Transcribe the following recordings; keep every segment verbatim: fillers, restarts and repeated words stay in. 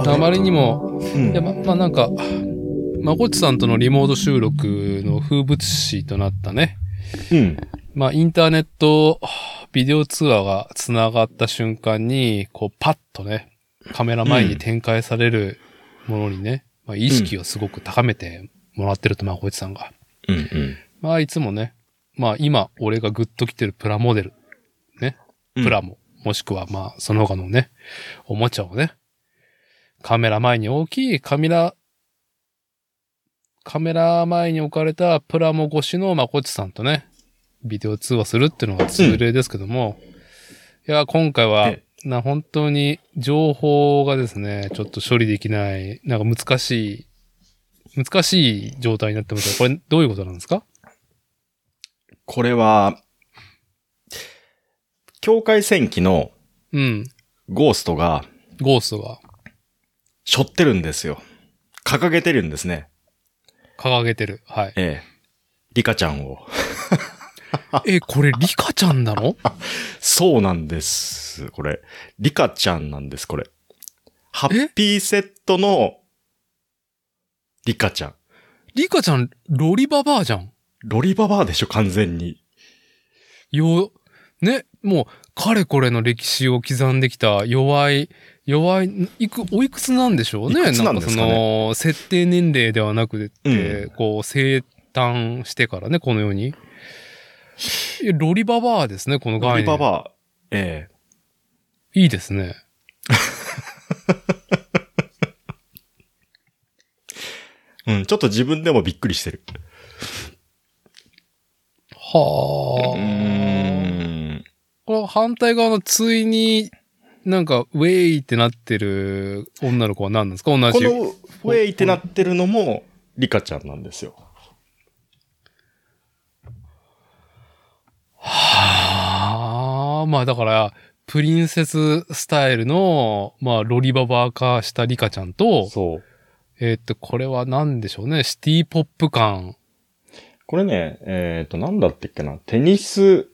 あまりにも、 うん、 いやま、まあなんか、まこっちさんとのリモート収録の風物詩となったね。 うん。 まあインターネットビデオ通話がつながった瞬間に、こうパッとね、カメラ前に展開されるものにね、うん、まあ、意識をすごく高めてもらってると、まこっちさんが。 うんうん。 まあいつもね、まあ今俺がグッと来てるプラモデル、ね、プラモ、うん、もしくはまあその他のね、おもちゃをね、カメラ前に大きいカメラ、カメラ前に置かれたプラモ越しのまこっちさんとね、ビデオ通話するっていうのが通例ですけども、うん、いや、今回は、な、本当に情報がですね、ちょっと処理できない、なんか難しい、難しい状態になってますが、これどういうことなんですか？ これは、境界線機の、 うん。 ゴーストが、 ゴーストが、 背負ってるんですよ。掲げてるんですね。 掲げてる。はい。 ええ。リカちゃんを。 え、これリカちゃんなの？ そうなんです。これ。リカちゃんなんです、これ。ハッピーセットのリカちゃん。 リカちゃん、ロリババアじゃん。 ロリババアでしょ、完全に。 よ、ね、もう、かれこれの歴史を刻んできた弱い、弱い、いく、おいくつなんでしょうね。 いくつなんですかね。 なんかその、設定年齢ではなくて、うん、こう、生誕してからね、このように。ロリババアですね、この概念。 ロリババア。ええ。いいですね。 うん、ちょっと自分でもびっくりしてる。 はあ。うーん。この反対側のついに、なんか、ウェイってなってる女の子は何なんですか？同じ。 このウェイってなってるのも、リカちゃんなんですよ。 はあ。まあだから、プリンセススタイルの、まあ、ロリババア化したリカちゃんと、 そう。 えー、っと、これは何でしょうね。シティポップ感。 これね、えー、っと、なんだってっけな。テニス、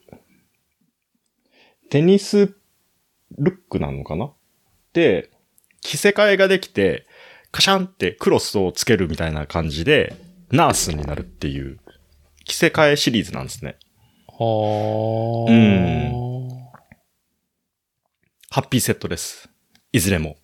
テニスルックなのかな？で、着せ替えができて、カシャンってクロスをつけるみたいな感じで、ナースになるっていう、着せ替えシリーズなんですね。 はあ。 うん。ハッピーセットです。いずれも。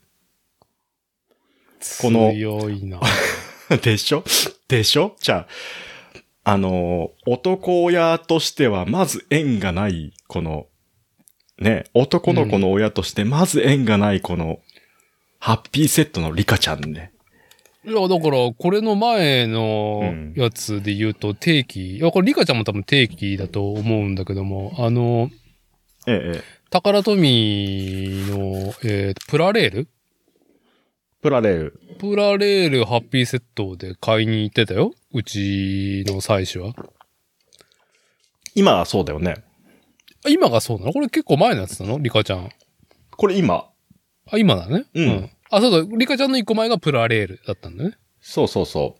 この。強いな。 でしょでしょじゃあ、あの、男親としてはまず縁がない、この、ね、男の子の親としてまず縁がないこの、ハッピーセットのリカちゃんね。 いや、だから、これの前のやつで言うと定期、いや、これリカちゃんも多分定期だと思うんだけども、あの、 ええ、 タカラトミーの、えー、プラレールプラレール。 プラレールハッピーセットで買いに行ってたよ。うちの妻子は。 今はそうだよね。 今がそうなの？これ結構前のやつなの？リカちゃん。 これ今。 あ、今だね。 うん。うん、 あ、そうだ。リカちゃんの一個前がプラレールだったんだね。 そうそうそう。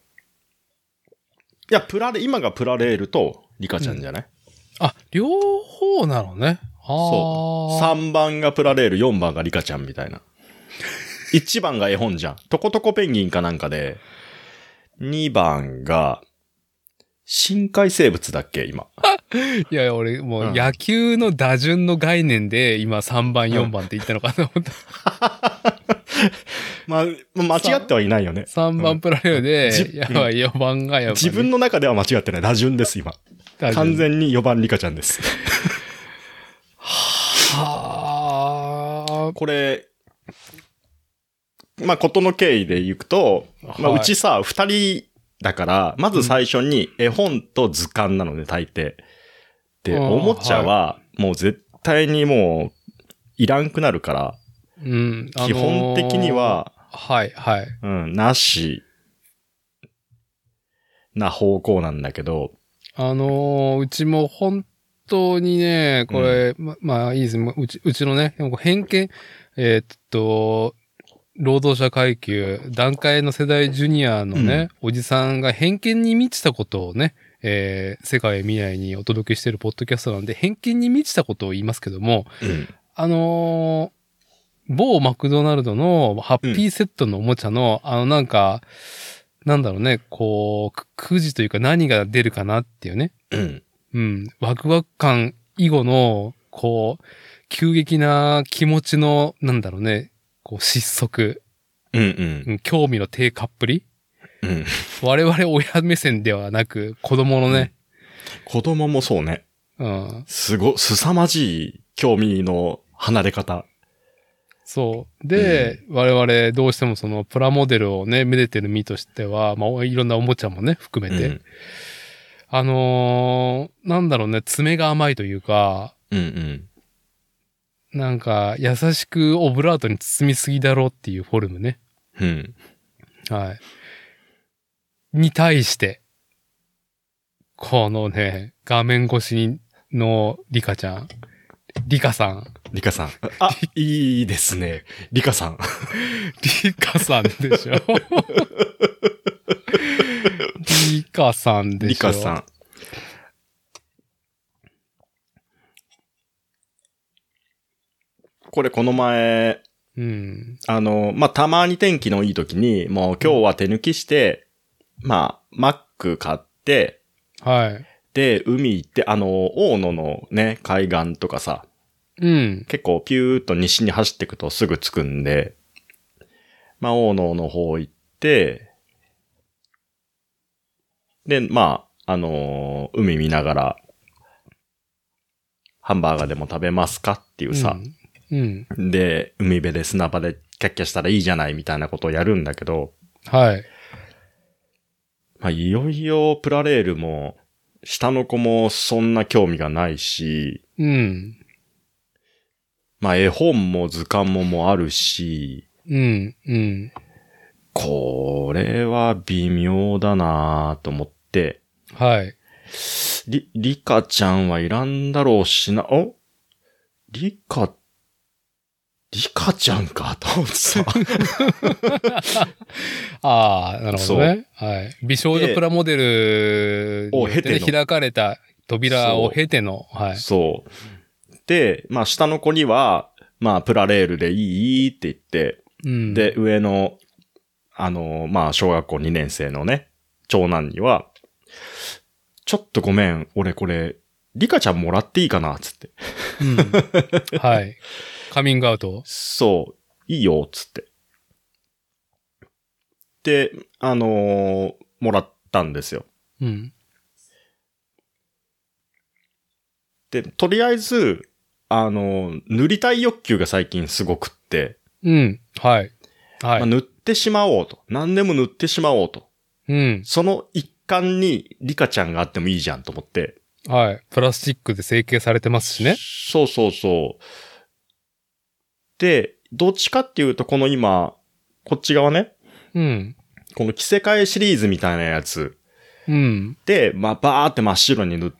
いや、プラレ、今がプラレールとリカちゃんじゃない？ うん、あ、両方なのね。 そう。さんばんがプラレール、よんばんがリカちゃんみたいな。いちばんが絵本じゃん。トコトコペンギンかなんかで、にばんが、深海生物だっけ今。 いやいや、俺、もう野球の打順の概念で、今さんばん、よんばんって言ったのかな、思った。 まあ、間違ってはいないよね。 さんばんプラレールで、やばい、よんばんがやばい。 自分の中では間違ってない。打順です、今。完全によばんリカちゃんです。はあ。これ、まあ、ことの経緯で行くと、まあ、うちさ、二人だから、まず最初に絵本と図鑑なので、大抵。で、おもちゃは、もう絶対にもう、いらんくなるから、 うん、 基本的には、 はい、はい。 うん、なし、な方向なんだけど。 あのー、うちも本当にね、これ、うん、ま、まあいいです。うち、うちのね、偏見、えー、っと、労働者階級、団塊の世代ジュニアのね、うん、おじさんが偏見に満ちたことをね、えー、世界未来にお届けしているポッドキャストなんで、偏見に満ちたことを言いますけども、うん、あのー、 某マクドナルドのハッピーセットのおもちゃの、うん、あのなんか、なんだろうね、こう、くじというか何が出るかなっていうね。 うん。 うん。ワクワク感以後の、こう、急激な気持ちの、なんだろうね、こう、失速。 うんうん。 興味の低下っぷり。 うん。 我々親目線ではなく、子供のね、 うん。子供もそうね。 うん。 すご、凄まじい興味の離れ方。 そう。で、うん、我々どうしてもそのプラモデルをね、めでてる身としては、まあいろんなおもちゃもね、含めて。うん、あのー、なんだろうね、爪が甘いというか、 うんうん、 なんか優しくオブラートに包みすぎだろうっていうフォルムね。 うん。 はい。に対して、このね、画面越しのリカちゃん。リカさん。 リカさん。あ、いいですね。リカさん。 リカさんでしょ。リカさんでしょ。 リカさん。これこの前、 うん、 あの、まあ、たまに天気のいい時に、もう今日は手抜きして、うん、まあ、マック買って、 はい。 で、海行って、あの、大野のね、海岸とかさ、 うん。 結構ピューっと西に走っていくとすぐ着くんで、まあ、大野の方行って、で、まあ、あのー、海見ながら、ハンバーガーでも食べますかっていうさ、 うんうん、 で、海辺で砂場でキャッキャしたらいいじゃないみたいなことをやるんだけど、 はい。 まあ、いよいよプラレールも、下の子もそんな興味がないし、 うん。 まあ、絵本も図鑑ももあるし、 うん、うん。 これは微妙だなぁと思って、 はい。 り、リカちゃんはいらんだろうしな、おリカ、リカちゃんかと思ってさ。 ああ、なるほどね。はい。美少女プラモデルを経て開かれた扉を経ての、はい。 そう。で、まあ下の子には、まあプラレールでいいって言って、 うん、 で、上の、あの、まあ小学校にねん生のね、長男には、ちょっとごめん、俺これ、リカちゃんもらっていいかなつって。 うん。はい。カミングアウト？ そう。いいよ、つって。で、あのー、もらったんですよ。 うん。 で、とりあえず、あのー、塗りたい欲求が最近すごくって。 うん。はい。はい。 まあ、塗ってしまおうと。何でも塗ってしまおうと。 うん。 その一環にリカちゃんがあってもいいじゃんと思って。 はい。プラスチックで成形されてますしね。 そうそうそう。で、どっちかっていうと、この今、こっち側ね。 うん。 この着せ替えシリーズみたいなやつ。 うん。 で、まあ、バーって真っ白に塗って、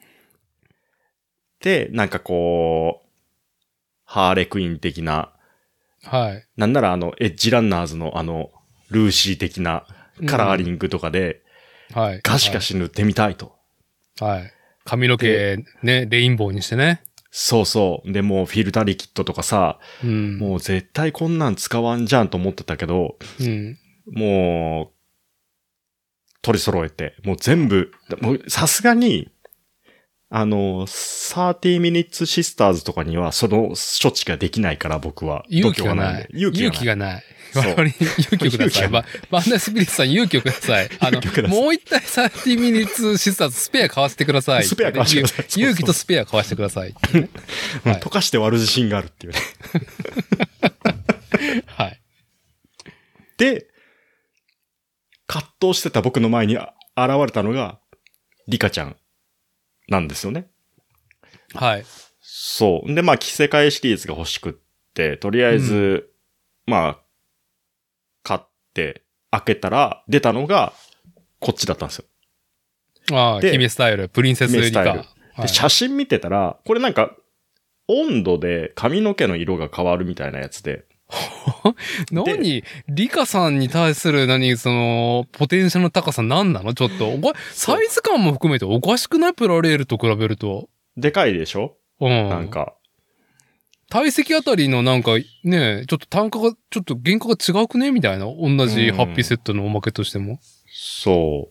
で、なんかこう、ハーレクイーン的な。 はい。 なんならあの、エッジランナーズのあの、ルーシー的なカラーリングとかで、 うん、はい。 ガシガシ塗ってみたいと。 はい。髪の毛ね、レインボーにしてね。 そうそう。で、もうフィルタリキットとかさ、 うん、 もう絶対こんなん使わんじゃんと思ってたけど、 うん、 もう、取り揃えて、もう全部、もうさすがに、あの、さんじゅう minutes sisters とかにはその処置ができないから僕は。 勇気がない。 勇気がない。我々に勇気をください。バンダイスピリッツさん勇気をください。あの、もう一体さんじゅう minutes sisters スペア買わせてください。 スペア買わせてください。 勇気とスペア買わせてください。 はい、溶かして割る自信があるっていうね。 はい。 で、葛藤してた僕の前に現れたのが、リカちゃんなんですよね。 はい。 そう。で、まあ、着せ替えシリーズが欲しくって、とりあえず、うん、まあ、買って、開けたら、出たのが、こっちだったんですよ。 ああ、姫スタイル、プリンセスリカ。 で、はい、写真見てたら、これなんか、温度で髪の毛の色が変わるみたいなやつで。 何リカさんに対する何その、ポテンシャルの高さ何なのちょっと、おか、サイズ感も含めておかしくないプラレールと比べると。 でかいでしょうん。なんか。 体積あたりのなんかね、ちょっと単価が、ちょっと原価が違うくねみたいな。同じハッピーセットのおまけとしても。 そう。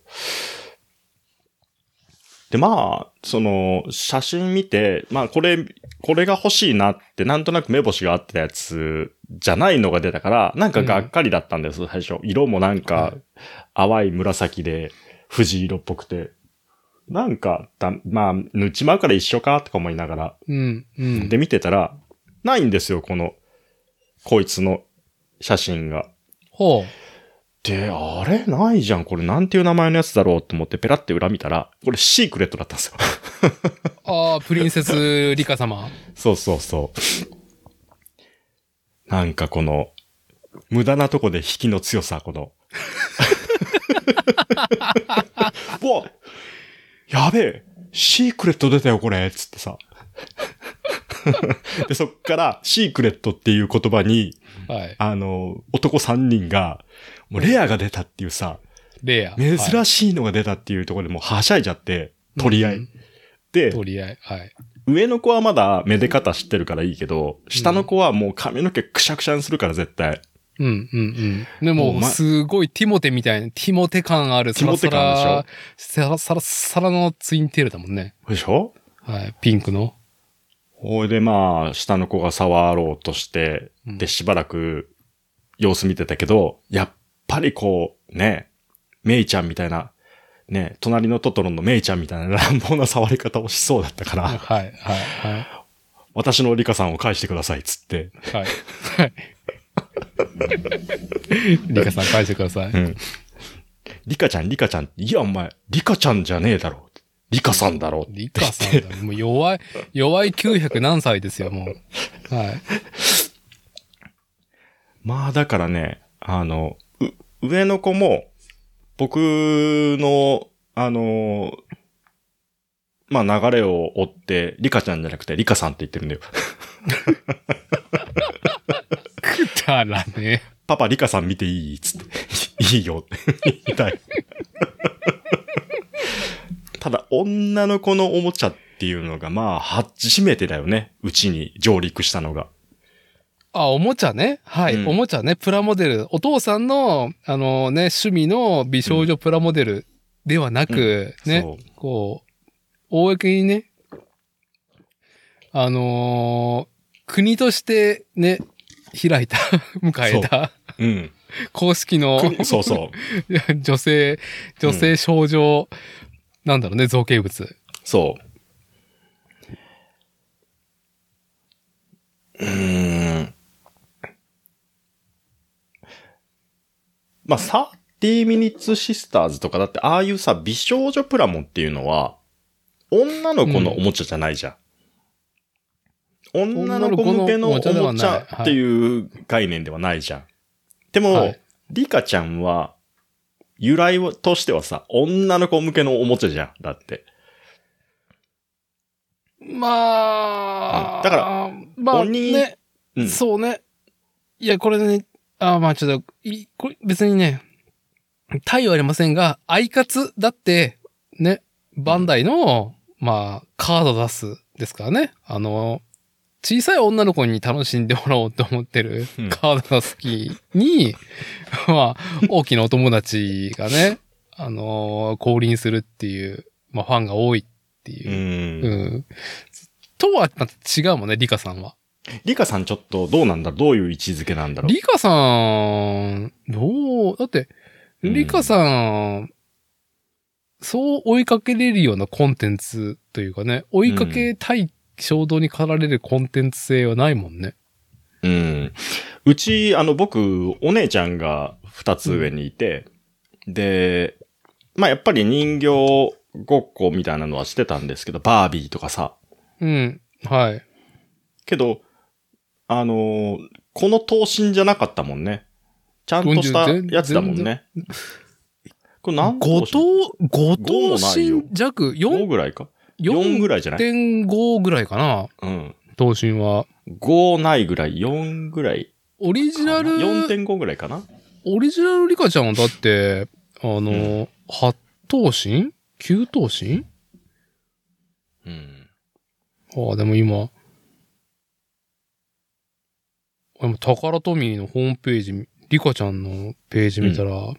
で、まあ、その、写真見て、まあ、これ、これが欲しいなって、なんとなく目星があってたやつじゃないのが出たから、なんかがっかりだったんです、うん、最初。色もなんか、淡い紫で、藤色っぽくて。なんか、だまあ、塗っちまうから一緒かとか思いながら。 うんうん、 で、見てたら、ないんですよ、この、こいつの写真が。 ほう。 で、あれないじゃん。これなんていう名前のやつだろうと思ってペラって裏見たら、これシークレットだったんですよ。 ああ、プリンセスリカ様。 そうそうそう。なんかこの、無駄なとこで引きの強さ、この。うわやべえシークレット出たよ、これつってさ。で、そっから、シークレットっていう言葉に、はい、あの、男さんにんが、もうレアが出たっていうさ、 レア。 珍しいのが出たっていうところでもうはしゃいじゃって、取り合い。うん、で、 取り合い。はい。 上の子はまだめで方知ってるからいいけど、下の子はもう髪の毛くしゃくしゃにするから絶対。 うんうんうん。でも、もすごいティモテみたいな、ティモテ感ある。 ティモテ感でしょサラサラサラのツインテールだもんね。 でしょはい。ピンクの。 ほいでまあ、下の子が触ろうとして、うん、で、しばらく様子見てたけど、やっぱりこう、ね、メイちゃんみたいな、ね、隣のトトロのメイちゃんみたいな乱暴な触り方をしそうだったから、 はい、はい、はい。 私のリカさんを返してください、つって。 はい。はい。リカさん返してください。うん。 リカちゃん、リカちゃん。いや、お前、リカちゃんじゃねえだろ。リカさんだろ。 リカさんだ。もう弱い、弱いきゅうひゃく何歳ですよ、もう。はい。 まあ、だからね、あの、う、上の子も、僕の、あの、まあ流れを追って、リカちゃんじゃなくてリカさんって言ってるんだよ。 くだらね。 パパリカさん見ていいつって。いいよって言いたい。ただ、女の子のおもちゃっていうのが、まあ、初めてだよね。うちに上陸したのが。 あ、おもちゃね。はい、うん。おもちゃね。プラモデル。お父さんの、あのね、趣味の美少女プラモデルではなく、うん、ね、うこう、公にね、あのー、国としてね、開いた、迎えた、うん、公式の、 そうそう。 女性、女性少女、うん、なんだろうね、造形物。 そう。うーん。まあ、サーティーミニッツシスターズとかだって、ああいうさ、美少女プラモっていうのは、女の子のおもちゃじゃないじゃん。うん、女の子向けのおもちゃっていう概念ではないじゃん。でも、はい、リカちゃんは、由来としてはさ、女の子向けのおもちゃじゃん。だって。 まあ、 だから、 まあね、うん、そうね。いや、これね、あまあちょっと、いこれ別にね、対はありませんが、アイカツだって、ね、バンダイの、うん、まあ、カード出すですからね。あの、小さい女の子に楽しんでもらおうと思ってるカードが好きに、うん、まあ、大きなお友達がね、あの、降臨するっていう、まあ、ファンが多いっていう。うん。うん、とはまた違うもんね、リカさんは。 リカさんちょっとどうなんだろうどういう位置づけなんだろうリカさん、どうだって、リカさん、うん、そう追いかけれるようなコンテンツというかね、追いかけたい衝動に駆られるコンテンツ性はないもんね。 うん。うち、あの、僕、お姉ちゃんが二つ上にいて、うん、で、まあ、やっぱり人形ごっこみたいなのはしてたんですけど、バービーとかさ。 うん。はい。 けど、あのー、この頭身じゃなかったもんね。ちゃんとしたやつだもんね。これ何頭身 ?ご 頭身弱 ?よんぐらいか ?よん ぐらいじゃない ? よんてんご ぐらいかな。うん。頭身は。 ごないぐらい、よんぐらい。 オリジナル。 よんてんご ぐらいかな。 オリジナルリカちゃんはだって、あの、うん、はち頭身 ?きゅう 頭身うん。ああ、でも今、 でもタカラトミーのホームページ、リカちゃんのページ見たら、うん、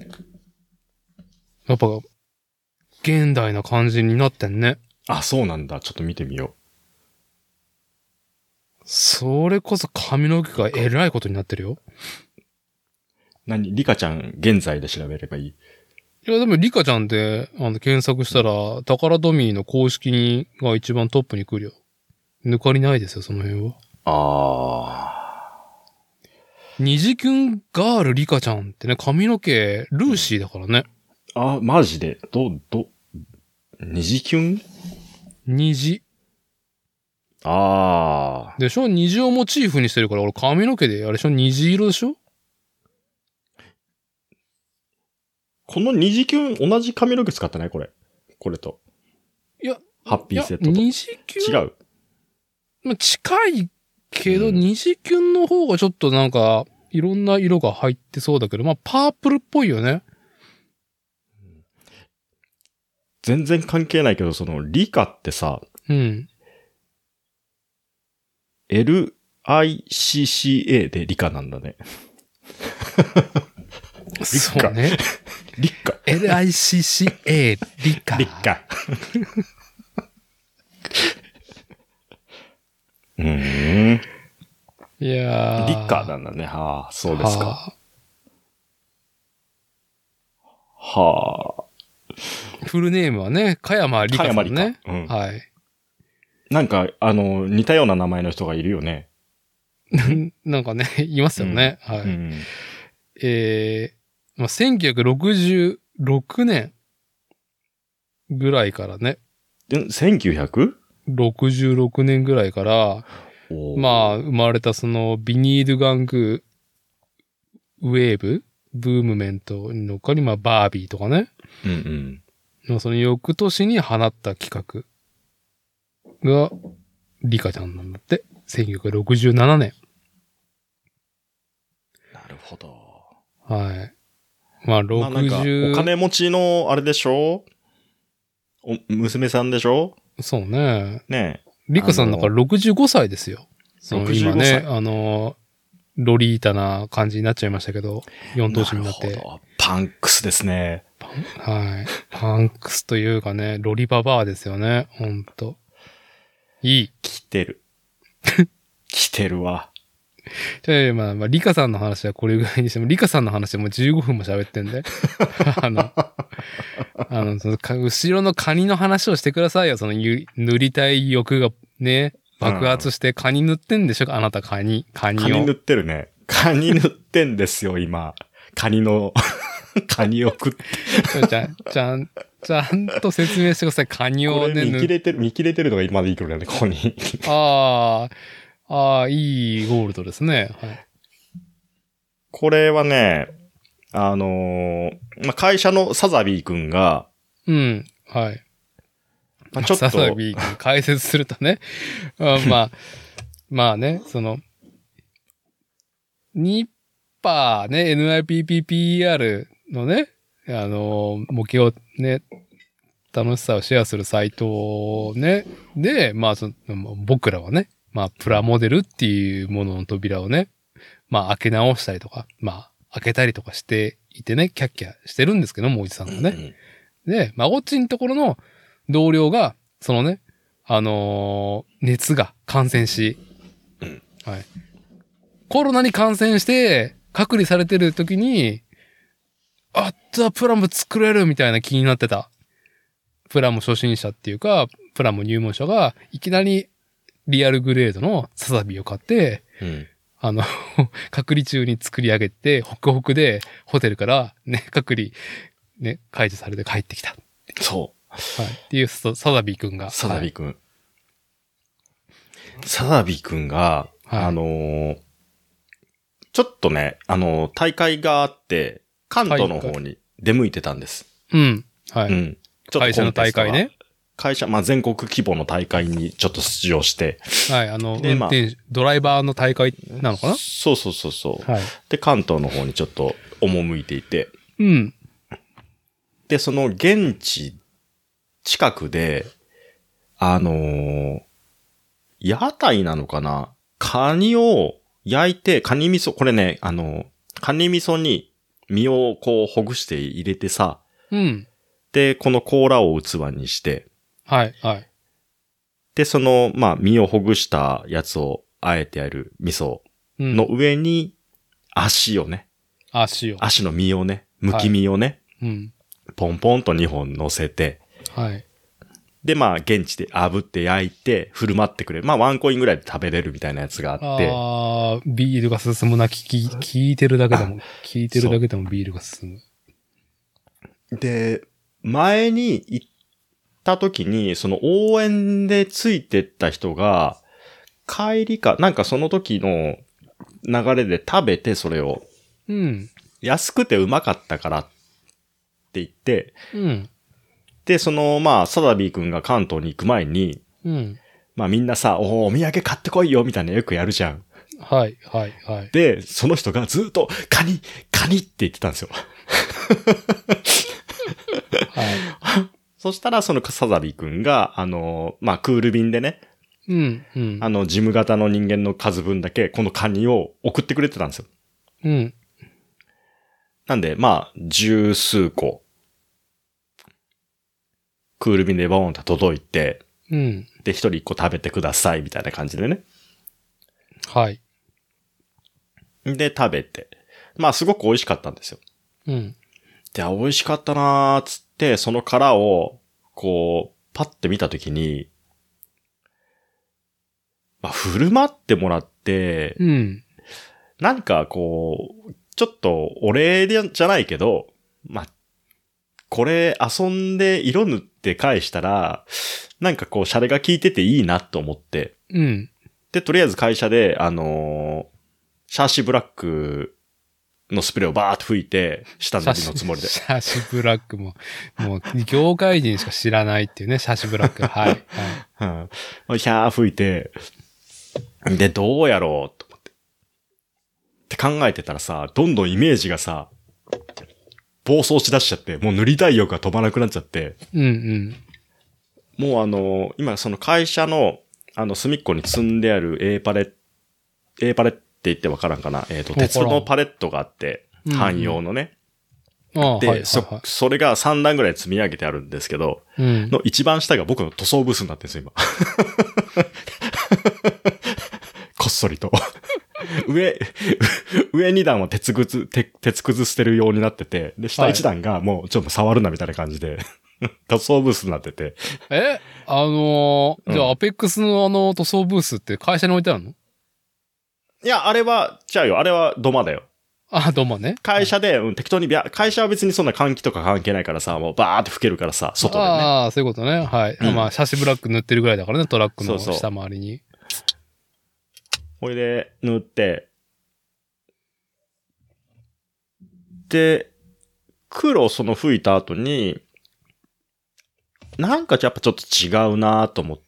やっぱ、現代な感じになってんね。 あ、そうなんだ。ちょっと見てみよう。それこそ髪の毛がえらいことになってるよ。 何リカちゃん現在で調べればいい？ いや、でもリカちゃんであの検索したら、タカラトミーの公式にが一番トップに来るよ。抜かりないですよ、その辺は。 あー。二次キュンガールリカちゃんってね、髪の毛、ルーシーだからね。 あ、マジでど、ど、二次キュン？ 虹。 ああ。 でしょ？虹をモチーフにしてるから、俺髪の毛で、あれでしょ？虹色でしょ？ この二次キュン、同じ髪の毛使ってないこれ。これと。 いや、 ハッピーセットと。 二次キュン？ 違う。 まあ、近いけど、うん、二次キュンの方がちょっとなんか、いろんな色が入ってそうだけど、まあ、パープルっぽいよね。 全然関係ないけど、その、リカってさ、 うん。 エルアイシーシーエー でリカなんだね。 そうね。 リカ。 エルアイシーシーエー、リカ。 リカ。うーん。 いやー。 リカなんだね。はあ、そうですか。はあ。 フルネームはね、加山リカさんね。加山リカ。 うん。 はい。 なんか、あの、似たような名前の人がいるよね。 なんかね、いますよね。うん、はい。 うん、 えー、まあ、せんきゅうひゃくろくじゅうろくねんぐらいからね。 せんきゅうひゃくろくじゅうろくねんぐらいから、まあ、生まれたそのビニール玩具ウェーブブームメントの他に、まあ、バービーとかね。 うんうん。その翌年に放った企画が、リカちゃんなんだって。せんきゅうひゃくろくじゅうななねん。 なるほど。 はい。まあ、ろくじゅう、 まあ、お金持ちの、あれでしょ？お、娘さんでしょ？ そうね。 ねえ。 リカさんだからろくじゅうごさいですよ。その今ね、あの、ロリータな感じになっちゃいましたけど、よん頭身になって。なるほど。 パンクスですね。 はい。パンクスというかね、ロリババアですよね。ほんと。いい。 来てる。来てるわ。 じゃあ、まあ、まあ、リカさんの話はこれぐらいにしても、リカさんの話はもうじゅうごふんも喋ってんで。あの、あの、その後ろのカニの話をしてくださいよ。その塗りたい欲がね、爆発してカニ塗ってんでしょ、うん、あなたカニ。カニを。 カニ塗ってるね。カニ塗ってんですよ、今。カニの、カニを食って。 ちゃん、ちゃん、ちゃんと説明してください。カニをね。 見切れてる、見切れてるのが今でいいけどね、ここに。 ああ、ああ、いいゴールドですね。はい。 これはね、あのー、まあ、会社のサザビー君が、 うん、はい。 まあ、ちょっと。 サザビー君解説するとね。あまあ、まあね、その、ニッパーね、エヌアイピーピーピーイーアール のね、あのー、模型をね、楽しさをシェアするサイトね、で、まあその、僕らはね、まあ、プラモデルっていうものの扉をね、まあ、開け直したりとか、まあ、開けたりとかしていてね、キャッキャしてるんですけども、おじさんがね。うんうん、で、まあ、おっちんところの同僚が、そのね、あのー、熱が感染し、 うん、 はい。コロナに感染して、隔離されてる時に、あったプラモ作れるみたいな気になってた。プラモ初心者っていうか、プラモ入門者が、いきなりリアルグレードのサザビーを買って、 うん、 あの、隔離中に作り上げて、ホクホクで、ホテルからね、隔離、ね、解除されて帰ってきた。 そう。 はい。っていうサザビーくんが。 サザビーくん。はい、サザビーくんが、はい、あのー、ちょっとね、あのー、大会があって、関東の方に出向いてたんです。 うん。はい。 うん。 ちょっと会社の大会ね。 会社、まあ、全国規模の大会にちょっと出場して。 はい、あの、運転手、まあ、ドライバーの大会なのかな？ そうそうそうそう。 はい。 で、関東の方にちょっと赴いていて。 うん。 で、その現地近くで、あのー、屋台なのかな？カニを焼いて、カニ味噌、これね、あの、カニ味噌に身をこうほぐして入れてさ、 うん。 で、この甲羅を器にして、 はい、はい。 で、その、まあ、身をほぐしたやつをあえてある味噌の上に、足をね、 うん、足を。 足の身をね、剥き身をね、 はい、うん、 ポンポンとにほん乗せて、 はい。 で、まあ、現地で炙って焼いて、振る舞ってくれる。まあ、ワンコインぐらいで食べれるみたいなやつがあって。 ああ、ビールが進むな、聞き、聞いてるだけでも、聞いてるだけでもビールが進む。で、前に行った時に、その応援でついてった人が、帰りか、なんかその時の流れで食べて、それを。 うん。 安くてうまかったからって言って、 うん。 で、その、まあ、サダビー君が関東に行く前に、 うん。 まあみんなさ、お, お土産買ってこいよみたいなよくやるじゃん。 はい、はい、はい。 で、その人がずっと、カニ、カニって言ってたんですよ。はい。そしたら、そのサザビー君が、あの、まあ、クール便でね、 うん、うん。 あの、事務型の人間の数分だけ、このカニを送ってくれてたんですよ。 うん。 なんで、まあ、十数個、クール便でボーンと届いて、 うん。 で、一人一個食べてください、みたいな感じでね。 はい。 で、食べて。まあ、すごく美味しかったんですよ。 うん。 で、美味しかったなーっつって、その殻を、こう、パッて見たときに、まあ、振る舞ってもらって、 うん。 何かこう、ちょっとお礼じゃないけど、まあ、これ遊んで色塗って返したら、なんかこう、シャレが効いてていいなと思って。 うん。 で、とりあえず会社で、あのー、シャーシブラックのスプレーをバーっと吹いて、下塗りのつもりで。 シャーシブラックも、もう、業界人しか知らないっていうね、シャーシブラック。はい。 はい。ヒャー吹いて、で、どうやろうと思って。って考えてたらさ、どんどんイメージがさ、暴走しだしちゃって、もう塗りたい欲が飛ばなくなっちゃって。 うんうん。 もうあの、今その会社の、あの、隅っこに積んである A パレ、A パレって言ってわからんかな。えっと、鉄のパレットがあって、汎用のね。 うんうん、 で、 はいはいはい、 そ、それがさんだんぐらい積み上げてあるんですけど、うん、の一番下が僕の塗装ブースになってるんですよ、今。こっそりと。上、上に段は鉄くず、鉄くず捨てるようになってて、で、下いち段がもうちょっと触るなみたいな感じで、塗装ブースになってて。 えあのー、じゃあ、アペックスのあの塗装ブースって会社に置いてあるの？ いや、あれは、違うよ。あれは土間だよ。 あ、土間ね。 会社で、うん、適当に、会社は別にそんな換気とか関係ないからさ、もうバーって吹けるからさ、外でね。 ああ、そういうことね。はい。うん、まあ、シャシブラック塗ってるぐらいだからね、トラックの下回りに。 ほいで、塗って、で、黒その吹いた後に、なんかやっぱちょっと違うなと思って、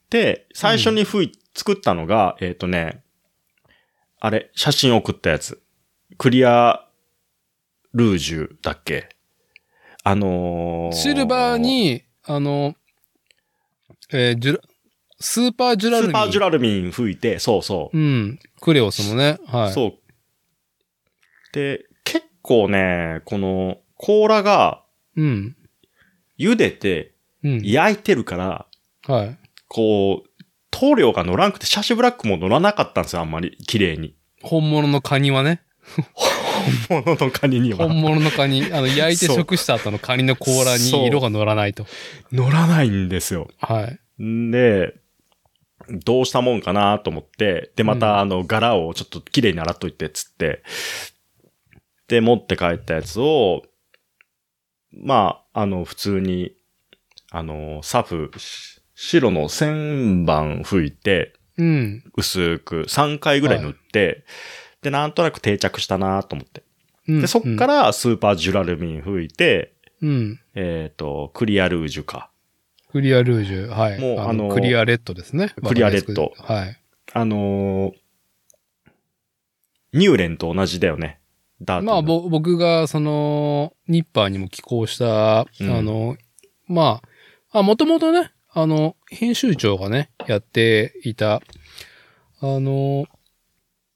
最初に吹い、うん、作ったのが、えっとね、あれ、写真送ったやつ。クリアルージュだっけ？あのー、 シルバーに、あの、えー、ジュラ、スーパージュラルミン。 スーパージュラルミン吹いて、そうそう。 うん。クレオスのね。はい。 そう。で、結構ね、この、甲羅が、 うん。 茹でて、焼いてるから、 うん、はい。 こう、塗料が乗らんくて、シャシブラックも乗らなかったんですよ、あんまり、綺麗に。 本物のカニはね。 本物のカニには。 本物のカニ、あの、焼いて食した後のカニの甲羅に色が乗らないと。 乗らないんですよ。 はい。 んで、どうしたもんかなと思って、で、また、あの、柄をちょっと綺麗に洗っといて、つって、で、持って帰ったやつを、まあ、あの、普通に、あの、サフ、白の線板吹いて、 うん。 薄くさんかいぐらい塗って、はい、で、なんとなく定着したなと思って。うん、で、そっからスーパージュラルミン吹いて、 うん。 えっと、クリアルージュか。 クリアルージュ、はい。 もう、あの、 クリアレッドですね。 クリアレッド。 はい。 あのー、ニューレンと同じだよね。 ダートまあ、ぼ、僕が、その、ニッパーにも寄稿した、うん、あの、まあ、あ、もともとね、あの、編集長がね、やっていた、あの、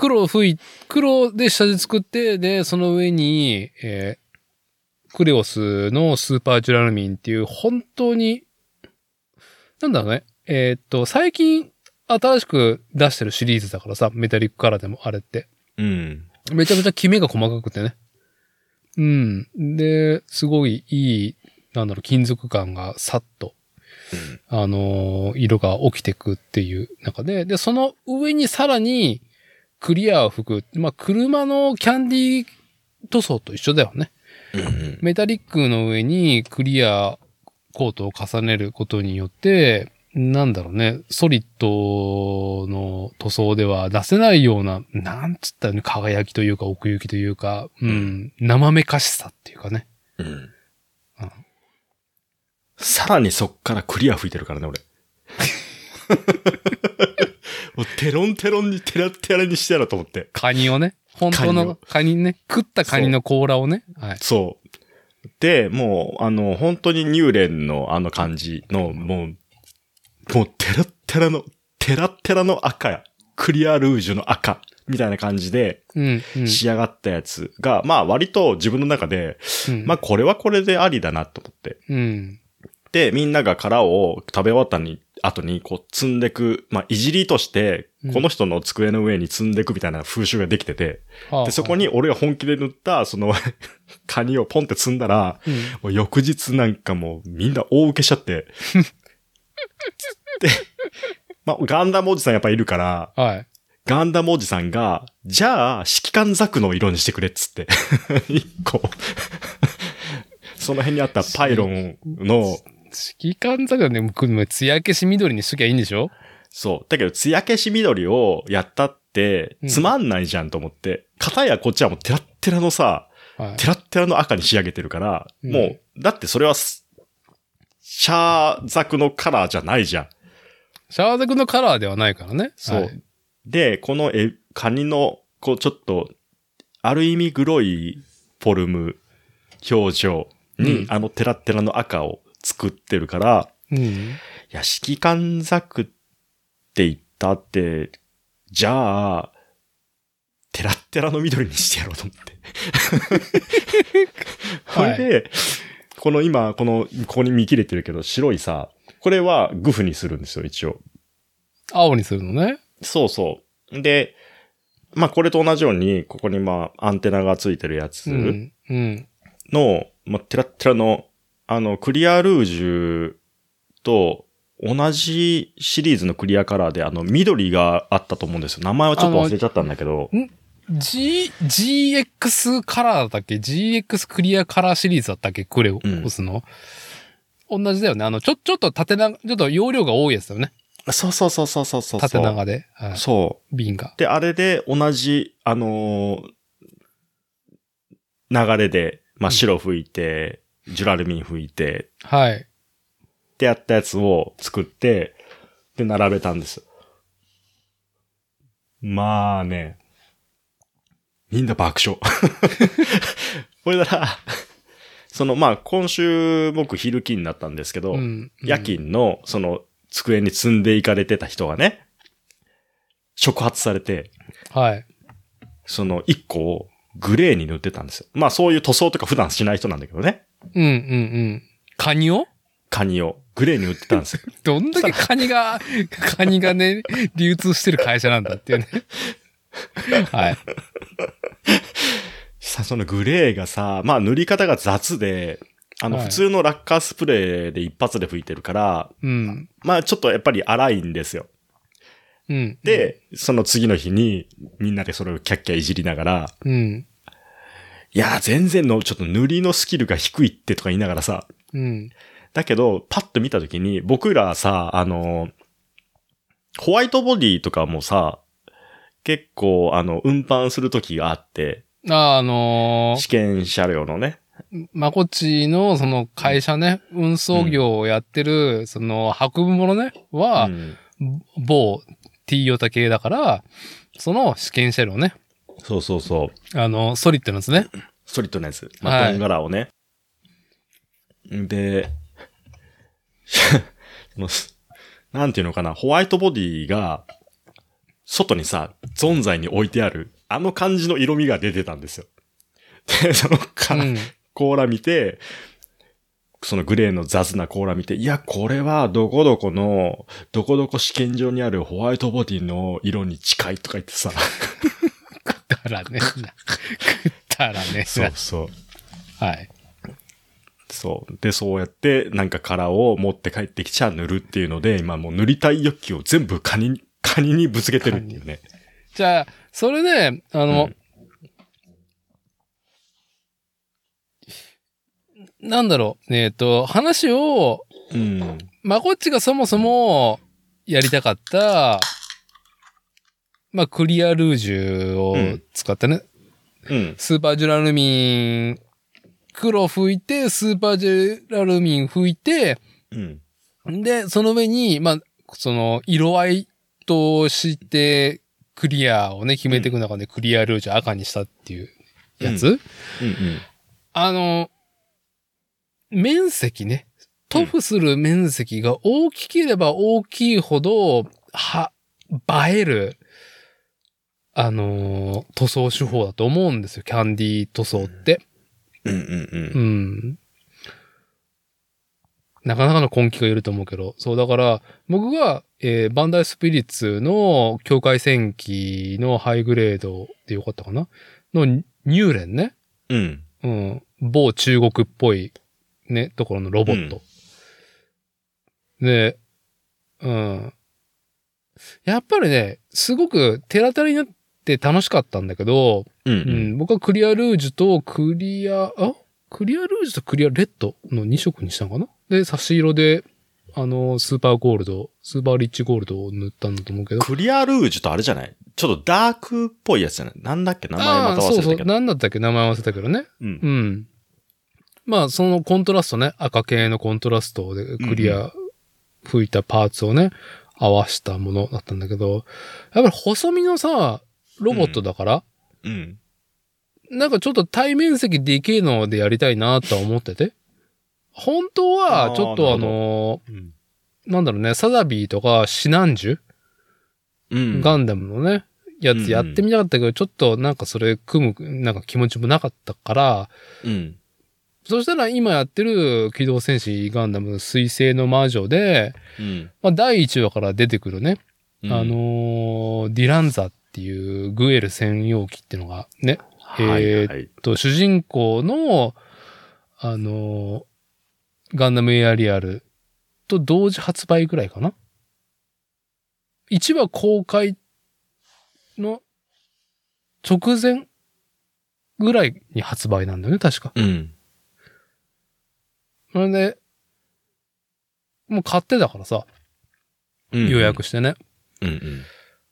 黒吹い、黒で下地作って、で、その上に、えー、クレオスのスーパージュラルミンっていう、本当に、なんだろうね。えー、っと、最近、新しく出してるシリーズだからさ、メタリックカラーでもあれって。 うん。 めちゃめちゃキメが細かくてね。うん。で、すごいいい、なんだろう、金属感がさっと、うん、あのー、色が起きてくっていう中で、で、その上にさらにクリアを吹く。まあ、車のキャンディー塗装と一緒だよね。 うんうん、 メタリックの上にクリアコートを重ねることによって、なんだろうね、ソリッドの塗装では出せないような、なんつったらね、輝きというか奥行きというか、うん、うん、生めかしさっていうかね。 うん。うん、さらにそっからクリア吹いてるからね、俺。もうテロンテロンにテラテラにしてやろうと思って。 カニをね。本当のカニね。食ったカニの甲羅をね。はい。 そう。で、もう、あの、本当にニューレンのあの感じの、もう、もうテラテラの、テラテラの赤や、クリアルージュの赤、みたいな感じで、仕上がったやつが、うんうん、まあ割と自分の中で、うん、まあこれはこれでありだなと思って。 うん、 で、みんなが殻を食べ終わったに、後にこう積んでく、まあいじりとして、この人の机の上に積んでくみたいな風習ができてて、うん、で、そこに俺が本気で塗った、その、カニをポンって積んだら、うん、もう翌日なんかもうみんな大受けしちゃって、で、まあ、ガンダムおじさんやっぱいるから、 はい、 ガンダムおじさんが、じゃあ、指揮官ザクの色にしてくれっつって。一個。その辺にあったパイロンの。 指揮官ザクはね、もう、艶消し緑にしときゃいいんでしょ？ そう。だけど、艶消し緑をやったって、つまんないじゃんと思って。かたやこっちはもうテラッテラのさ、はい、テラッテラの赤に仕上げてるから、うん、もう、だってそれは、シャーザクのカラーじゃないじゃん。 シャーザクのカラーではないからね。 そう。はい、で、このえカニの、こうちょっと、ある意味グロいフォルム、表情に、うん、あのテラッテラの赤を作ってるから、 うん、いや、指揮官ザクって言ったって、じゃあ、テラッテラの緑にしてやろうと思って。これで、はい、この今、この、ここに見切れてるけど、白いさ、これはグフにするんですよ、一応。 青にするのね。 そうそう。で、まあこれと同じように、ここにまあアンテナがついてるやつの、うんうん、まあテラッテラの、あの、クリアルージュと同じシリーズのクリアカラーで、あの、緑があったと思うんですよ。名前はちょっと忘れちゃったんだけど。 G、ジーエックス カラーだっけ ?ジーエックス クリアカラーシリーズだったっけクレオスの、うん、同じだよね。あの、ちょ、ちょっと縦長、ちょっと容量が多いやつだよね。 そうそうそうそうそうそう。 縦長で。 はい、そう。 瓶が。 で、あれで同じ、あのー、流れで、まあ、白吹いて、うん、ジュラルミン吹いて。 はい。 ってやったやつを作って、で、並べたんです。まあね。みんな爆笑。これだら、その、まあ、今週僕昼勤になったんですけど、うんうん、夜勤の、その、机に積んでいかれてた人がね、触発されて、 はい。 その一個をグレーに塗ってたんですよ。まあそういう塗装とか普段しない人なんだけどね。 うんうんうん。カニをカニをグレーに塗ってたんですよ。 どんだけカニが、カニがね、流通してる会社なんだっていうね。はい。 さ、そのグレーがさ、まあ塗り方が雑で、あの、普通のラッカースプレーで一発で吹いてるから、 うん、 まあちょっとやっぱり荒いんですよ。 うん、 で、その次の日にみんなでそれをキャッキャいじりながら、 うん、 いや、全然のちょっと塗りのスキルが低いってとか言いながらさ、 うん、 だけど、パッと見たときに僕らさ、あの、ホワイトボディとかもさ、結構あの、運搬するときがあって、 あ、あのー、 試験車両のね、 まこっちのその会社ね、うん、運送業をやってる、その運ぶものね、は、うん、某 T ヨタ系だから、その試験車両ね。 そうそうそう。 あの、ソリッドのやつね。 ソリッドのやつ。マトン柄をね。はい、で、なんていうのかな、ホワイトボディが、外にさ、 存在に置いてある、あの感じの色味が出てたんですよ。で、そのか、うん、甲羅見て、そのグレーの雑な甲羅見て、いや、これはどこどこの、どこどこ試験場にあるホワイトボディの色に近いとか言ってさ。 くだらねえな。くだらねえな。 そうそう。 はい。 そう。で、そうやって、なんか殻を持って帰ってきちゃ塗るっていうので、今もう塗りたい欲求を全部カニ、カニにぶつけてるっていうね。 じゃあ、それで、あの、うん、なんだろう、えっと、話を、うん、まこっちがそもそもやりたかった、まあ、クリアルージュを使ったね、うん、スーパージュラルミン、黒拭いて、スーパージュラルミン拭いて、うん、で、その上に、まあ、その、色合いとしてクリアをね、決めていく中でクリアルージュ赤にしたっていうやつ、うんうんうん、あの、面積ね、塗布する面積が大きければ大きいほど、は、映える、あの、塗装手法だと思うんですよ、キャンディー塗装って。 うんうんうん。 うん。なかなかの根気がいると思うけど、そうだから、僕が、えー、バンダイスピリッツの境界戦記のハイグレードでよかったかなのニューレンね。 うん。 うん。某中国っぽいね、ところのロボット。うん、で、うん。やっぱりね、すごく手当たりになって楽しかったんだけど、うん、うんうん、僕はクリアルージュとクリア、あクリアルージュとクリアレッドのに色にしたのかなで、差し色で、あの、スーパーゴールド、スーパーリッチゴールドを塗ったんだと思うけど。 クリアルージュとあれじゃないちょっとダークっぽいやつじゃないなんだっけ名前また忘れたけど。そうそう。 なんだったっけ名前忘れたけどね。うん。うん。まあ、そのコントラストね、赤系のコントラストでクリア吹いたパーツをね、合わしたものだったんだけど、やっぱり細身のさ、ロボットだから、うん。うんなんかちょっと対面積でけえのでやりたいなとは思ってて。本当は、ちょっとあのーうん、なんだろうね、サザビーとかシナンジュ、うん、ガンダムのね、やつやってみたかったけど、うん、ちょっとなんかそれ組む、なんか気持ちもなかったから、うん、そしたら今やってる機動戦士ガンダム水星の魔女で、うんまあ、だいいちわから出てくるね、うん、あのー、ディランザっていうグエル専用機っていうのがね、えー、っと、主人公の、あの、ガンダムエアリアルと同時発売ぐらいかな。いちわ公開の直前ぐらいに発売なんだよね、確か。うん。それで、もう買ってたからさ、うんうん、予約してね。うんうん。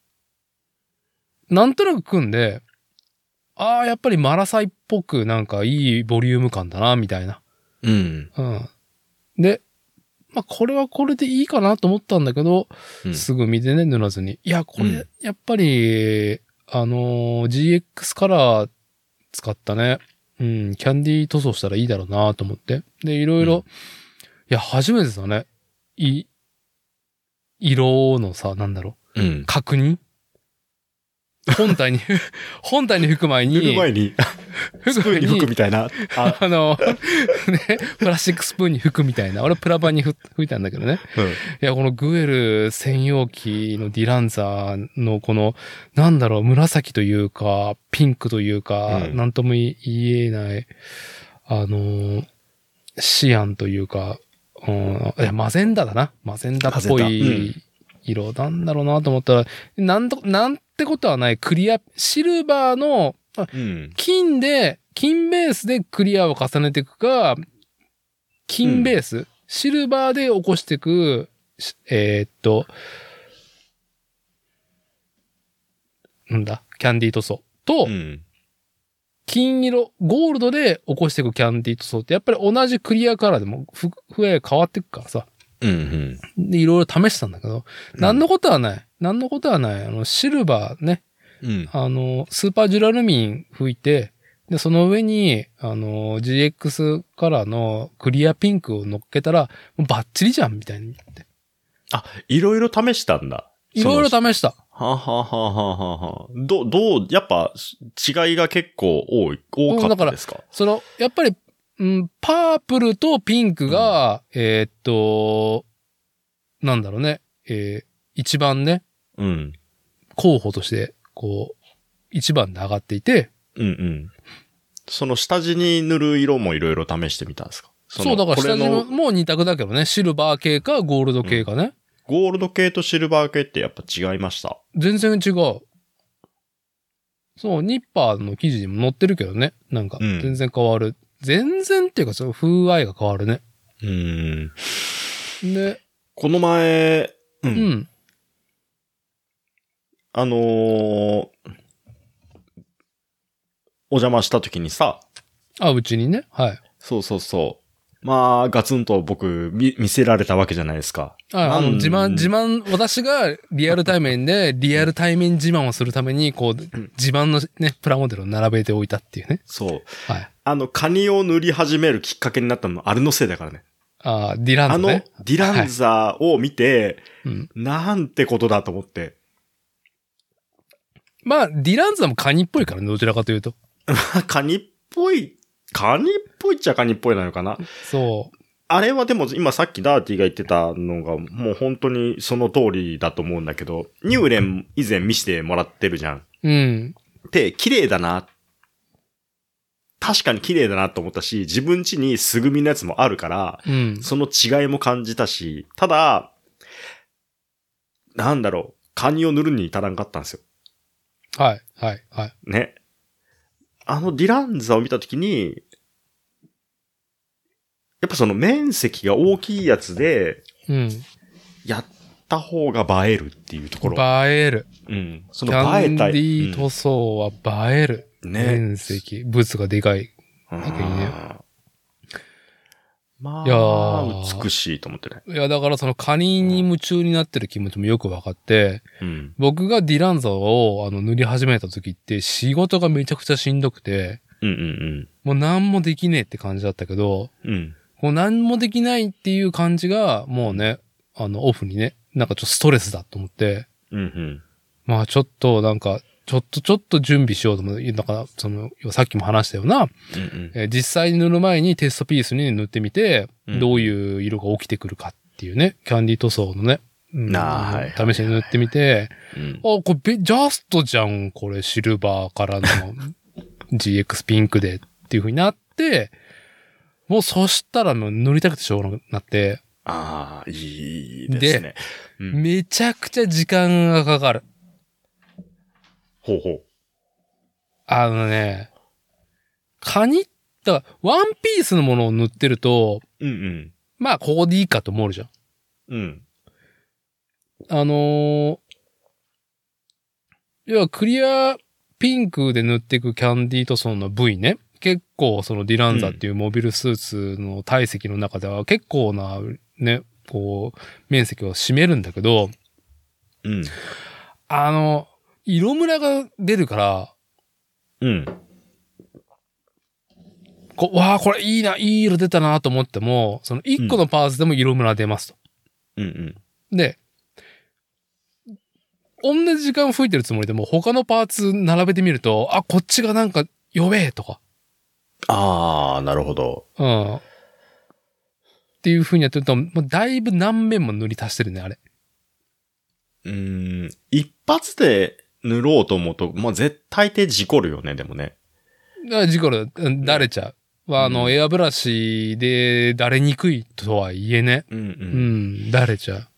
なんとなく組んで、ああ、やっぱりマラサイっぽくなんかいいボリューム感だな、みたいな。うん。うん。で、まあ、これはこれでいいかなと思ったんだけど、うん、すぐ見てね、塗らずに。いや、これ、うん、やっぱり、あのー、ジーエックス カラー使ったね、うん、キャンディー塗装したらいいだろうなと思って。で、いろいろ、うん、いや、初めてだね。い、色のさ、なんだろう。うん、確認本体に、本体に吹く前に。 吹く前に、スプーンに吹くみたいな。 あ, あの、ね、プラスチックスプーンに吹くみたいな。俺プラバンに吹いたんだけどね。うん、いや、このグエル専用機のディランザのこの、なんだろう、紫というか、ピンクというか、うん、なんとも言えない、あの、シアンというか、うん、いや、マゼンダだな。マゼンダっぽい色なんだろうなと思ったら、なんと、なんってことはない、クリア、シルバーの、うん、金で、金ベースでクリアを重ねていくか、金ベース、うん、シルバーで起こしていく、えー、っと、なんだ、キャンディー塗装と、うん、金色、ゴールドで起こしていくキャンディー塗装って、やっぱり同じクリアカラーでも、ふ、ふえ変わっていくからさ。うんうん、で、いろいろ試したんだけど、何のことはない。何のことはない。あの、シルバーね。うん、あの、スーパージュラルミン吹いて、で、その上に、あの、ジーエックス カラーのクリアピンクを乗っけたら、もうバッチリじゃん、みたいに言って。 あ、いろいろ試したんだ。 いろいろ試した。 はははははは。ど、どう、やっぱ違いが結構多い、多かったですか？うん、 その、やっぱり、うん、パープルとピンクが、うん、えー、っと、なんだろうね、えー、一番ね、 うん。 候補として、こう、一番で上がっていて、 うんうん。その下地に塗る色もいろいろ試してみたんですか？そそう、だから下地ももう二択だけどね、シルバー系かゴールド系かね。うん、 ゴールド系とシルバー系ってやっぱ違いました？ 全然違う。そう、ニッパーの記事にも載ってるけどね。なんか、全然変わる。うん、全然っていうか、その風合いが変わるね。 うーん。 で、 この前、うん。 うん、 あのー、お邪魔した時にさ。 あ、うちにね。はい。 そうそうそう。まあ、ガツンと僕見、見せられたわけじゃないですか。 あ、あの、自慢、自慢、私がリアル対面で、リアル対面自慢をするために、こう、自慢のね、プラモデルを並べておいたっていうね。 そう。 はい。 あの、カニを塗り始めるきっかけになったの、あれのせいだからね。 ああ、ディランザね。 あの、ディランザを見て、 はい、うん、 なんてことだと思って。 まあ、ディランザもカニっぽいからね、どちらかというと。 カニっぽい、カニっぽいっちゃカニっぽいなのかな。 そう。 あれはでも今さっきダーティが言ってたのがもう本当にその通りだと思うんだけど、ニューレン以前見せてもらってるじゃん。 うん。 で、綺麗だな。確かに綺麗だなと思ったし、自分家に素組みのやつもあるから、 うん、 その違いも感じたし、ただ、なんだろう、カニを塗るに至らんかったんですよ。 はい、はい、はい。 ね。あのディランザを見たときに、やっぱその面積が大きいやつで、 うん。 やった方が映えるっていうところ。 映える。 うん。その映えたい。 キャンディー塗装は映える。うん、ね。面積。ブツがでかい。だけにね。 まあ、いや美しいと思ってね。 いや、だからそのカニに夢中になってる気持ちもよくわかって、うん、僕がディランザをあの塗り始めた時って仕事がめちゃくちゃしんどくて、 うんうんうん、 もう何もできねえって感じだったけど、 うん、 こう何もできないっていう感じがもうね、あのオフにね、なんかちょっとストレスだと思って、 うんうん、 まあちょっとなんか、ちょっとちょっと準備しようと思って、だから、その、さっきも話したような、うんうんえー、実際に塗る前にテストピースに塗ってみて、うん、どういう色が起きてくるかっていうね、キャンディー塗装のね、うんはい、試しに塗ってみて、うん、あ、これジャストじゃん、これシルバーからのジーエックス ピンクでっていう風になって、もうそしたらもう塗りたくてしょうがなくなって、 ああ、いいですね。 で、うん、めちゃくちゃ時間がかかる。 ほうほう。 あのね、カニ、だからワンピースのものを塗ってると、 うんうん。 まあ、ここでいいかと思うじゃん。 うん。 あのー、要はクリアピンクで塗っていくキャンディー塗装の部位ね。結構そのディランザっていうモビルスーツの体積の中では結構なね、こう、面積を占めるんだけど、 うん。 あの、色ムラが出るから、 うん。 こわあ、これいいな、いい色出たなと思っても、その一個のパーツでも色ムラ出ますと。 うんうん。 で、同じ時間吹いてるつもりでも他のパーツ並べてみると、あ、こっちがなんか弱えとか。 ああ、なるほど。 うん。っていう風にやってると、もうだいぶ何面も塗り足してるね、あれ。 うーん。一発で塗ろうと思うと、まあ、絶対手事故るよね、でもね。 事故る。だれちゃう。うん、あの、エアブラシでだれにくいとはいえね。 うんうん。 うん、だれちゃう。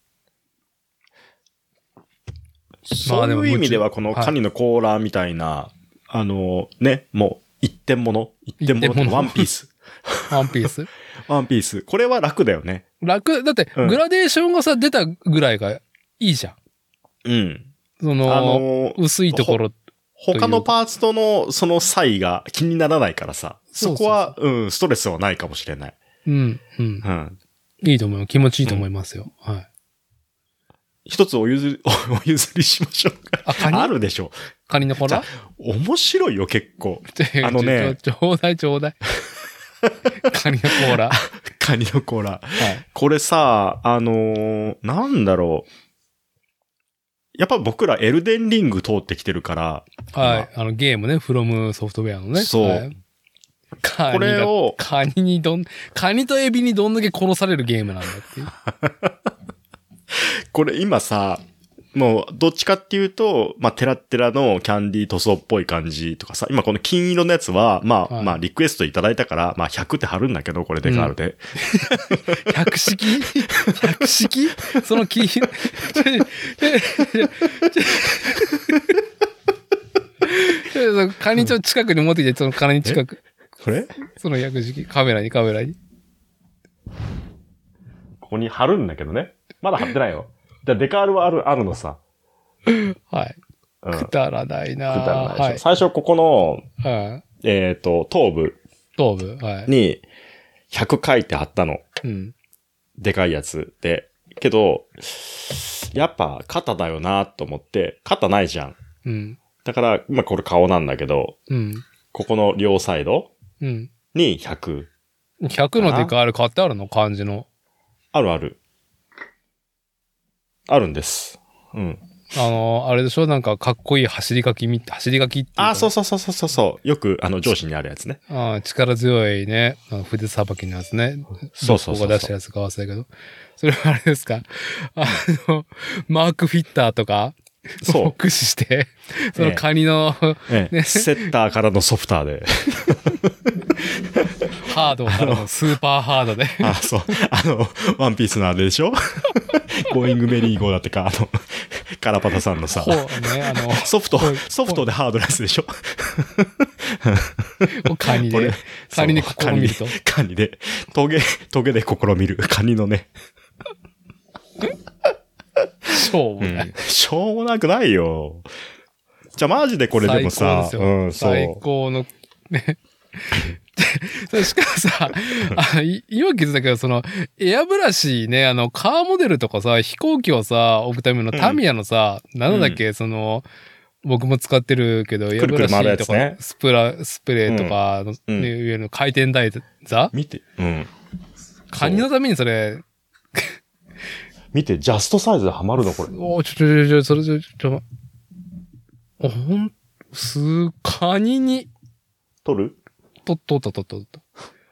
そういう意味では、このカニの甲羅みたいな、はい、あの、ね、もう、一点物一点物のワンピース。 ワンピースワンピース。これは楽だよね。 楽、だって、グラデーションがさ、出たぐらいがいいじゃん。 うん。 その、あのー、薄いところ。 他のパーツとのその差異が気にならないからさ。そこは、そうそうそう、うん、ストレスはないかもしれない。 うん、うん。うん。いいと思う。気持ちいいと思いますよ。うん、はい。 一つお譲り、お譲りしましょうか。 あ、カニあるでしょ。 カニの甲羅？ 面白いよ、結構。あのね。 ちょうだいちょうだい。カニの甲羅。 カニの甲羅。 はい。 これさ、あのー、なんだろう。 やっぱ僕らエルデンリング通ってきてるから。 はい。あのゲームね、フロムソフトウェアのね。 そう。 はい、カニこれを、 カニにどん、カニとエビにどんだけ殺されるゲームなんだっていう。 これ今さ、もう、どっちかっていうと、まあ、テラッテラのキャンディー塗装っぽい感じとかさ、今この金色のやつは、まあ、はい、まあ、リクエストいただいたから、まあ、ひゃくって貼るんだけど、これデカールで。 うん、ひゃく式 ?ひゃく 式その金、カニちょっと近くに持ってきて、そのカニ近く。 これそのひゃく式。カメラにカメラに。 ここに貼るんだけどね。まだ貼ってないよ。デカールはある、あるのさ。 はい。うん、くだらないなくだらない、 はい。 最初ここの、 はい、 えっ、ー、と、頭部。 頭部はい。 に、ひゃく書いてあったの。 うん。 でかいやつで。けど、やっぱ肩だよなと思って、肩ないじゃん。 うん。 だから、まあ、これ顔なんだけど、 うん。 ここの両サイドうん。 にひゃく。 ひゃくのデカール買ってあるの漢字の。 あるある。あるんです。うん。 あの、あれでしょなんかかっこいい走り書きみ、走り書きっていうか。 あ、そうそうそうそうそう。よく、あの、上司にあるやつね。 あ力強いね。筆さばきのやつね。 そうそうそうそう。 ここが出したやつか忘れたけど。それはあれですかあの、マークフィッターとかそう。駆使して、そのカニの、 ええね、セッターからのソフターで。 ハードからのスーパーハードで。 あ、そう。あの、ワンピースのあれでしょゴーイングメリーゴーだってか、あの、カラパタさんのさ、 ね、あのソフト、ソフトでハードなやつでしょカニで、カニで試みると。 カニで、トゲ、トゲで試みる。カニのね。 しょうもない、 うん。しょうもなくないよ。じゃあマジでこれでもさ、 最高ですよ。うん、そう。最高の、ね。しかもさ、あ今気づいたけど、その、エアブラシね、あの、カーモデルとかさ、飛行機をさ、置くためのタミヤのさ、うん、なんだっけ、その、僕も使ってるけど、エアブラシとか、ね、スプラ、スプレーとかの、うん、ね、上の回転台座見て、うん。 カニのためにそれ、 見て、ジャストサイズでハマるのこれ。 おちょちょちょ、それちょ、ちょ、ほん、す、カニに。 取るとっとっとっとっとっと。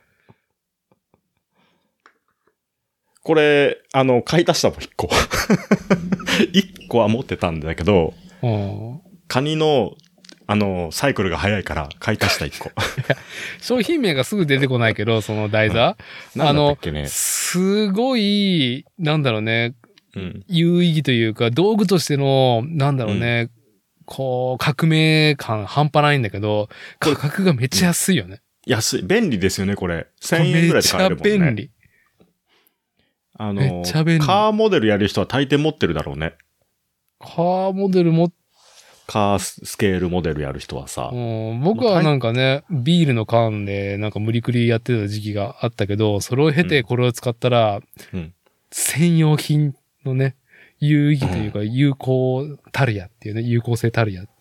これ、あの、買い足したもん、一個。一個は持ってたんだけど、カニの、あの、サイクルが早いから、買い足した一個。 商品名がすぐ出てこないけど、その台座。 うん、なんだったっけね、あの、 すごい、なんだろうね、 うん、 有意義というか、道具としての、なんだろうね、うん、こう、革命感半端ないんだけど、価格がめっちゃ安いよね。 うん、安い。便利ですよね、これ。せんえんぐらいで買えるもんね。めっちゃ便利。あの、めっちゃ便利。カーモデルやる人は大抵持ってるだろうね。 カーモデルも、 カースケールモデルやる人はさ。 うん、僕はなんかね、ビールの缶でなんか無理くりやってた時期があったけど、それを経てこれを使ったら、うん、専用品のね、有意義というか、有効たるやっていうね、有効性たるやって。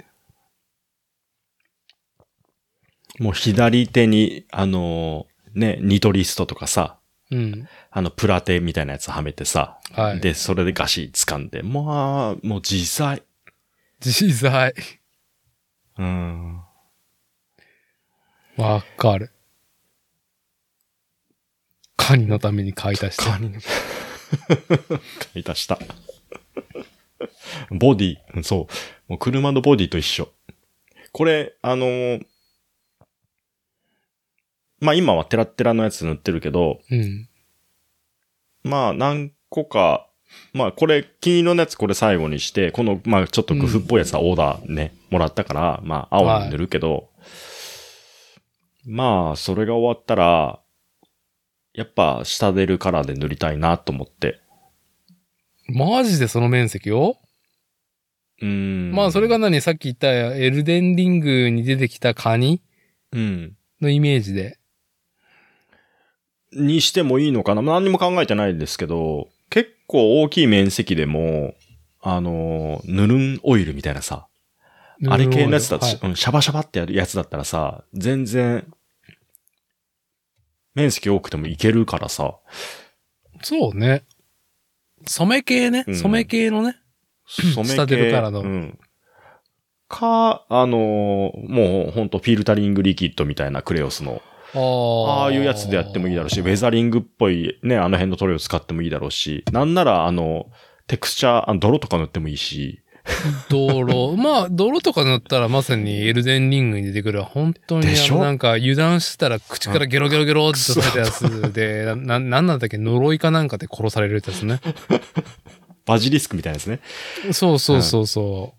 もう左手に、あのー、ね、ニトリストとかさ、 うん、あの、プラテみたいなやつはめてさ、 はい、 で、それでガシ掴んで、まあ、もう自在。 自在。 うん。 わかる。カニのために買い足した。 カニの買い足した。ボディ、そう。もう車のボディと一緒。これ、あのー、まあ今はテラッテラのやつ塗ってるけど、 うん、 まあ何個か、まあこれ、金色のやつこれ最後にして、この、まあちょっと工夫っぽいやつはオーダーね、うん、もらったから、まあ青に塗るけど、はい、まあそれが終わったら、やっぱ下出るカラーで塗りたいなと思って。 マジでその面積をうーん。 まあそれが何さっき言ったエルデンリングに出てきたカニうんのイメージで。 にしてもいいのかな何にも考えてないんですけど、結構大きい面積でも、あの、ヌルンオイルみたいなさ、あれ系のやつだと、はい、シャバシャバってやるやつだったらさ、全然、面積多くてもいけるからさ。 そうね。染め系ね。染め系のね。 染め系。 下出るからの。 うん。か、あのー、もうほんとフィルタリングリキッドみたいなクレオスの。ああいうやつでやってもいいだろうし、ウェザリングっぽいね、あの辺の塗料を使ってもいいだろうし、なんならあの、テクスチャー、あの泥とか塗ってもいいし。 泥。まあ、泥とか塗ったらまさにエルデンリングに出てくる本当にあのなんか油断したら口からゲロゲロゲロって出たやつで、な、なんなんだっけ、呪いかなんかで殺されるやつね。 バジリスクみたいですね。 そうそうそうそう。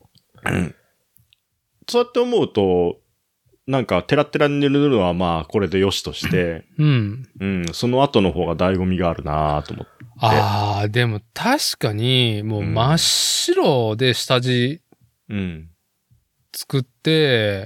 うん。そうやって思うと、なんか、テラテラに塗るのはまあ、これでよしとして、 うん。 うん、その後の方が醍醐味があるなと思って。 ああ、でも確かに、もう真っ白で下地作って、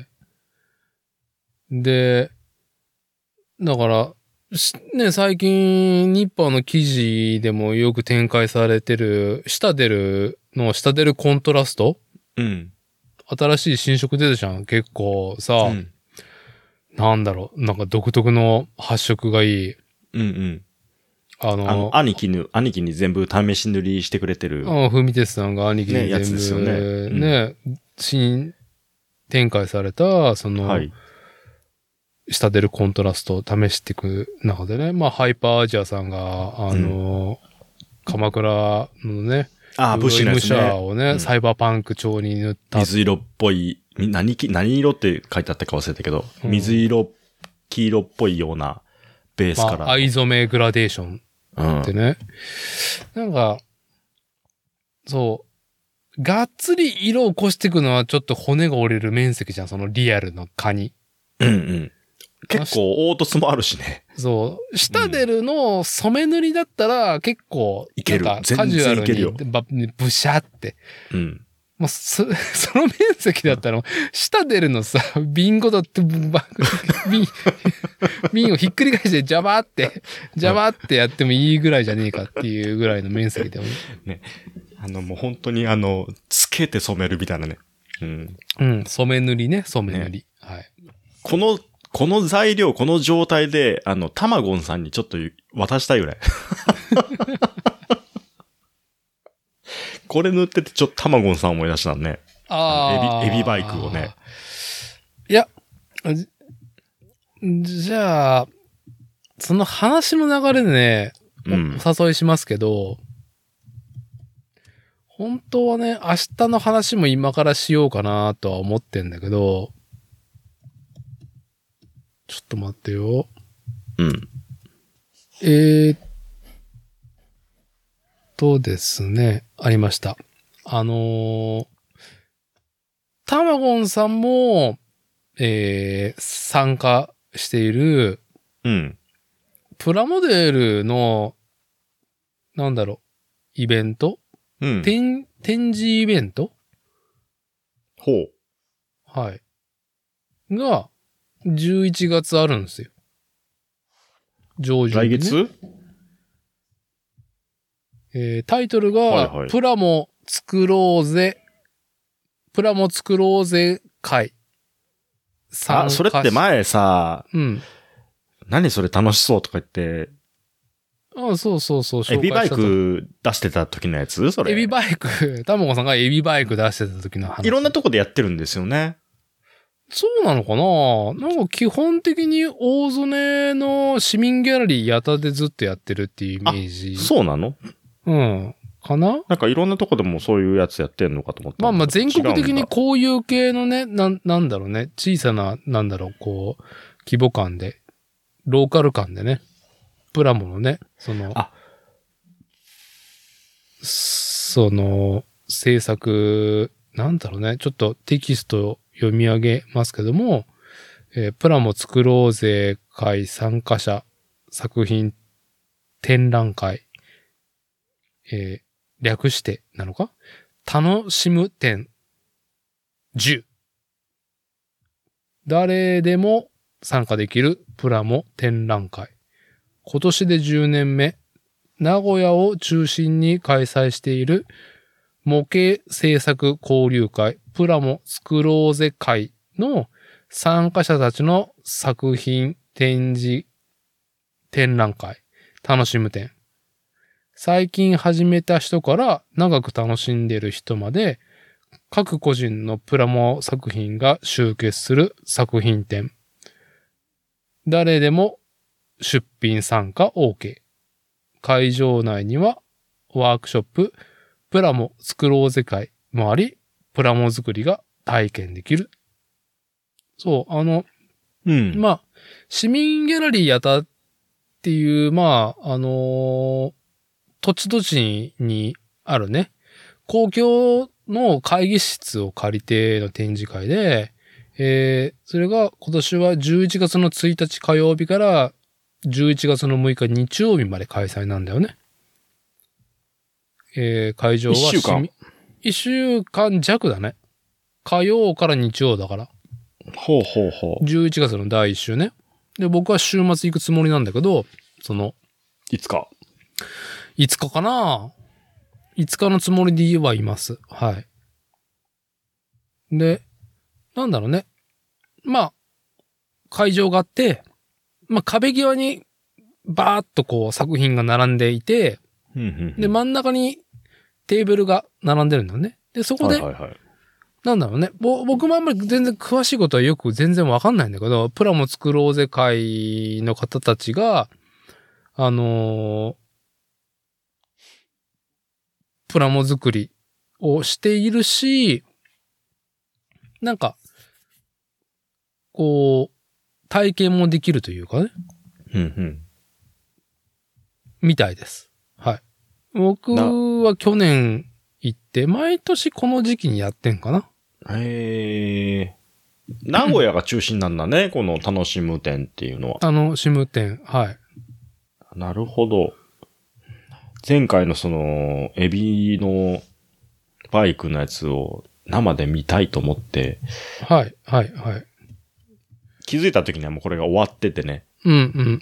うん、で、だから、ね、最近、ニッパーの記事でもよく展開されてる、下出るの、下出るコントラスト、 うん。 新しい新色出たじゃん。結構さ、うん、なんだろう、なんか独特の発色がいい。 うんうん。 あの、 あの兄貴に、兄貴に全部試し塗りしてくれてる。 ああ、ふみてつさんが兄貴に全部、 ね、やつですよね。うん、 ね、新展開された、その、はい、下出るコントラストを試していく中でね、まあ、ハイパーアジアさんが、あの、うん、鎌倉のね、 ああ、ブッシュのやつね。 ムシャーをね、うん、サイバーパンク調に塗った。 水色っぽい、何、何色って書いてあったか忘れたけど、うん、水色、黄色っぽいようなベースから。 まあ、藍染めグラデーションってね。うん、なんか、そう、がっつり色を越していくのはちょっと骨が折れる面積じゃん、そのリアルの蚊に。 うんうん。結構凹凸もあるしね。 そう。下出るの染め塗りだったら結構、 いける。 なんかカジュアルにブシャって。 うん。 もうそ、その面積だったら、下出るのさ、瓶ごとって、瓶、瓶をひっくり返して邪魔って、邪魔ってやってもいいぐらいじゃねえかっていうぐらいの面積でもね。あの、もう本当にあの、つけて染めるみたいなね。うん。 うん、染め塗りね、染め塗り。ね、はい。 この、この材料、この状態で、あの、タマゴンさんにちょっと渡したいぐらい。これ塗っててちょっとタマゴンさん思い出したね。ああ。エビ、エビバイクをね。 いや、じゃあ、その話の流れでね、うん、お誘いしますけど、本当はね、明日の話も今からしようかなとは思ってんだけど、ちょっと待ってよ。 うん。 えーっとですね、ありました。あのー、タマゴンさんも、えー、参加している、 うん。 プラモデルの、なんだろう、イベント、 うん。 展、展示イベントほう。 はい。が、じゅういちがつあるんですよ。上旬、ね。 来月えー、タイトルが、はいはい、プラモ作ろうぜ、プラモ作ろうぜ会。 あ、それって前さ、 うん。 何それ楽しそうとか言って、 あそうそうそう。 エビバイク出してた時のやつそれ。 エビバイク、タモコさんがエビバイク出してた時の話。 いろんなとこでやってるんですよね。 そうなのかな？なんか基本的に大曽根の市民ギャラリーやたでずっとやってるっていうイメージ。 そうなの？ うん。かな？ なんかいろんなとこでもそういうやつやってんのかと思った。 まあまあ全国的にこういう系のね、な、なんだろうね。小さな、なんだろう、こう、規模感で、ローカル感でね。プラモのね、その、 あ、 その、制作、なんだろうね。ちょっとテキスト読み上げますけども、えー、プラモ作ろうぜ会参加者作品展覧会、えー、略してなのか？楽しむ展じゅう。誰でも参加できるプラモ展覧会。今年でじゅうねんめ、名古屋を中心に開催している模型制作交流会プラモ作ろうぜ会の参加者たちの作品展示展覧会楽しむ展最近始めた人から長く楽しんでいる人まで、各個人のプラモ作品が集結する作品展。誰でも出品参加 OK。会場内にはワークショップ、プラモ作ろうぜ会もあり、プラモ作りが体験できる。そう、あの、 うん。 まあ、市民ギャラリーやったっていう、まあ、あのー土地土地にあるね、公共の会議室を借りての展示会で、えー、それが今年はじゅういちがつのついたち火曜日からじゅういちがつのむいか日曜日まで開催なんだよね。えー、会場は一週間一週間弱だね。火曜から日曜だから。 ほうほうほう。 じゅういちがつのだいいっ週ね。で、僕は週末行くつもりなんだけど、その、 いつか。 いつかかないつかのつもりではいます。はい。で、なんだろうね。まあ、会場があって、まあ壁際にバーっとこう作品が並んでいて、 うんうんうん、 で、真ん中にテーブルが並んでるんだよね。で、そこで、 はいはいはい、 なんだろうね。ぼ僕もあんまり全然詳しいことはよく全然わかんないんだけど、プラモ作ろうぜ会の方たちが、あのー、プラモ作りをしているし、なんか、こう、体験もできるというかね。 うんうん。 みたいです。はい。僕は去年行って、毎年この時期にやってんかな。 へえ。名古屋が中心なんだね、この楽しむ展っていうのは。 楽しむ展、はい。 なるほど。前回のその、エビのバイクのやつを生で見たいと思って、 はい、はい、はい。 気づいた時にはもうこれが終わっててね。 うん、うん、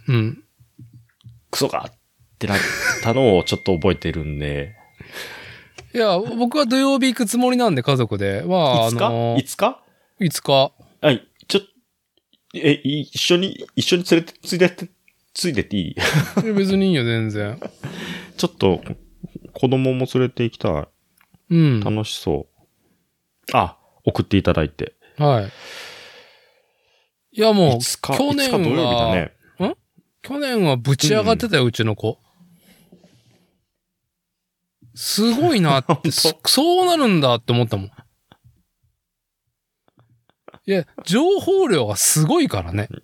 うん。 クソかってなったのをちょっと覚えてるんで。 いや、僕は土曜日行くつもりなんで、家族で。まあ、 いつか、 あのー、 いつかいつか。 はい、ちょ、え、一緒に、一緒に連れて、ついでって、ついでっていい別にいいよ、全然。 ちょっと、子供も連れて行きたい。 うん。 楽しそう。あ、送っていただいて。 はい。いや、もう、去年は、 土曜日だね。 ん去年はぶち上がってたよ、うん、うちの子。すごいなって、そうなるんだって思ったもん。いや、情報量がすごいからね。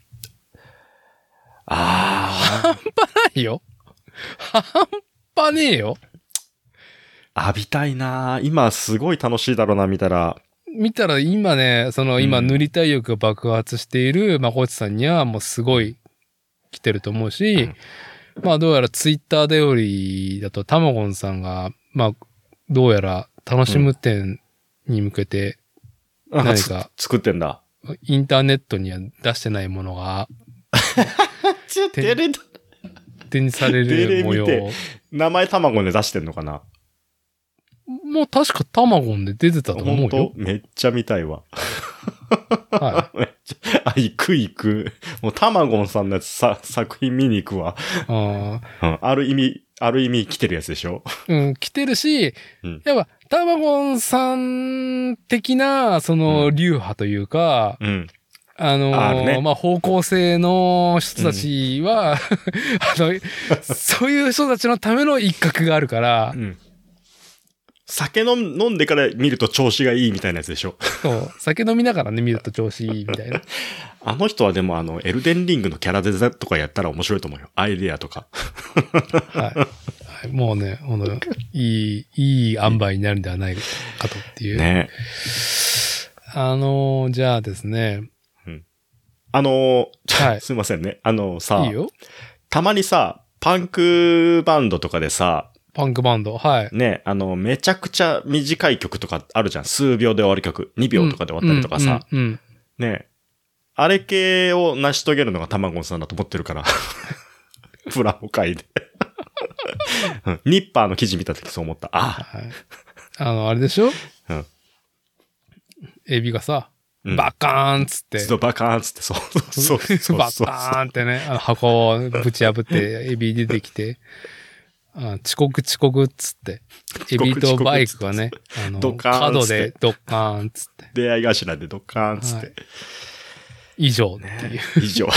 ああ。半端ないよ。半端ねえよ。 浴びたいな今すごい楽しいだろうな、見たら。 見たら今ね、その今塗りたい欲が爆発しているまこっちさんにはもうすごい来てると思うし、うん、まあどうやらツイッターでよりだとたまごんさんが、まあどうやら楽しむ点に向けて何か作ってんだ。 インターネットには出してないものが展示される模様を。 名前たまごんで出してんのかな。 もう確かタマゴンで出てたと思うよ。 本当めっちゃ見たいわ。 はい。 めっちゃ、あ、行く行く。もうタマゴンさんのやつさ、作品見に行くわ。 ああ、うん。ある意味、ある意味来てるやつでしょ。 うん、来てるし、うん、やっぱタマゴンさん的な、その、流派というか、 うん。 あのー、ね、まあ、方向性の人たちは、うん、あの、そういう人たちのための一角があるから、 うん酒飲んでから見ると調子がいいみたいなやつでしょ。 そう。酒飲みながらね、見ると調子いいみたいな。 あの人はでもあの、エルデンリングのキャラデザとかやったら面白いと思うよ。アイデアとか。 はい。はい、もうね、ほんと、いい、いい塩梅になるんではないかとっていう。 ね。 あのー、じゃあですね。 うん。あのー、 はい。 すいませんね。あのさ、 いいよ。 たまにさ、パンクバンドとかでさ、 パンクバンド。はい。 ね、あの、めちゃくちゃ短い曲とかあるじゃん。数秒で終わる曲。にびょうとかで終わったりとかさ。 うんうんうん、 ね。あれ系を成し遂げるのがたまごんさんだと思ってるから。プラモ界で。ニッパーの記事見たときそう思った。あ、 はい、あの、あれでしょうん。 エビがさ、うん、バカーンつって。 そう、バカーンつって、そうそうそうそう。 バカーンってね、あの箱をぶち破ってエビ出てきて。 あ遅刻遅刻っつって、エビとバイクがね、あの、角でドッカーンっつって。 出会い頭でドッカーンっつって。はい、 以上っていう。 ね、以上。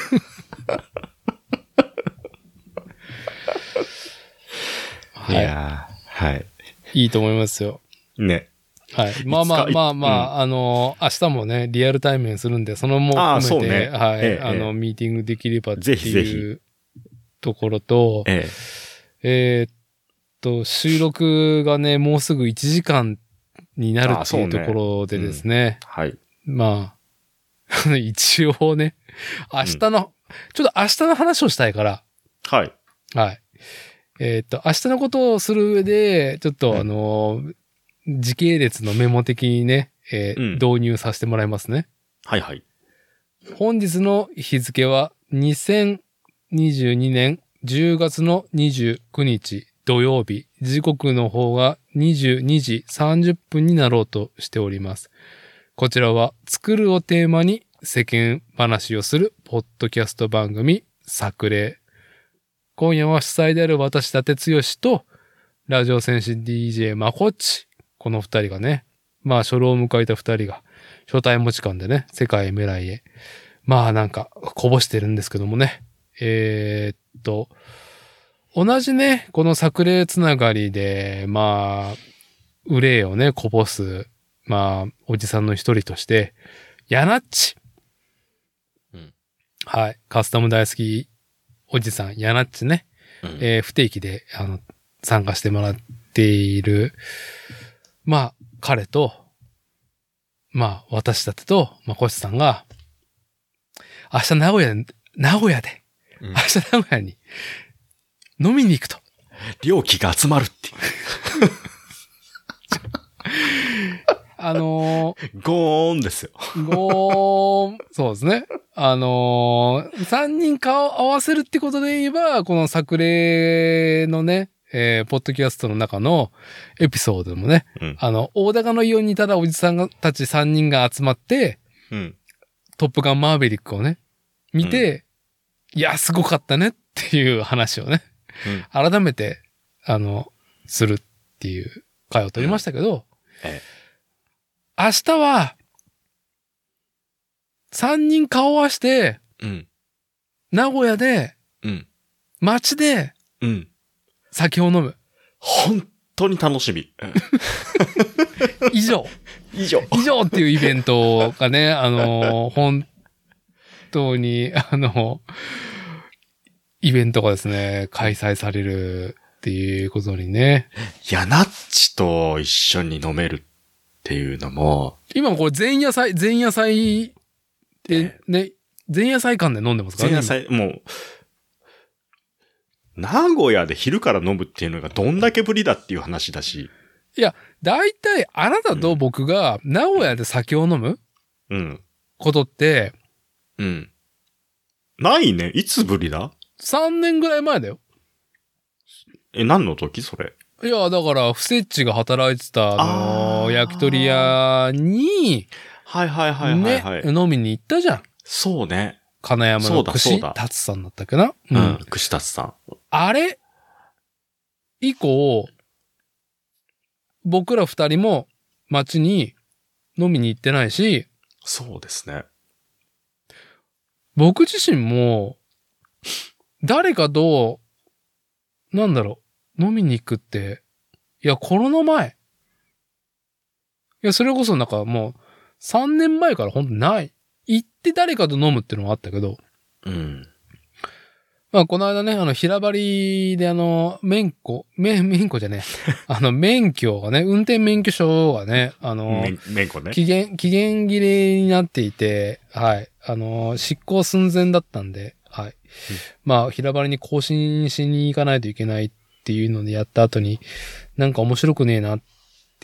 はい、いやー、はい。 いいと思いますよ。 ね。 はい。まあまあまあまあ、うん、あの、明日もね、リアル対面するんで、そのも含めて、ね、はい、ええ、あの、ミーティングできればっていうところと、 ええー、っと、収録がね、もうすぐいちじかんになるっていうところでですね。ね、 うん、はい。 まあ、一応ね、明日の、うん、ちょっと明日の話をしたいから。 はい。 はい。えー、っと、明日のことをする上で、ちょっと、うん、あの、時系列のメモ的にね、えーうん、導入させてもらいますね。 はいはい。 本日の日付はにせんにじゅうにねんじゅうがつのにじゅうくにち土曜日、時刻の方がにじゅうにじさんじゅっぷんになろうとしております。こちらは作るをテーマに世間話をするポッドキャスト番組作例。今夜は主催である私立剛とラジオ戦士 ディージェー まこっち。この二人がね、まあ初老を迎えた二人が初対持ち感でね、世界未来へ、まあなんかこぼしてるんですけどもね。えー、っと、同じね、この作例つながりで、まあ、憂いをね、こぼす、まあ、おじさんの一人として、ヤナッチ。うん、はい。カスタム大好きおじさん、ヤナッチね。うん、えー、不定期で、あの、参加してもらっている、まあ、彼と、まあ、私たちと、まあ、コシさんが、明日名古屋で、名古屋で、うん、明日名古屋に飲みに行くと。 猟奇が集まるっていう。 あのー、ゴーンですよ。 ゴーン、そうですね。あのー、三人顔合わせるってことで言えば、この作例のね、えー、ポッドキャストの中のエピソードもね、うん、あの、大高のイオンにただおじさんたちさんにんが集まって、うん、トップガンマーヴェリックをね、見て、うん、いや、すごかったねっていう話をね、うん、改めて、あの、するっていう回を取りましたけど、うんええ、明日は、さんにん顔を合わせて、うん、名古屋で、うん、街で、うん酒を飲む。 本当に楽しみ。 以上。 以上。 以上っていうイベントがね、あの、本当に、あの、イベントがですね、開催されるっていうことにね。 ヤナッチと一緒に飲めるっていうのも。 今これ前夜祭、前夜祭でね、前夜祭館で飲んでますからね。前夜祭、もう、名古屋で昼から飲むっていうのがどんだけぶりだっていう話だし。 いや、だいたいあなたと僕が名古屋で酒を飲むうん。 ことって、 うん。ないね。いつぶりだ ? さん 年ぐらい前だよ。 え、何の時それ。 いや、だから、フセッチが働いてた、あの、焼き鳥屋に、 はいはいはいはい、はい、 ね、飲みに行ったじゃん。 そうね。 金山の串達さんだったっけなうん、うん、串達さん。 あれ以降、僕ら二人も街に飲みに行ってないし、 そうですね。 僕自身も、誰かと、なんだろう、飲みに行くって、いや、コロナ前。いや、それこそなんかもう、さんねんまえからほんとない。行って誰かと飲むっていうのもあったけど。 うん。 まあ、この間ね、あの、平張りであの、免許、免、免許じゃねえ。あの、免許がね、運転免許証がね、あの、 免許ね。 期限、期限切れになっていて、はい。あの、執行寸前だったんで、はい。うん、まあ、平張りに更新しに行かないといけないっていうのでやった後に、なんか面白くねえなって、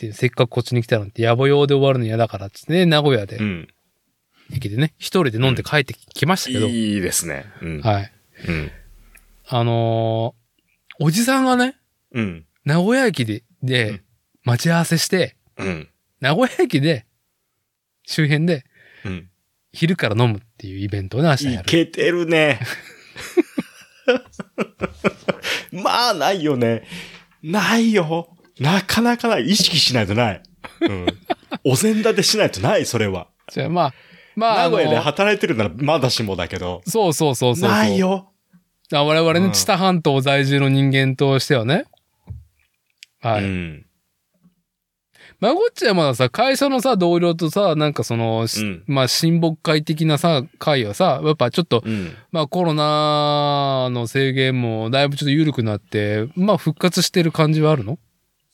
せっかくこっちに来たのって野暮用で終わるの嫌だからっつってね、名古屋で。うん。駅でね、一人で飲んで帰ってきましたけど。うん、 いいですね。うん、 はい。うん。あのー、おじさんがね、うん。名古屋駅で、で、待ち合わせして、うん。名古屋駅で、周辺で、うん。昼から飲むっていうイベントをね、明日やる。 いけてるね。 まあ、ないよね。ないよ。なかなかない。意識しないとない。うん。お膳立てしないとない、それは。 じゃあ、まあ、まあ。 名古屋で働いてるならまだしもだけど。 そうそうそうそう。 ないよ。 我々ね、知多半島在住の人間としてはね。はい。うん。まこっちはまださ、会社のさ、同僚とさ、なんかその、うん、まあ、親睦会的なさ、会はさ、やっぱちょっと、うん、まあコロナの制限もだいぶちょっと緩くなって、まあ復活してる感じはあるの？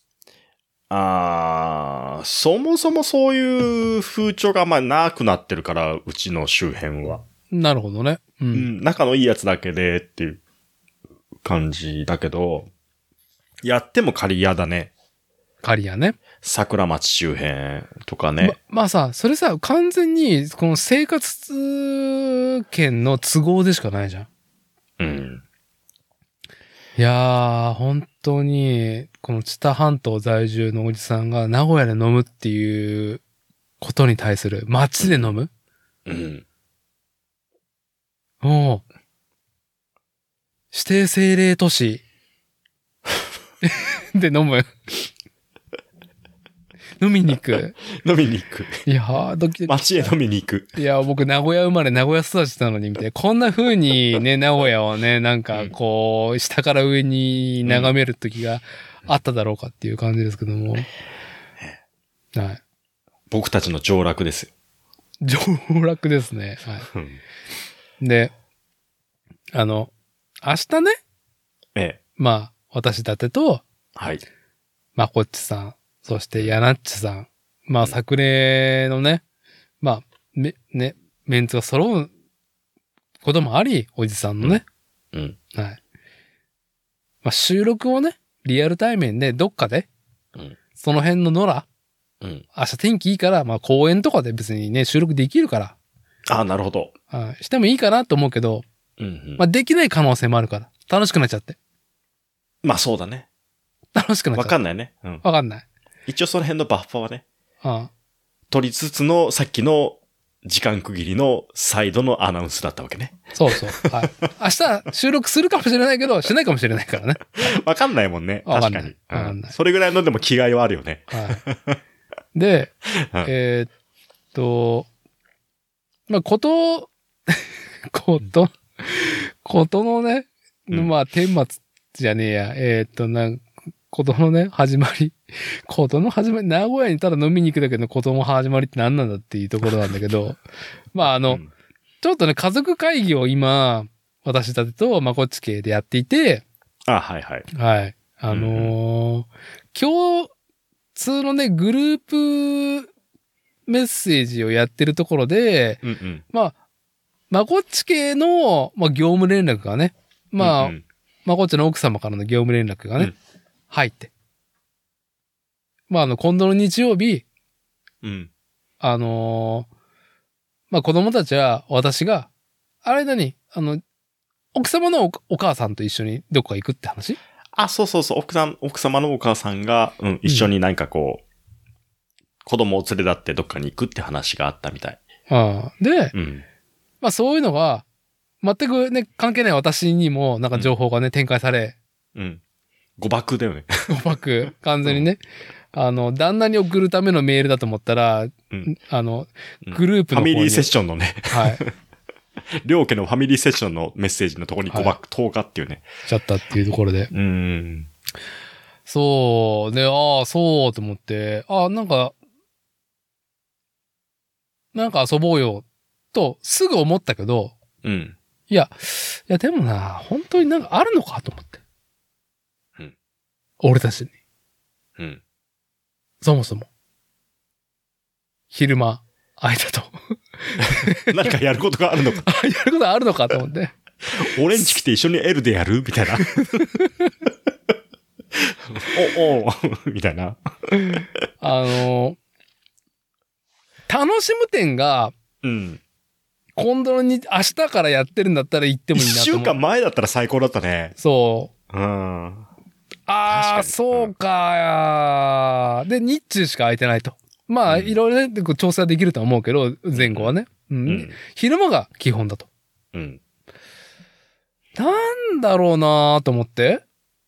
ああ、そもそもそういう風潮がまあなくなってるから、うちの周辺は。 なるほどね。 うん。うん、仲のいいやつだけでっていう感じだけど、やっても刈谷だね。 刈谷ね。 桜町周辺とかね。 ま、まあさ、それさ、完全に、この生活圏の都合でしかないじゃん。 うん。 いやー、本当に、この知多半島在住のおじさんが名古屋で飲むっていうことに対する、街で飲む？ うん。 おう。指定政令都市で飲む。飲みに行く。 飲みに行く。 いやー、ドキドキ。 街へ飲みに行く。 いや、僕、名古屋生まれ、名古屋育ちなのに、みたいな。こんな風にね、名古屋をね、なんか、こう、下から上に眺める時があっただろうかっていう感じですけども。はい。 僕たちの上洛ですよ。 上洛ですね。はい。で、あの、明日ね。 ええ。 まあ、私立てと、 はい。 まこっちさん。そして、やなっちさん。まあ、昨年のね、まあ、め、ね、メンツが揃うこともあり、おじさんのね。 うん。 はい。まあ、収録をね、リアル対面でどっかで、 うん。 その辺の野良、 うん。 明日天気いいから、まあ、公園とかで別にね、収録できるから。 ああ、なるほど。 はい。してもいいかなと思うけど、 うん、うん。 まあ、できない可能性もあるから。楽しくなっちゃって。 まあ、そうだね。 楽しくなっちゃって。 わかんないね。うん。 わかんない。 一応その辺のバッファーはね。 ああ。 取りつつのさっきの時間区切りのサイドのアナウンスだったわけね。 そうそう。はい。明日収録するかもしれないけど、しないかもしれないからね。 わかんないもんね。確かに。 わかんない。 それぐらいのでも気概はあるよね。 はい。で、えー、っと、まあ、こと、こと、ことのね、まあ、顛末じゃねえや。えー、っと、なんことのね、始まり。ことの始まり。名古屋にただ飲みに行くだけのことの始まりって何なんだっていうところなんだけど。まあ、あの、うん、ちょっとね、家族会議を今、私たちとまこっち系でやっていて。 あ、はいはい。 はい。あのー、うん、共通のね、グループメッセージをやってるところで、 うんうん、 まあ、まこっち系の、まあ、業務連絡がね、まあ、うんうん、まこっちの奥様からの業務連絡がね、うん、入って。まあ、あの、今度の日曜日、 うん。 あのー、まあ、子供たちは私が、あれ何あの、奥様の お, お母さんと一緒にどっか行くって話？ あ、そうそうそう。奥さん、奥様のお母さんが、うん、一緒に何かこう、うん、子供を連れ立ってどっかに行くって話があったみたい。 ああ。で、 うん、 まあ、そういうのが、全くね、関係ない私にも、なんか情報がね、うん、展開され。 うん。誤爆だよね。 誤爆。完全にね。うん、あの、旦那に送るためのメールだと思ったら、うん、あの、グループの方に、 ファミリーセッションのね。 はい。 両家のファミリーセッションのメッセージのところに誤爆、投下っていうね。 しちゃったっていうところで。 うん。 そう。で、ああ、そうと思って、ああ、なんか、なんか遊ぼうよ、と、すぐ思ったけど、 うん。 いや、いや、でもな、本当になんかあるのかと思って。 うん。 俺たちに。 うん。 そもそも。昼間、空いたと。 何かやることがあるのか。 やることあるのかと思って。 俺んち来て一緒に L でやるみたいな。お、おみたいな。 あの、楽しむ点が、 うん。 今度のに、明日からやってるんだったら行ってもいいなと思う。 一週間前だったら最高だったね。 そう。うん。 ああ、そうか、うん。で、日中しか空いてないと。まあ、うん、いろいろね、調整はできるとは思うけど、前後はね。うん。うん、昼間が基本だと。 うん。 なんだろうなと思って。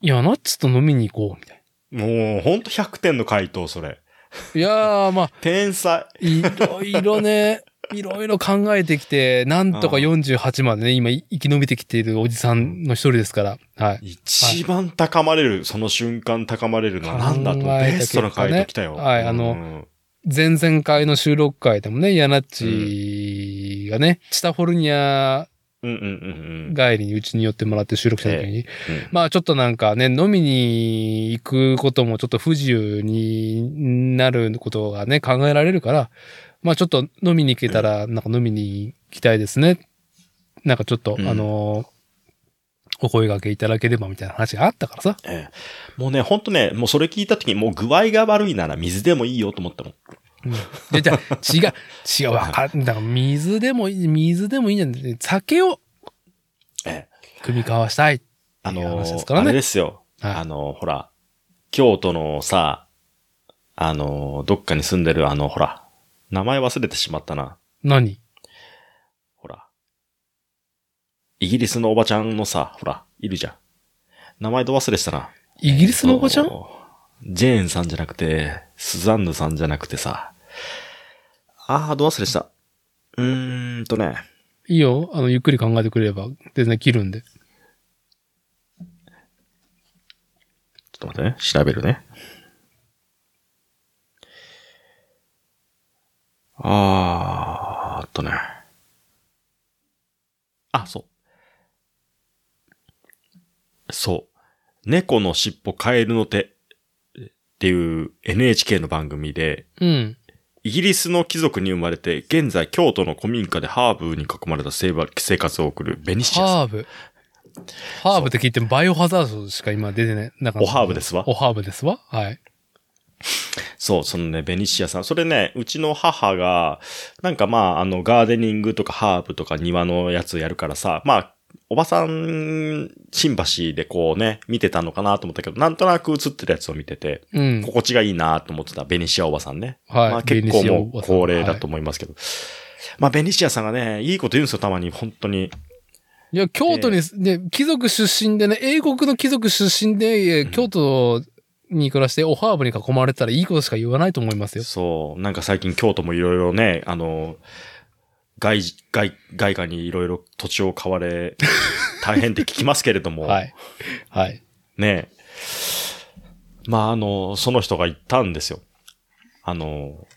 いや、ナッツと飲みに行こう、みたいもう、ほんとひゃくてんの回答、それ。 な。いやー、まあ。 天才。 いろいろね、いろいろ考えてきて、なんとかよんじゅうはちまでね、今生き延びてきているおじさんの一人ですから。はい。 一番高まれる、はい、その瞬間高まれるのは何だと、ね、ベストの回答来たよ。 はい、あの、うん、前々回の収録回でもね、ヤナッチがね、うん、チタフォルニア帰りにうちに寄ってもらって収録した時に、えーうん、まあちょっとなんかね、飲みに行くこともちょっと不自由になることがね、考えられるから、まあちょっと飲みに行けたら、なんか飲みに行きたいですね。なんかちょっと、うん、あのー、お声掛けいただければみたいな話があったからさ。 ええ、もうね、ほんとね、もうそれ聞いた時にもう具合が悪いなら水でもいいよと思ったもん。 うん、でじゃあ、違う、違う、わかんだから水でもいい、水でもいいんじゃない、酒を、ええ、組み交わしたいっていう話ですからね。 あのー、あれですよ。はい、あのー、ほら、京都のさ、あのー、どっかに住んでるあの、ほら、名前忘れてしまったな。 何？ ほら。イギリスのおばちゃんのさ、ほら、いるじゃん。名前ど忘れしたな。 イギリスのおばちゃん？ ジェーンさんじゃなくて、スザンヌさんじゃなくてさ。あー、ど忘れした。うーんとね。 いいよ。あの、ゆっくり考えてくれれば、全然切るんで。ちょっと待ってね。調べるね。あーっとね。あ、そう。そう。猫のしっぽカエルの手っていう エヌエイチケー の番組で、 うん。 イギリスの貴族に生まれて、現在京都の古民家でハーブに囲まれた生活を送るベニシアさん。 ハーブ。ハーブって聞いてもバイオハザードしか今出てない。なんかおハーブですわ。 おハーブですわ。はい。 そう、そのね、ベニシアさん。それね、うちの母が、なんかまあ、あの、ガーデニングとかハーブとか庭のやつやるからさ、まあ、おばさん、新橋でこうね、見てたのかなと思ったけど、なんとなく映ってるやつを見てて、うん、心地がいいなと思ってたベニシアおばさんね。はい。まあ結構もう高齢だと思いますけど。はい、まあベニシアさんがね、いいこと言うんですよ、たまに、本当に。 いや、京都に、ね、貴族出身でね、英国の貴族出身で、うん、京都に暮らしておハーブに囲まれたらいいことしか言わないと思いますよ。 そう。なんか最近京都もいろいろね、あの、外、外、外貨にいろいろ土地を買われ、大変って聞きますけれども。 はい。はい。 ねえ。まあ、あの、その人が言ったんですよ。あの、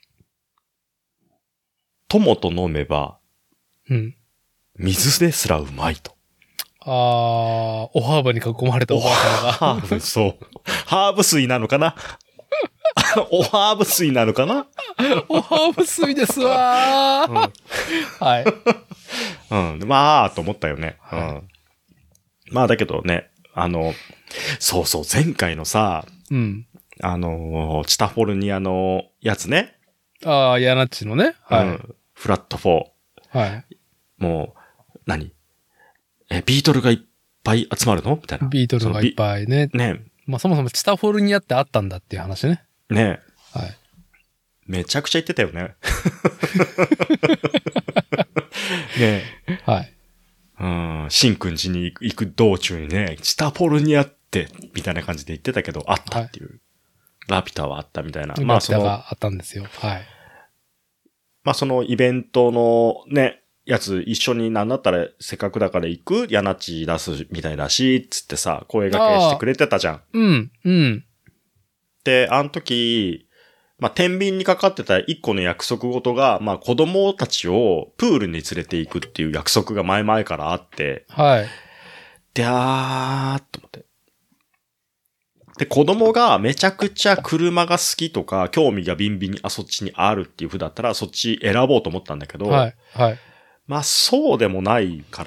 友と飲めば、 うん。 水ですらうまいと。 あー、おハーブに囲まれたおばあさんが。 ハーブ、そう。ハーブ水なのかなおハーブ水なのかなおハーブ水ですわー、うん、はい。 うん。まあ、と思ったよね。 はい、 うん。まあ、だけどね、あの、そうそう、前回のさ、 うん。 あの、チタフォルニアのやつね。 ああ、ヤナッチのね。はい、うん。 フラットフォー。はい。 もう、何え、ビートルがいっぱい集まるのみたいな。 ビートルがいっぱいね。 ね。 まあ、そもそもチタフォルニアってあったんだっていう話ね。 ねえ。はい。 めちゃくちゃ言ってたよね。ねえ。はい。 うん。新君寺に行く道中にね、チタフォルニアって、みたいな感じで言ってたけど、あったっていう。はい、ラピュタはあったみたいな。 まあ、その。ラピュタがあったんですよ。はい。 まあ、そのイベントのね、やつ一緒になんだったらせっかくだから行くヤナッチ出すみたいだし、つってさ、声掛けしてくれてたじゃん。 うん、うん。 で、あの時、まあ、天秤にかかってた一個の約束事が、まあ、子供たちをプールに連れて行くっていう約束が前々からあって。 はい。 で、あーっと思って。で、子供がめちゃくちゃ車が好きとか、興味がビンビンに、あ、そっちにあるっていう風だったら、そっち選ぼうと思ったんだけど。 はい。はい。 まあ、そうでもないから、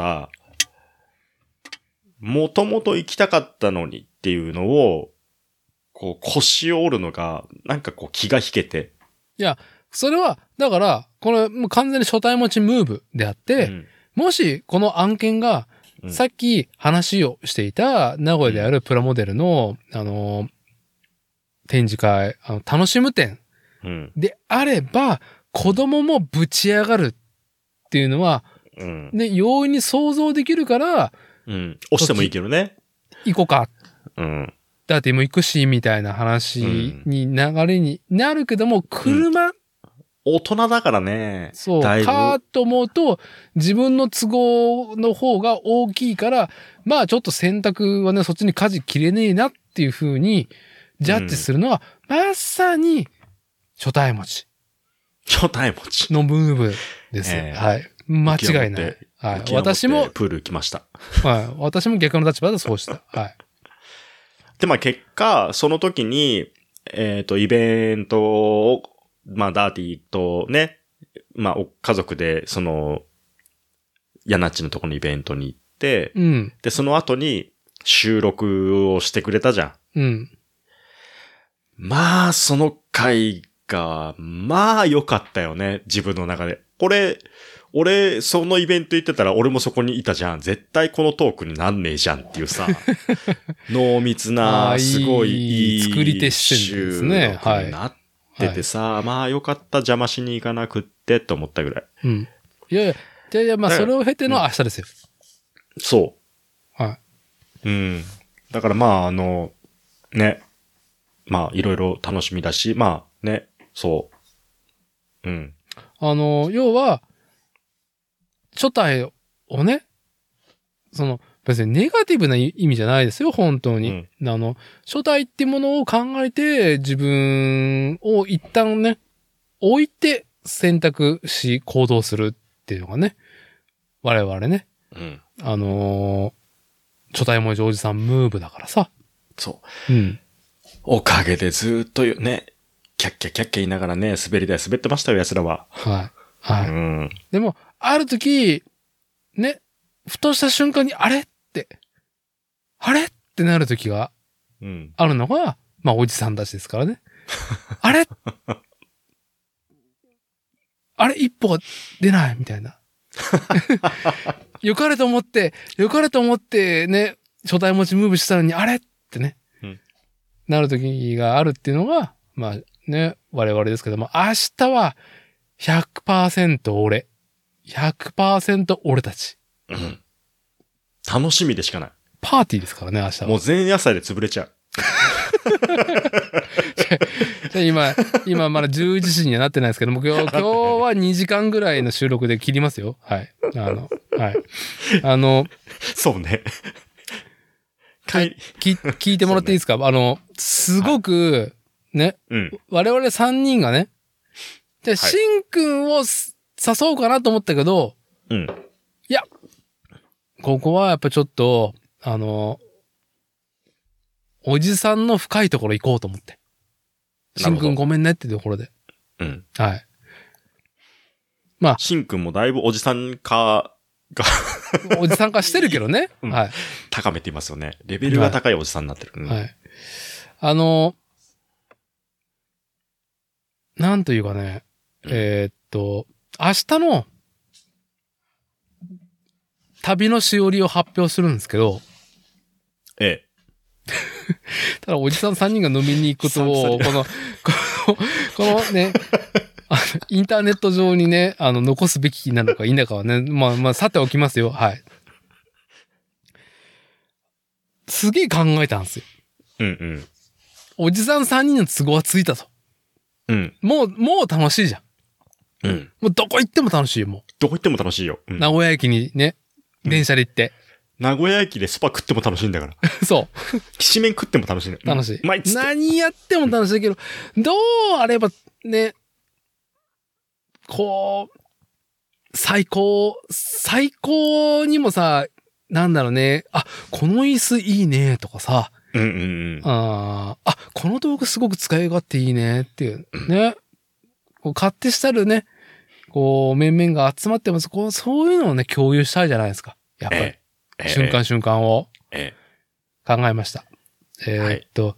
もともと行きたかったのにっていうのを、こう腰を折るのが、なんかこう気が引けて。 いや、それは、だから、これもう完全に初対持ちムーブであって、うん、もしこの案件が、うん、さっき話をしていた名古屋であるプラモデルの、うん、あの、展示会、あの楽しむ展であれば、うん、子供もぶち上がるっていうのは、うん、ね、容易に想像できるから、 うん。押してもいいけどね。 行こうか。 うん。 だってもう行くし、みたいな話に流れになるけども、車、うん、 大人だからね。 そう、かと思うと、自分の都合の方が大きいから、まあちょっと選択はね、そっちに舵切れねえなっていう風に、ジャッジするのは、うん、まさに、初対持ち。 初対持ち。 のムーブです。えー、はい。間違いない。はい。私も、 プール来ました。 はい。私も逆の立場でそうした。はい。 で、まあ結果、その時に、えっと、イベントを、まあダーティーとね、まあ家族で、その、ヤナッチのところのイベントに行って、 うん。 で、その後に収録をしてくれたじゃん。うん。 まあ、その回が、まあ良かったよね、自分の中で。これ、俺、そのイベント行ってたら俺もそこにいたじゃん。絶対このトークになんねえじゃんっていうさ、濃密な、すごいいい作り手視点ですね。 はい。なっててさ、はい、まあ良かった邪魔しに行かなくってと思ったぐらい。 うん。いやいや、いやいや、まあそれを経ての明日ですよ。 うん、そう。はい。 うん。だからまああの、ね。まあいろいろ楽しみだし、まあね、そう。うん。 あの、要は、初対をね、その、別にネガティブな意味じゃないですよ、本当に。うん、あの、初対ってものを考えて、自分を一旦ね、置いて選択し行動するっていうのがね、我々ね、 うん、 あのー、初対文字おじさんムーブだからさ。 そう。うん。 おかげでずっとね、キャッキャキャッキャ言いながらね、滑り台滑ってましたよ、奴らは。 はい。はい。 うん、 でも、ある時、ね、ふとした瞬間に、あれって、あれってなる時が、あるのが、うん、まあ、おじさんたちですからね。あれあれ一歩が出ないみたいな。よかれと思って、よかれと思ってね、初対持ちムーブしたのに、あれってね、うん、なる時があるっていうのが、まあね、我々ですけども、明日は ひゃくパーセント 俺。ひゃくパーセント 俺たち。 うん。楽しみでしかない。 パーティーですからね、明日は。 もう前夜祭で潰れちゃう。 今、今まだじゅういちじにはなってないですけども、今日、今日はにじかんぐらいの収録で切りますよ。はい。あの、はい。あの、 そうね。 聞, 聞いてもらっていいですか、ね、あの、すごく、ね、 うん、 我々さんにんがね、じゃあ、しんくんを誘おうかなと思ったけど、 うん。 いや、ここはやっぱちょっと、あの、おじさんの深いところ行こうと思って。しんくんごめんねってところで。 うん。 はい。まあ。 しんくんもだいぶおじさん化がおじさん化してるけどね。 うん、 はい。 高めていますよね。レベルが高いおじさんになってる。 はい。はい、あの、なんというかね、うん、えー、っと、明日の旅のしおりを発表するんですけど、 ええ。 ただおじさんさんにんが飲みに行くと、この、この、このね、あのインターネット上にね、あの、残すべきなのか否かはね、まあまあ、さておきますよ。はい。すげえ考えたんですよ。 うんうん。 おじさんさんにんの都合はついたと。 うん。 もう、もう楽しいじゃん。 うん。 もうどこ行っても楽しいよ、もう。 どこ行っても楽しいよ。 うん、名古屋駅にね、電車で行って。 うん、名古屋駅でスパ食っても楽しいんだから。 そう。 きしめん食っても楽しい、ね。 楽しい。 毎日。 何やっても楽しいけど、どうあれば、ね、こう、最高、最高にもさ、なんだろうね、あ、この椅子いいね、とかさ、 うんうんうん、 ああ、この道具すごく使い勝手いいね、っていうね。こう勝手したるね、こう、面々が集まってます。こう、そういうのをね、共有したいじゃないですか。やっぱり。ええ、瞬間瞬間を考えました。えー、えー、っと、はい、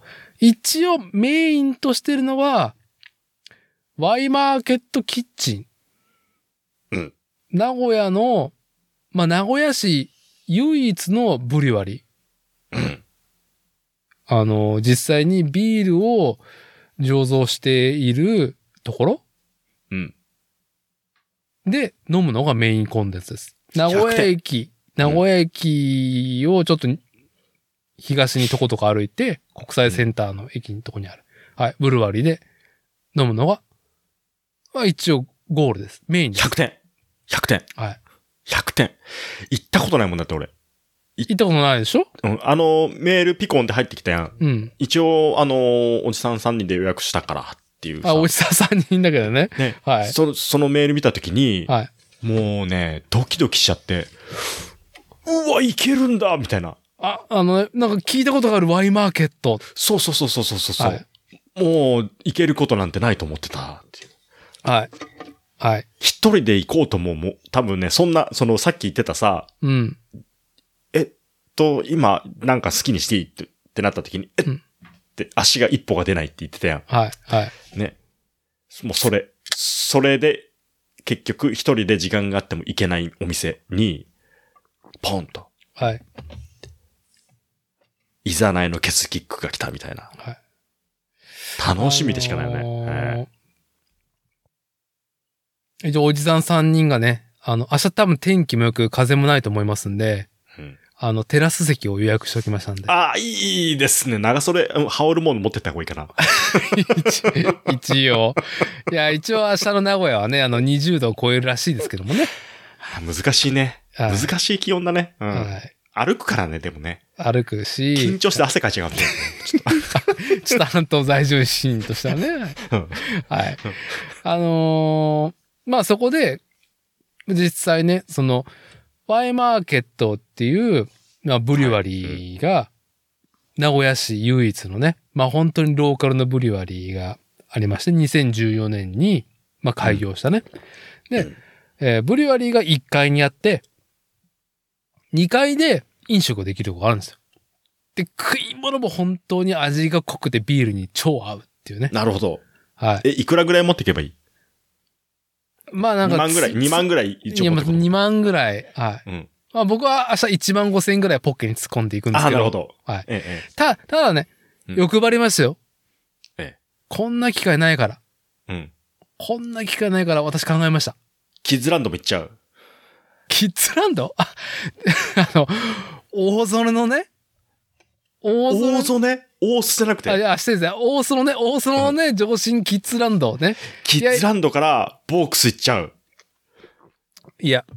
一応メインとしてるのは、ワイマーケットキッチン。 うん。 名古屋の、まあ、名古屋市唯一のブリュワリー。うん。 あの、実際にビールを醸造しているところ。 うん。 で、飲むのがメインコンテンツです。名古屋駅、名古屋駅をちょっと東にとことか歩いて、国際センターの駅のとこにある。はい。ブルワリーで飲むのが、まあ一応ゴールです。メインです。 ひゃくてん。ひゃくてん。 はい。 ひゃくてん。行ったことないもんだって俺。 行ったことないでしょ？ うん。あの、メールピコンって入ってきたやん。 うん。 一応、あの、おじさんさんにんで予約したからっていうさ。 あ、おじさんさんにんだけどね。 ね。 はい。 そ、そのメール見たときに、 はい。 もうね、ドキドキしちゃって、うわ、いけるんだみたいな。 あ、あのね、なんか聞いたことがあるワイマーケット。 そうそうそうそうそうそう。 はい、 もう、いけることなんてないと思ってたっていう。 はい。はい。 一人で行こうとも、もう、多分ね、そんな、その、さっき言ってたさ、 うん。 えっと、今、なんか好きにしていいって、ってなった時に、えっ、うん、って足が一歩が出ないって言ってたやん。 はい。はい。 ね。もうそれ、それで、結局一人で時間があっても行けないお店に、ポンと。 はい。 いざないのケツキックが来たみたいな。 はい。 楽しみでしかないよね。あのーえー、一応おじさんさんにんがね、あの、明日多分天気もよく風もないと思いますんで、うん、あの、テラス席を予約しておきましたんで。 ああ、いいですね。長袖、羽織るもの持ってった方がいいかな。 一, 一応。いや、一応明日の名古屋はね、あの、にじゅうどを超えるらしいですけどもね。 難しいね。はい、難しい気温だね。うん。はい、歩くからね、でもね。 歩くし。 緊張して汗かいちゃうからね。 ちょっと半島在住シーンとしてはね。はい。あのー、まあそこで、実際ね、その、ワイマーケットっていう、まあ、ブリュワリーが、名古屋市唯一のね、まあ本当にローカルのブリュワリーがありまして、にせんじゅうよねんに、まあ開業したね。で、えー、ブリュワリーがいっかいにあって、にかいで飲食できるとこがあるんですよ。で、食い物も本当に味が濃くてビールに超合うっていうね。 なるほど。 はい。 え、いくらぐらい持っていけばいい？ まあなんか。 にまんぐらい、にまんぐらい一応持っていく。 にまんぐらい。はい。うん。まあ僕は明日いちまんごせんぐらいポッケに突っ込んでいくんですけど。 あ、なるほど。 はい。 ええ。 た、ただね、欲張りますよ。 うん、ええ。こんな機会ないから。 うん。 こんな機会ないから私考えました。 キッズランドも行っちゃう。 キッズランドあ、あの、大曽のね。 大曽大曽根大須じゃなくて。 あ、いや、失礼ですね。大須のね、大須のね、うん、上新キッズランドね。 キッズランドからボークス行っちゃう。 いや。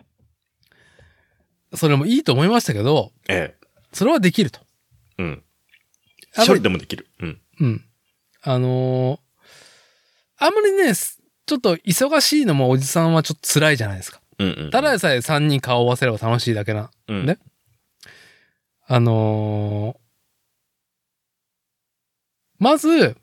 それもいいと思いましたけど。 ええ。 それはできると。 うん。一人でもできる。うん。 うん。あのー、あんまりね、ちょっと忙しいのもおじさんはちょっと辛いじゃないですか。 うんうんうん、 ただでさえさんにん顔を合わせれば楽しいだけな。うん、ね。あのー、まず、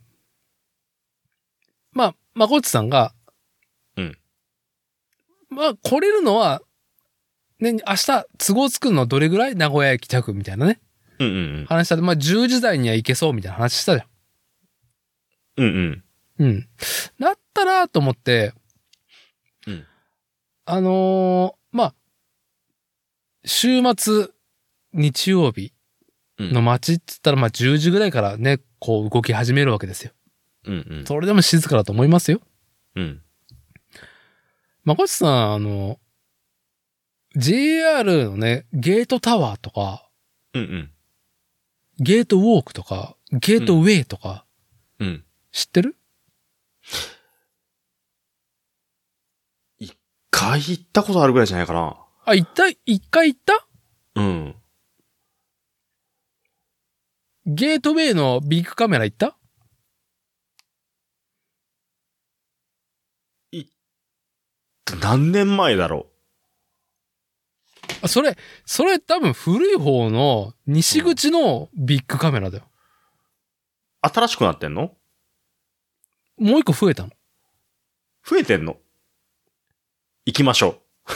まあ、まこっちさんが、 うん。 まあ、来れるのは、ね、明日、都合つくのはどれぐらい名古屋駅着みたいなね。 うんうんうん。 話したで、まあ、じゅうじ台には行けそうみたいな話したじゃん。 うんうん。 うん。だったら、と思って、 うん。 あのー、まあ、週末、日曜日の街って言ったら、まあ、じゅうじぐらいからね、こう動き始めるわけですよ。 うんうん。 それでも静かだと思いますよ。 うん。 まこっちさん、あの、ジェイアール のね、ゲートタワーとか、 うんうん。 ゲートウォークとか、ゲートウェイとか、 うん。うん、 知ってる？ 一回行ったことあるぐらいじゃないかな。 あ、行った、一回行った？ うん。 ゲートウェイのビッグカメラ行った？ い、何年前だろう。あ、それ、それ多分古い方の西口のビッグカメラだよ。 うん、新しくなってんの？ もう一個増えたの。 増えてんの？行きましょう。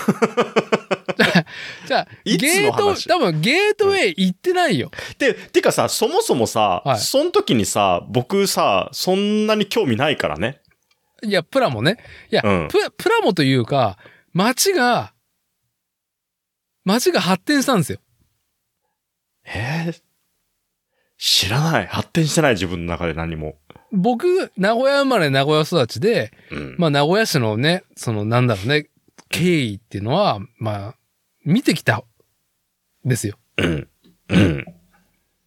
じゃあ、ゲート、多分ゲートウェイ行ってないよ。 うん、で、てかさ、そもそもさ、はい、その時にさ、僕さ、そんなに興味ないからね。 いや、プラモね。いや、うん、プラ、プラモというか、街が、街が発展したんですよ。 えー、知らない。発展してない自分の中で何も。 僕、名古屋生まれ名古屋育ちで、うん、まあ名古屋市のね、そのなんだろうね、経緯っていうのは、まあ、見てきた、ですよ。 うん。うん。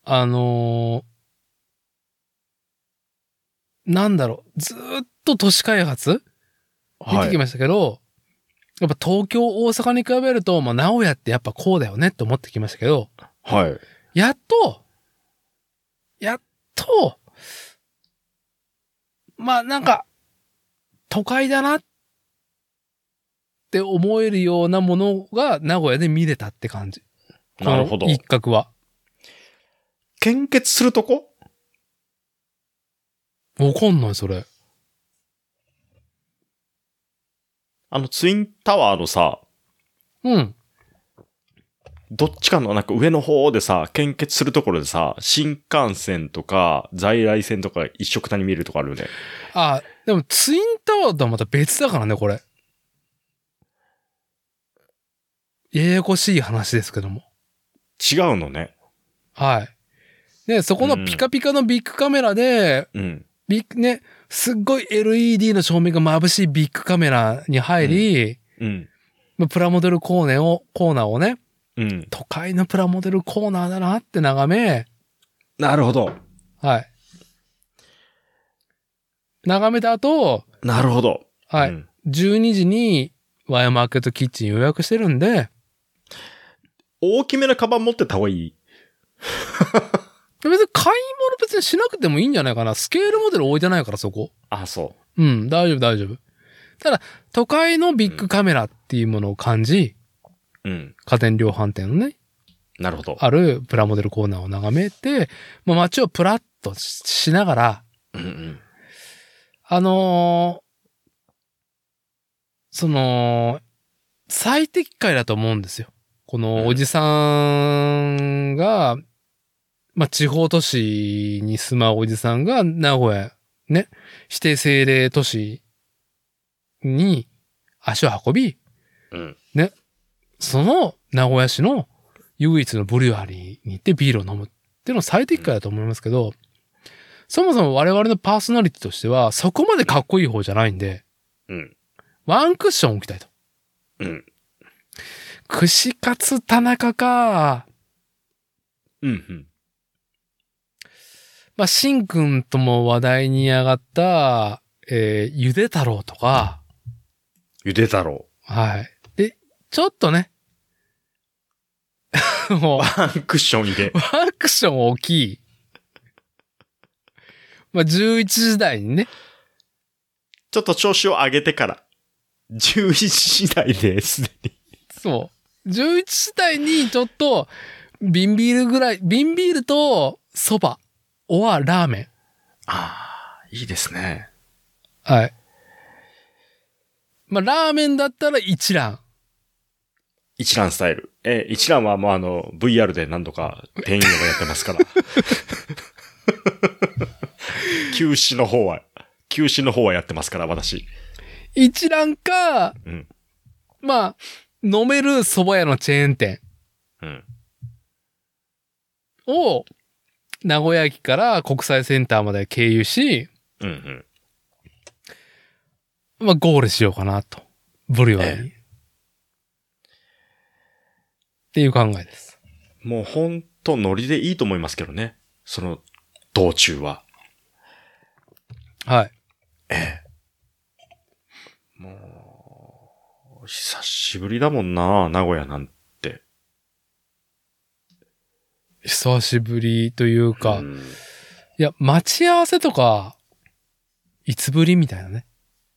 あのー、なんだろう、ずーっと都市開発見てきましたけど、やっぱ東京、大阪に比べると、まあ、名古屋ってやっぱこうだよねって思ってきましたけど、 はい。 やっと、やっと、まあなんか、都会だなって思えるようなものが名古屋で見れたって感じ。 なるほど。 一角は。 献血するとこ？ わかんない、それ。 あの、ツインタワーのさ、 うん。 どっちかのなんか上の方でさ、献血するところでさ、新幹線とか在来線とか一緒くたに見るとかあるよね。 あ、でもツインタワーとはまた別だからね、これ。ややこしい話ですけども。 違うのね。 はい。で、そこのピカピカのビッグカメラで、 うん。 ビッグね、すっごい エルイーディー の照明が眩しいビッグカメラに入り、 うん。 プラモデルコーナーを、コーナーをね、 うん。 都会のプラモデルコーナーだなって眺め、 なるほど。 はい。眺めた後、 なるほど。 はい。 うん、 じゅうにじにワイヤーマーケットキッチン予約してるんで、 大きめのカバン持ってた方がいい？ 別に買い物別にしなくてもいいんじゃないかな。スケールモデル置いてないから、そこ。 あ、そう。 うん、大丈夫、大丈夫。ただ、都会のビッグカメラっていうものを感じ、 うん。 家電量販店のね、 なるほど。 あるプラモデルコーナーを眺めて、まあ、街をプラッとしながら、 うんうん、 あのー、その、最適解だと思うんですよ。このおじさんが、うん、まあ、地方都市に住まうおじさんが名古屋、ね、指定政令都市に足を運び、 うん、 ね、その名古屋市の唯一のブリュワリーに行ってビールを飲むっていうのは最適解だと思いますけど、うん、そもそも我々のパーソナリティとしてはそこまでかっこいい方じゃないんで、 うん、 ワンクッション置きたいと。 うん。 串カツ田中か。 うん、うん。 まあ、しんくんとも話題に上がった、えー、ゆで太郎とか。 ゆで太郎。 はい。で、ちょっとね。もう。 ワンクッション入れ。 ワンクッション大きい。まあ、じゅういちじ台にね。 ちょっと調子を上げてから。じゅういちじ台ですでに。 そう。じゅういちじ台にちょっと、瓶ビールぐらい、瓶ビールと蕎麦、おはラーメン。 ああ、いいですね。 はい。まあ、ラーメンだったら一蘭。 一蘭スタイル。え、一蘭はもうあの、ブイアール で何度か店員がやってますから。休止の方は、休止の方はやってますから、私。 一蘭か、 うん、 まあ、飲める蕎麦屋のチェーン店。 うん。 を、名古屋駅から国際センターまで経由し、 うんうん。 まあ、ゴールしようかなと。ブリュワリー。ええっていう考えです。 もうほんとノリでいいと思いますけどね。その道中は。 はい。 ええ。もう、久しぶりだもんな、名古屋なんて。 久しぶりというか、 うん、 いや、待ち合わせとか、いつぶりみたいなね。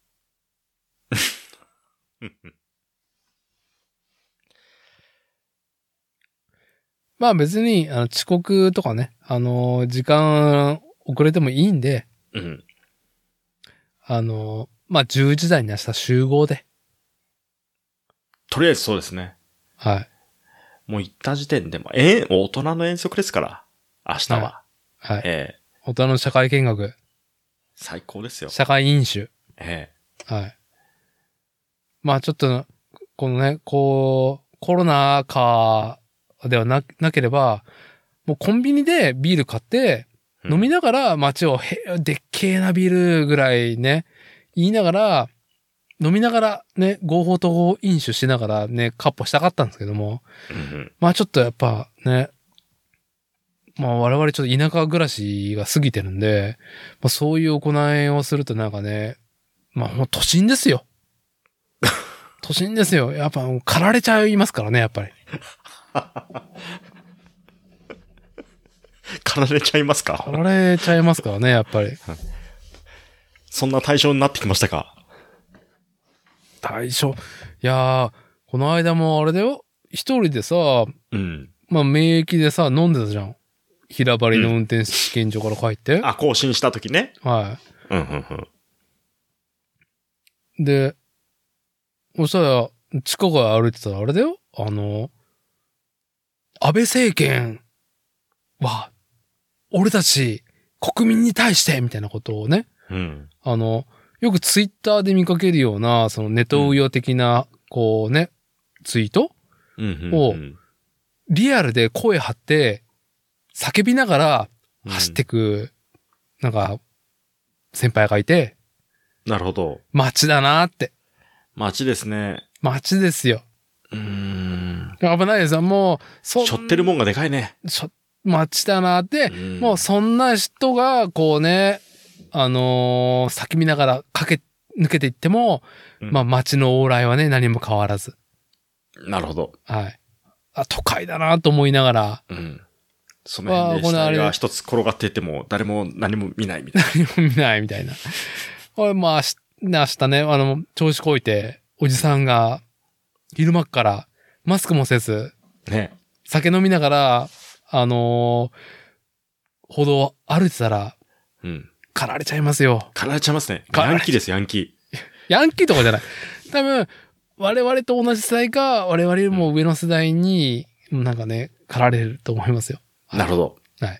まあ別に、あの、遅刻とかね、あのー、時間遅れてもいいんで、 うん、 あのー、まあじゅうじ台に明日集合で。 とりあえずそうですね。 はい。 もう行った時点でも、え、大人の遠足ですから、明日は。 はい。はい、 ええ、 大人の社会見学。 最高ですよ。 社会飲酒。 ええ。はい。まあちょっと、このね、こう、コロナ禍ではな、なければ、もうコンビニでビール買って、飲みながら街をへ、でっけえなビールぐらいね、言いながら、飲みながらね、合法と合飲酒しながらね、カッポしたかったんですけども、 うんうん、 まあちょっとやっぱね、 まあ我々ちょっと田舎暮らしが過ぎてるんで、まあそういう行いをするとなんかね、まあもう都心ですよ。都心ですよ。やっぱ駆られちゃいますからね、やっぱり。 駆られちゃいますか？ 駆られちゃいますからね、やっぱり。 そんな対象になってきましたか？ 対象。いやー、この間もあれだよ。一人でさ、 うん。 まあ免疫でさ、飲んでたじゃん。平張りの運転試験場から帰って。 うん、あ、更新した時ね。 はい。 うんうんうん。で、そしたら、地下街歩いてたらあれだよ。あの、安倍政権は、俺たち国民に対してみたいなことをね。 うん。 あの、よくツイッターで見かけるような、そのネトウヨ的な、こうね、ツイートを、リアルで声張って、叫びながら走ってく、なんか、先輩がいて。 なるほど。 街だなーって。 街ですね。 街ですよ。 うーん。 危ないですよ。もう、 そしょってるもんがでかいね。 しょ、街だなーって、もうそんな人が、こうね、あのー、叫びながら駆け抜けていっても、うん、まあ街の往来はね、何も変わらず。 なるほど。 はい。あ、都会だなと思いながら。 うん。その辺で死体が一つ転がっていっても、誰も何も見ないみたいな。 何も見ないみたいな。これまあ、明日ね、あの、調子こいて、おじさんが、昼間っからマスクもせず、 ね。 酒飲みながら、あのー、歩道歩いてたら、 うん。 駆られちゃいますよ。 駆られちゃいますね。ヤンキーです、ヤンキー。 ヤンキーとかじゃない。多分、我々と同じ世代か、我々よりも上の世代に、うん、なんかね、駆られると思いますよ。 なるほど。 はい。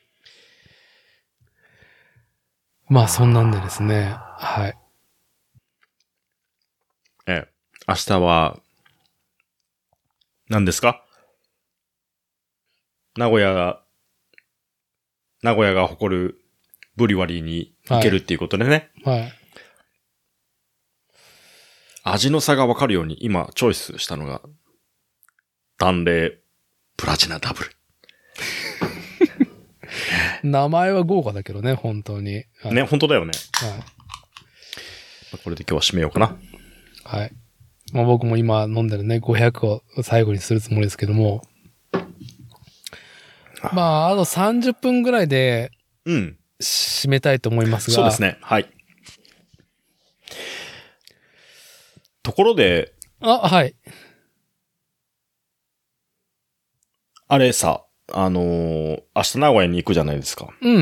まあ、そんなんでですね。はい。 ええ、明日は、何ですか？名古屋が、名古屋が誇るブリュワリーに行けるっていうことでね。 はい。はい、 味の差がわかるように今チョイスしたのが、淡麗プラチナダブル。 名前は豪華だけどね、本当に。 はい、ね、本当だよね。 はい。 これで今日は締めようかな。 はい。まあ僕も今飲んでるね、ごひゃくを最後にするつもりですけども。まあ、あとさんじゅっぷんぐらいで、 うん。 締めたいと思いますが。 そうですね。はい。ところで。 あ、はい。 あれさ、あのー、明日名古屋に行くじゃないですか。 うん。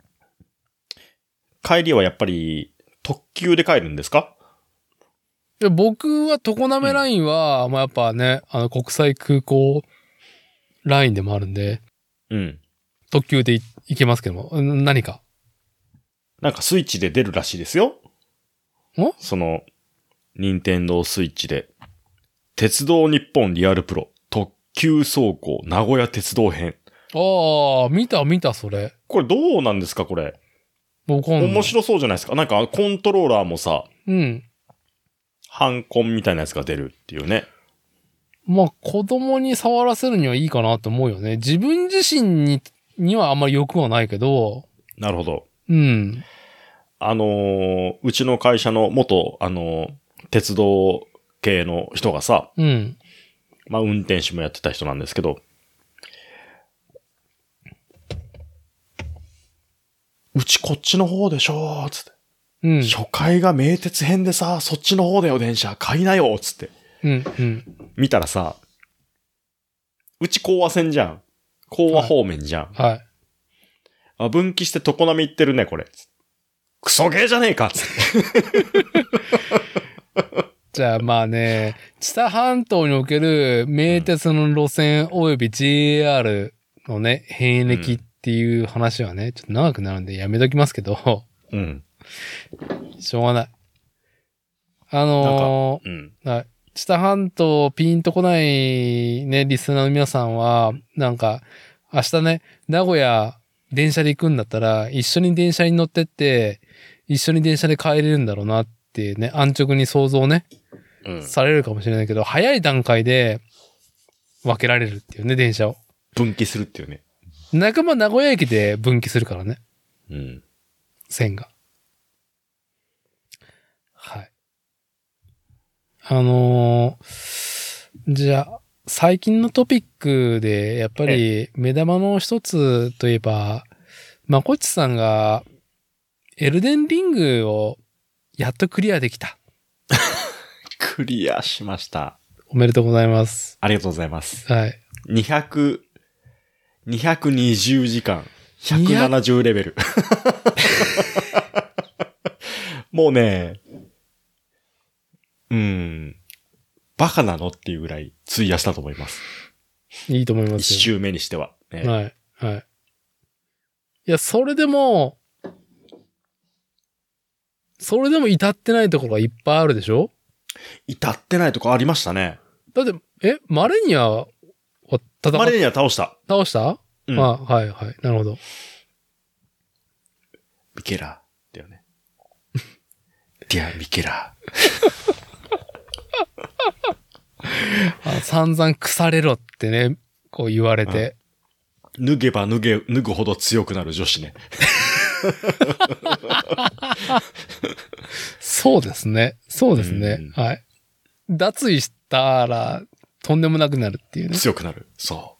帰りはやっぱり特急で帰るんですか？ いや僕は常滑ラインは、うん、まあやっぱね、あの国際空港ラインでもあるんで、 うん。 特急で行けますけども、何かなんかスイッチで出るらしいですよ。 ん？ その、任天堂スイッチで、鉄道日本リアルプロ、特急走行名古屋鉄道編。 ああ、見た見たそれ。 これどうなんですかこれ。面白そうじゃないですか。なんかコントローラーもさ、 うん。 ハンコンみたいなやつが出るっていうね。 まあ子供に触らせるにはいいかなと思うよね。自分自身に、にはあんまり欲はないけど。 なるほど。 うん。 あのー、うちの会社の元、あのー、鉄道系の人がさ、 うん。 まあ運転手もやってた人なんですけど、うちこっちの方でしょつって。 うん。 初回が名鉄編でさ、そっちの方だよ電車、買いなよつって。 うんうん。 見たらさ、うち講和線じゃん。講和方面じゃん。 はい。はい、 あ、分岐して常滑行ってるね、これ。クソゲーじゃねえかつって。 じゃあまあね、知多半島における名鉄の路線及び ジェイエーアール のね、遍歴っていう話はね、ちょっと長くなるんでやめときますけど。 うん。 しょうがない。あのー、うん。はい。知多半島ピンとこないね、リスナーの皆さんは、なんか、明日ね、名古屋電車で行くんだったら、一緒に電車に乗ってって、一緒に電車で帰れるんだろうなってね、安直に想像ね、うん、されるかもしれないけど、早い段階で分けられるっていうね、電車を。 分岐するっていうね。 仲間名古屋駅で分岐するからね。 うん。 線が。はい。あのー、じゃあ、最近のトピックで、やっぱり目玉の一つといえば、まこっちさんが、エルデンリングをやっとクリアできた。 クリアしました。 おめでとうございます。 ありがとうございます。 はい。 にひゃく、にひゃくにじゅうじかん、ひゃくななじゅうレベル。もうね、うん、バカなのっていうぐらい費やしたと思います。 いいと思いますよ。 一周目にしては、 ね。はい、はい。いや、それでも、それでも至ってないところがいっぱいあるでしょ？ 至ってないとこありましたね。 だって、え、マレニアは戦った？ マレニア倒した。 倒した？うん。あ、はいはい。なるほど。 ミケラーだよね。ディア・ミケラー。あ、散々腐れろってね、こう言われて。 脱げば脱げ、脱ぐほど強くなる女子ね。 そうですね。そうですね。はい。脱衣したら、とんでもなくなるっていうね。 強くなる。そう。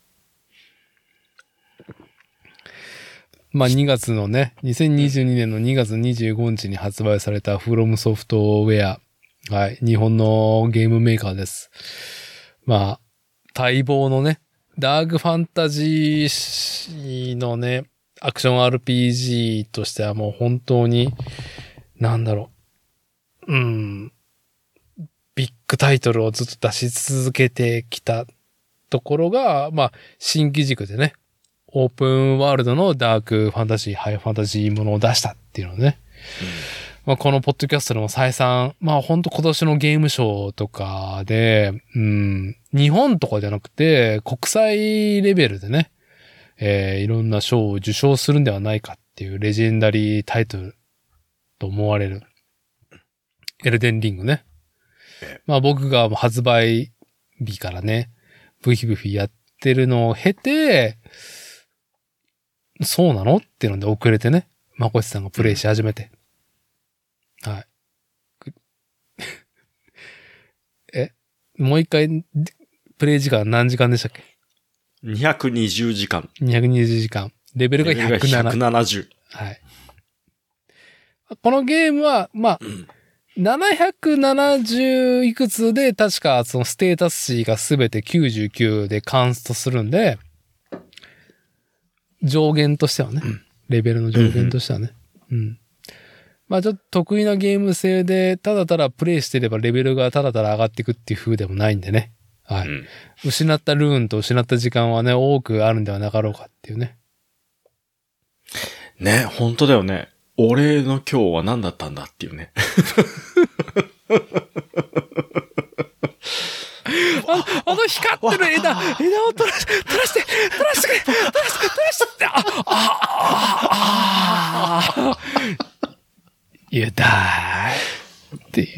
まあにがつのね、にせんにじゅうにねんのにがつにじゅうごにちに発売されたフロムソフトウェア。はい。日本のゲームメーカーです。まあ、待望のね、ダークファンタジーのね、アクション アールピージー としてはもう本当に、なんだろう。うん。ビッグタイトルをずっと出し続けてきたところが、まあ、新機軸でね、オープンワールドのダークファンタジー、ハイファンタジーものを出したっていうのね。うん、まあ、このポッドキャストでも再三、まあ本当今年のゲームショーとかで、うん、日本とかじゃなくて国際レベルでね、えー、いろんな賞を受賞するんではないかっていうレジェンダリータイトルと思われるエルデンリングね。まあ僕が発売日からね、ブヒブヒやってるのを経て、そうなのっていうので遅れてね、まこしさんがプレイし始めて。はい。え、もう一回、プレイ時間何時間でしたっけ？ にひゃくにじゅうじかん。 にひゃくにじゅうじかん。レベルがひゃくなな。 ひゃくななじゅう。 はい。このゲームは、まあ、うん、ななひゃくななじゅういくつで確かそのステータス値がすべてきゅうじゅうきゅうでカウントするんで、上限としてはね、うん、レベルの上限としてはね。うん、うん。まあちょっと得意なゲーム性で、ただただプレイしてればレベルがただただ上がっていくっていう風でもないんでね。はい。うん、失ったルーンと失った時間はね、多くあるんではなかろうかっていうね。 ね、本当だよね。俺の今日は何だったんだっていうね。 あ, あの光ってる枝、枝を取らして、取らして、取らしてくれ、取らして、取らしてって、あ、あ、あ、あ、You die っていう。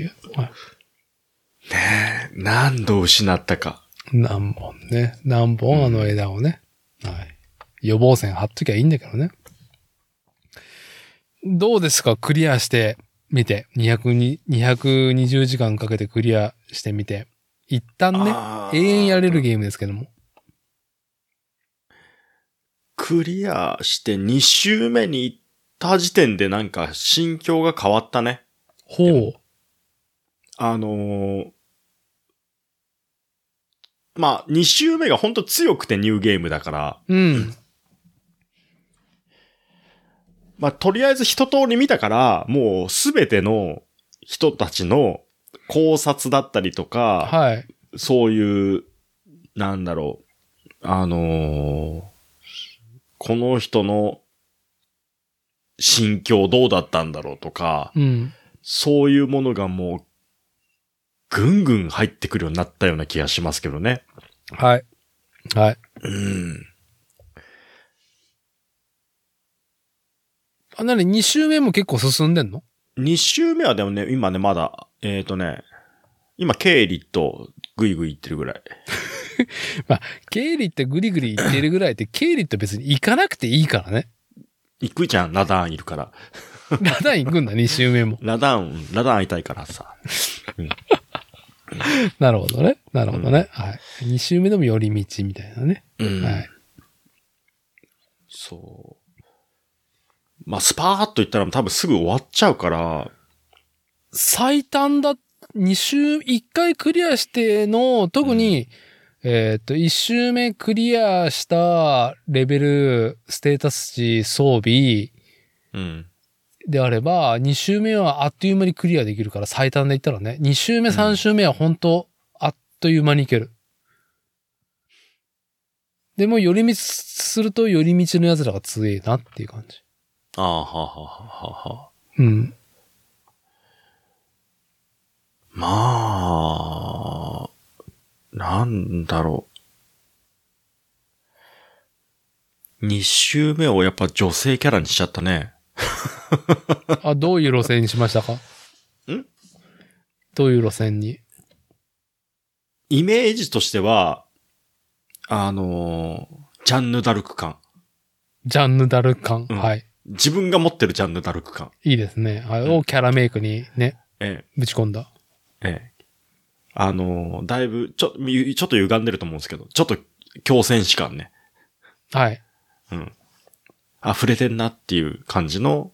ねえ、何度失ったか。 何本ね。何本あの枝をね。うん、はい。予防線貼っときゃいいんだけどね。どうですか？クリアしてみて。にひゃくにじゅうじかんかけてクリアしてみて。一旦ね、永遠やれるゲームですけども。 クリアしてに周目に行った時点でなんか心境が変わったね。 ほう。 あのー、まあ、に周目がほんと強くてニューゲームだから。 うん。 まあ、とりあえず一通り見たから、もうすべての人たちの考察だったりとか、 はい。 そういう、なんだろう、あのー、この人の心境どうだったんだろうとか、 うん、 そういうものがもう、ぐんぐん入ってくるようになったような気がしますけどね。 はい。はい。 うん。 あ、なにに周目も結構進んでんの？ に 周目はでもね、今ね、まだ、えっとね、今、経理とぐいぐいいってるぐらい。 まあ、経理ってグリグリ言ってるぐらいで、経理って別に行かなくていいからね。 行くじゃん、ラダーンいるから。 ラダン行くんだ、に周目も。 ラダーン、ラダーン会いたいからさ。うん、 なるほどね。なるほどね。うん、はい。に周目でも寄り道みたいなね。 うん。はい。そう。まあ、スパーっと言ったら多分すぐ終わっちゃうから。 最短だ、に周、いっかいクリアしての、特に、うん、えっと、いち周目クリアしたレベル、ステータス値、装備、 うん。 であれば、に周目はあっという間にクリアできるから、最短で言ったらね。に周目、さん周目は本当、あっという間にいける。でも、寄り道すると、寄り道の奴らが強いなっていう感じ。 ああ、ははははは。 うん。 まあ、なんだろう。に周目をやっぱ女性キャラにしちゃったね。 あ、どういう路線にしましたか？ん？どういう路線に？ イメージとしては、あのー、ジャンヌ・ダルク感。 ジャンヌ・ダルク感、うん、はい。 自分が持ってるジャンヌ・ダルク感。 いいですね。はい。をキャラメイクにね、 ええ、 ぶち込んだ。 ええ。あのー、だいぶ、ちょ、ちょっと歪んでると思うんですけど、ちょっと強戦士感ね。 はい。 うん。溢れてんなっていう感じの、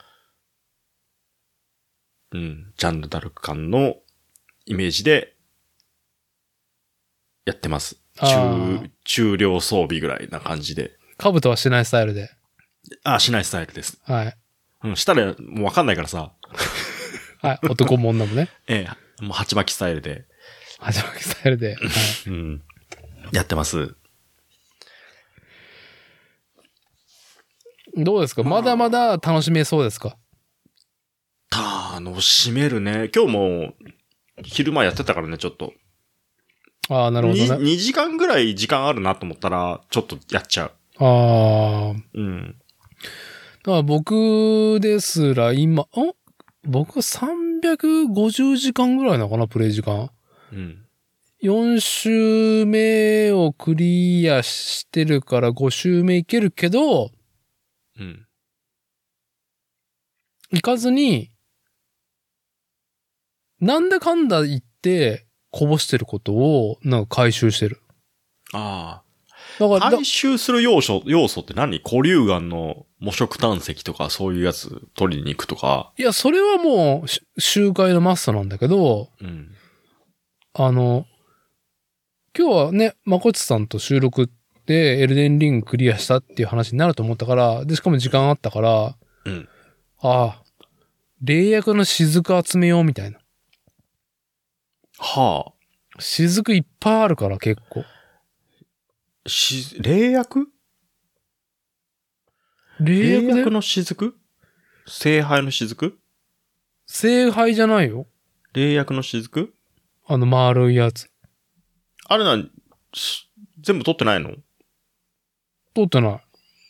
うん、ジャンヌ・ダルク感のイメージでやってます。中、中量装備ぐらいな感じで。 兜はしないスタイルで。 ああ、しないスタイルです。 はい。 うん、したらもうわかんないからさ。 はい、男も女もね。 ええ、もう鉢巻きスタイルで。 鉢巻きスタイルで。はい。 うん。やってます。 どうですか、まあ、まだまだ楽しめそうですか？ 楽しめるね。今日も昼間やってたからね、ちょっと。 ああ、なるほどね。 にじかんぐらい時間あるなと思ったら、ちょっとやっちゃう。 ああ。 うん。 だから僕ですら今、ん僕さんびゃくごじゅうじかんぐらいなのかな、プレイ時間。 うん。 よん周目をクリアしてるからご周目いけるけど、 うん。 行かずに、なんだかんだ言ってこぼしてることをなんか回収してる。 ああ。だから回収する要素、要素って何？古竜岩の模食胆石とかそういうやつ取りに行くとか。 いや、それはもう周回のマストなんだけど、 うん、 あの、今日はね、まこちさんと収録でエルデンリングクリアしたっていう話になると思ったから、で、しかも時間あったから、 うん、 ああ、霊薬の雫集めようみたいな。 はあ。 雫いっぱいあるから結構。 し、霊薬？ 霊薬霊薬の雫？聖杯の雫？ 聖杯じゃないよ。 霊薬の雫？ あの丸いやつ。 あれな、全部取ってないの？ 取ってない。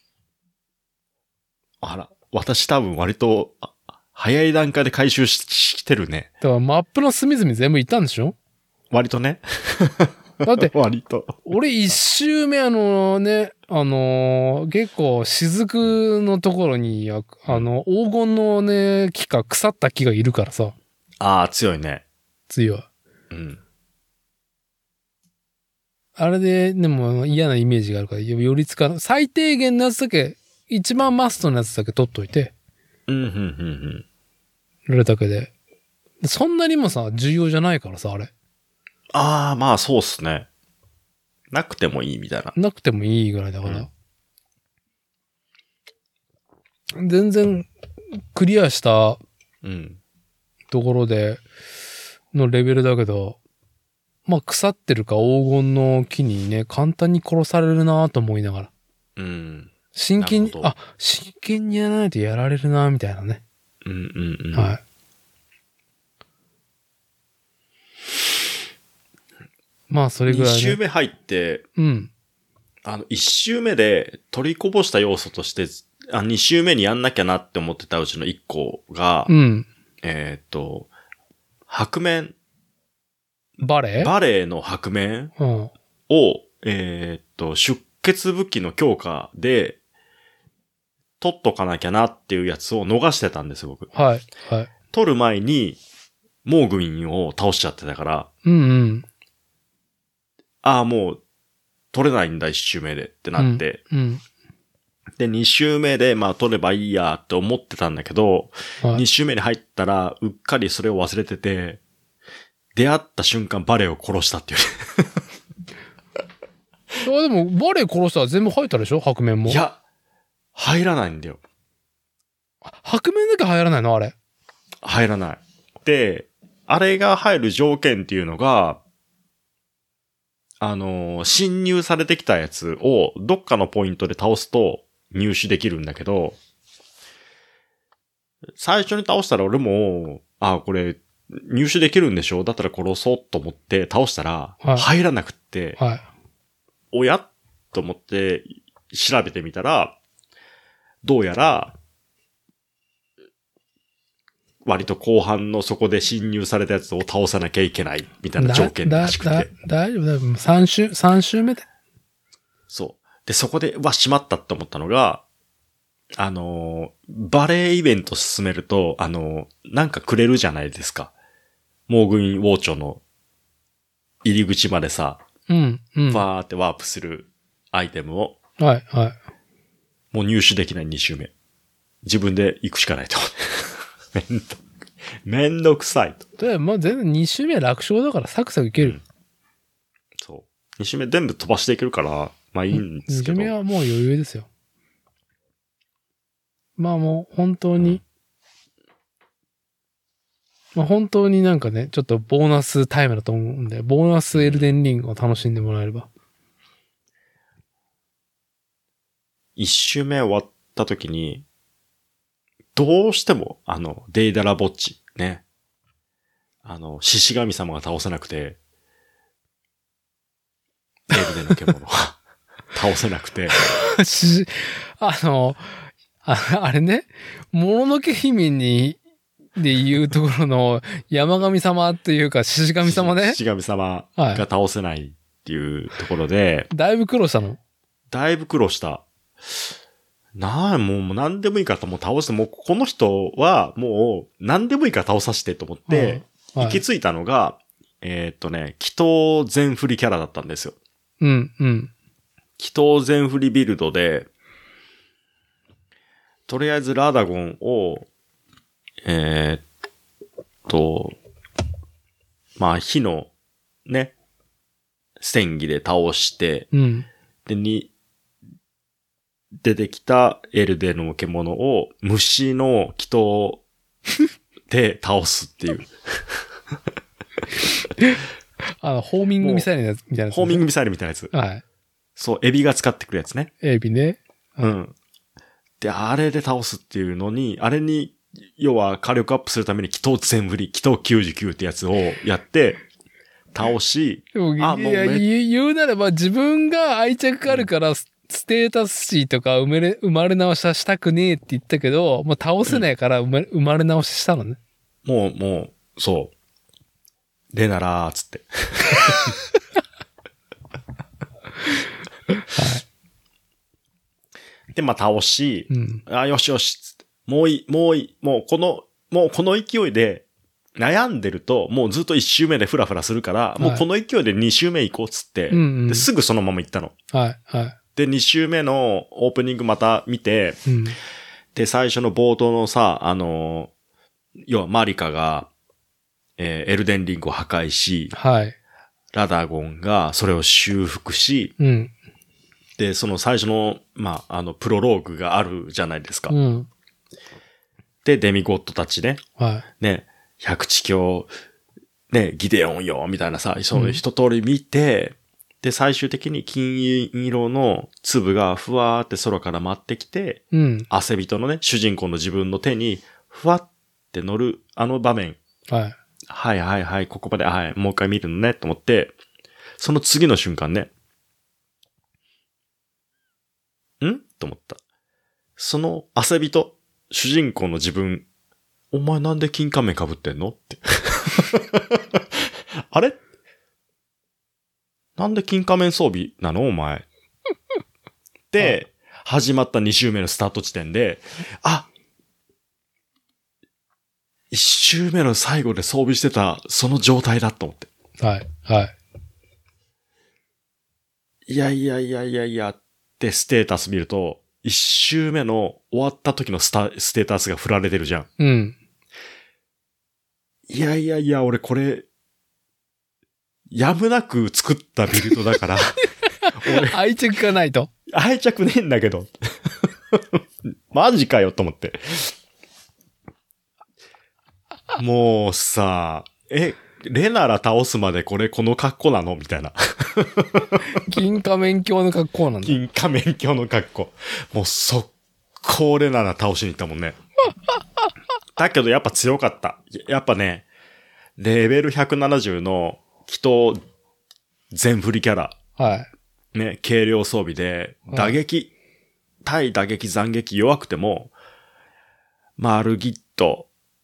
あら、私多分割と、早い段階で回収し、してるね。 だからマップの隅々全部行ったんでしょ？割とね。 だって、 割と。 俺一周目あのね、あのー、結構雫のところに、あの、黄金のね、木か腐った木がいるからさ。 ああ、強いね。 強い。 うん。 あれで、でも嫌なイメージがあるから、よりつかない。最低限のやつだけ、一番マストのやつだけ取っといて。 うん、うん、うん、うん。 それだけで。そんなにもさ、重要じゃないからさ、あれ。 ああ、まあそうっすね。なくてもいいみたいな。 なくてもいいぐらいだから。うん、全然、クリアした、ところで、のレベルだけど、まあ腐ってるか黄金の木にね、簡単に殺されるなと思いながら。 うん。 真剣に、あ、真剣にやらないとやられるなみたいなね。 うんうんうん。 はい。まあそれぐらい、ね。 に周目入って、 うん。 あの、いち周目で取りこぼした要素として、あ、に周目にやんなきゃなって思ってたうちのいっこが、 うん。 えっと、白面。 バレーバレーの白面、 うん、 を、えーっと、出血武器の強化で、取っとかなきゃなっていうやつを逃してたんですよ、僕。 はい。はい。 取る前に、モーグウィンを倒しちゃってたから、 うんうん。 ああ、もう、取れないんだ、一周目でってなって、 うん。うん、 で、二周目で、まあ、取ればいいやって思ってたんだけど、 はい、 二周目に入ったら、うっかりそれを忘れてて、出会った瞬間、バレを殺したっていう。 いや、でも、バレー殺したら全部入ったでしょ白面も。 いや、入らないんだよ。 白面だけ入らないのあれ。 入らない。で、あれが入る条件っていうのが、あのー、侵入されてきたやつをどっかのポイントで倒すと入手できるんだけど、最初に倒したら俺も、あ、これ入手できるんでしょ？だったら殺そうと思って倒したら入らなくって、 はいはい、 おやと思って調べてみたら、どうやら、割と後半のそこで侵入されたやつを倒さなきゃいけないみたいな条件らしくて。 だ、だ、大丈夫だよ。三周、三周目で。 そう。で、そこで、うわ、しまったって思ったのが、あの、バレーイベント進めると、あの、なんかくれるじゃないですか。モーグインウォーチョの入り口までさ、 うん、うん。 バーってワープするアイテムを。 はい、はい。 もう入手できないに周目。自分で行くしかないと。めんど、めんどくさいと。 で、まあ、全然に周目楽勝だからサクサクいける。うん、 そう。に周目全部飛ばしていけるから、まあいいんですけど。 に周目はもう余裕ですよ。まあもう本当に、うん、まあ本当になんかね、ちょっとボーナスタイムだと思うんで、ボーナスエルデンリングを楽しんでもらえれば。 一周目終わった時に、どうしても、あの、デイダラボッチ、ね。あの、獅子神様が倒せなくて、エルデンの獣は倒せなくて。 あの、あ, あれね、もののけ姫に、で言うところの山神様というか獅子神様ね。 獅子神様が倒せないっていうところで。 はい、だいぶ苦労したの？だいぶ苦労した。なあ、もう何でもいいからともう倒して、もうこの人はもう何でもいいから倒させてと思って、はい、行き着いたのが、えー、っとね、祈祷全振りキャラだったんですよ。 うん、うん。 祈祷全振りビルドで、とりあえずラダゴンを、えー、っと、まあ火のね、戦技で倒して、 うん、 で、に、出てきたエルデの獣を虫の祈祷で倒すっていう。 あの、ホーミングミサイルみたいなやつ、ね。 ホーミングミサイルみたいなやつ。 はい。 そう、エビが使ってくるやつね。 エビね。 うん。で、あれで倒すっていうのに、あれに、要は火力アップするために祈祷全振り、祈祷きゅうじゅうきゅうってやつをやって、倒し、 でもあ、もういや言うならば自分が愛着があるから、うん、ステータスシーとか生まれ、生まれ直しはしたくねえって言ったけど、もう倒せないから生まれ、うん、生まれ直ししたのね。 もう、もう、そう。でならー、つって。はい。で、まあ倒し、 うん、 あ、よしよし、つって。もういい、もういい、もうこの、もうこの勢いで、悩んでると、もうずっと一周目でフラフラするから、はい、もうこの勢いで二周目行こうっつって、 うんうん、 ですぐそのまま行ったの。 はい、はい。 で、二周目のオープニングまた見て、うん、で、最初の冒頭のさ、あの、要はマリカが、えー、エルデンリングを破壊し、 はい、 ラダゴンがそれを修復し、 うん、 で、その最初の、まあ、あの、プロローグがあるじゃないですか。 うん、 で、デミゴッドたちね、 はい、 ね、百地教、ね、ギデオンよ、みたいなさ、そういう一通り見て、うん、で、最終的に金色の粒がふわーって空から舞ってきて、 うん、 汗人のね、主人公の自分の手に、ふわって乗る、あの場面。 はい。 はいはいはい、ここまで、はい、もう一回見るのね、と思って、その次の瞬間ね、んと思った。その汗人、主人公の自分、お前なんで金仮面被ってんのって。あれなんで金仮面装備なのお前。で、始まったに周目のスタート地点で、あいち周目の最後で装備してた、その状態だと思って。 はい、はい。 いやいやいやいやいやってステータス見ると、いち周目の終わった時のスタ、ステータスが振られてるじゃん。 うん。 いやいやいや、俺これ、やむなく作ったビルドだから。 俺愛着がないと。 愛着ねえんだけど。マジかよと思って。もうさ、え、レナラ倒すまでこれこの格好なのみたいな。 金仮面鏡の格好なんだ。 金仮面鏡の格好。もう速攻レナラ倒しに行ったもんね。だけどやっぱ強かった。やっぱね、レベルひゃくななじゅうの祈祷全振りキャラ。 はい。 ね、軽量装備で、打撃、はい、対打撃斬撃弱くても、マルギット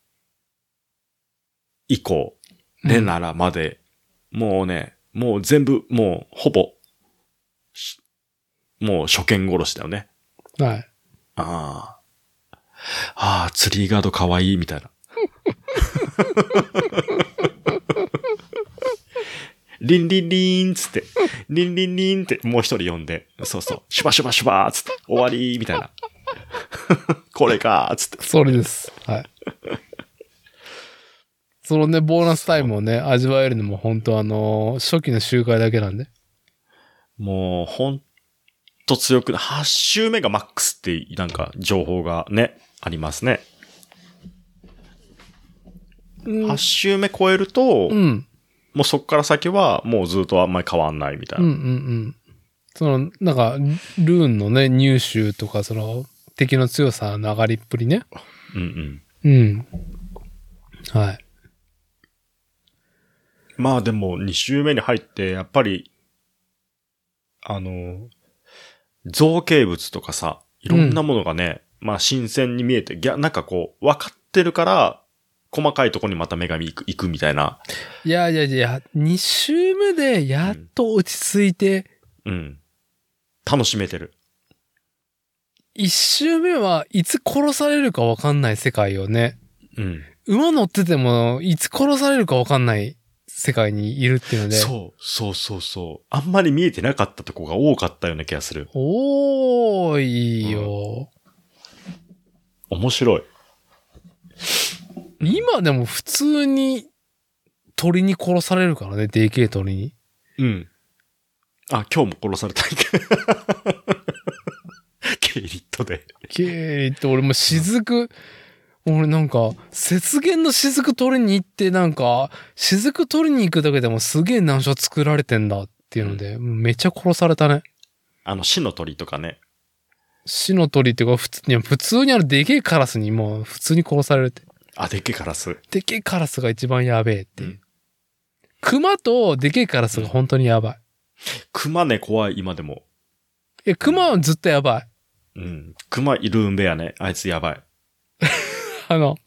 以降、レナラまで、うん、もうね、もう全部、もうほぼ、もう初見殺しだよね。 はい。 ああ。ああ、ツリーガードかわいい、みたいな。リンリンリンつって、リンリンリンってもう一人呼んで、そうそう、シュバシュバシュバーつって、終わりみたいな。これかーつって。 それです。はい。そのね、ボーナスタイムをね、味わえるのも本当あのー、初期の周回だけなんで。 もう、ほんと強く、はち周目がマックスってなんか情報がね、ありますね。うん、はち周目超えると、うん、もうそっから先はもうずっとあんまり変わんないみたいな。 うんうんうん。その、なんか、ルーンのね、入手とか、その、敵の強さの上がりっぷりね。 うんうん。うん。はい。 まあでもに周目に入って、やっぱり、あの、造形物とかさ、いろんなものがね、うん、まあ新鮮に見えて、なんかこう、分かってるから、細かいところにまた目が行く、行くみたいな。 いやいやいや、に周目でやっと落ち着いて、 うん。うん、楽しめてる。 いち周目はいつ殺されるか分かんない世界よね。 うん。 馬乗ってても、いつ殺されるか分かんない世界にいるっていうので。 そう、そうそうそう。あんまり見えてなかったとこが多かったような気がする。 多いよ、 うん。面白い。 今でも普通に鳥に殺されるからね、でけえ鳥に。 うん。あ、今日も殺された。ケイリットで。 ケイリット、俺も雫、うん、俺なんか、雪原の雫取りに行って、なんか、雫取りに行くだけでもすげえ難所作られてんだっていうので、うん、めっちゃ殺されたね。 あの、死の鳥とかね。 死の鳥っていうか、普通に、普通にあるでけえカラスにもう普通に殺されて。 あ、でけえカラス。 でけえカラスが一番やべえっていう。うん、熊とでけえカラスが本当にやばい。うん、 熊ね、怖い、今でも。 え、熊はずっとやばい。 うん。熊いるんべやね。あいつやばい。 あの、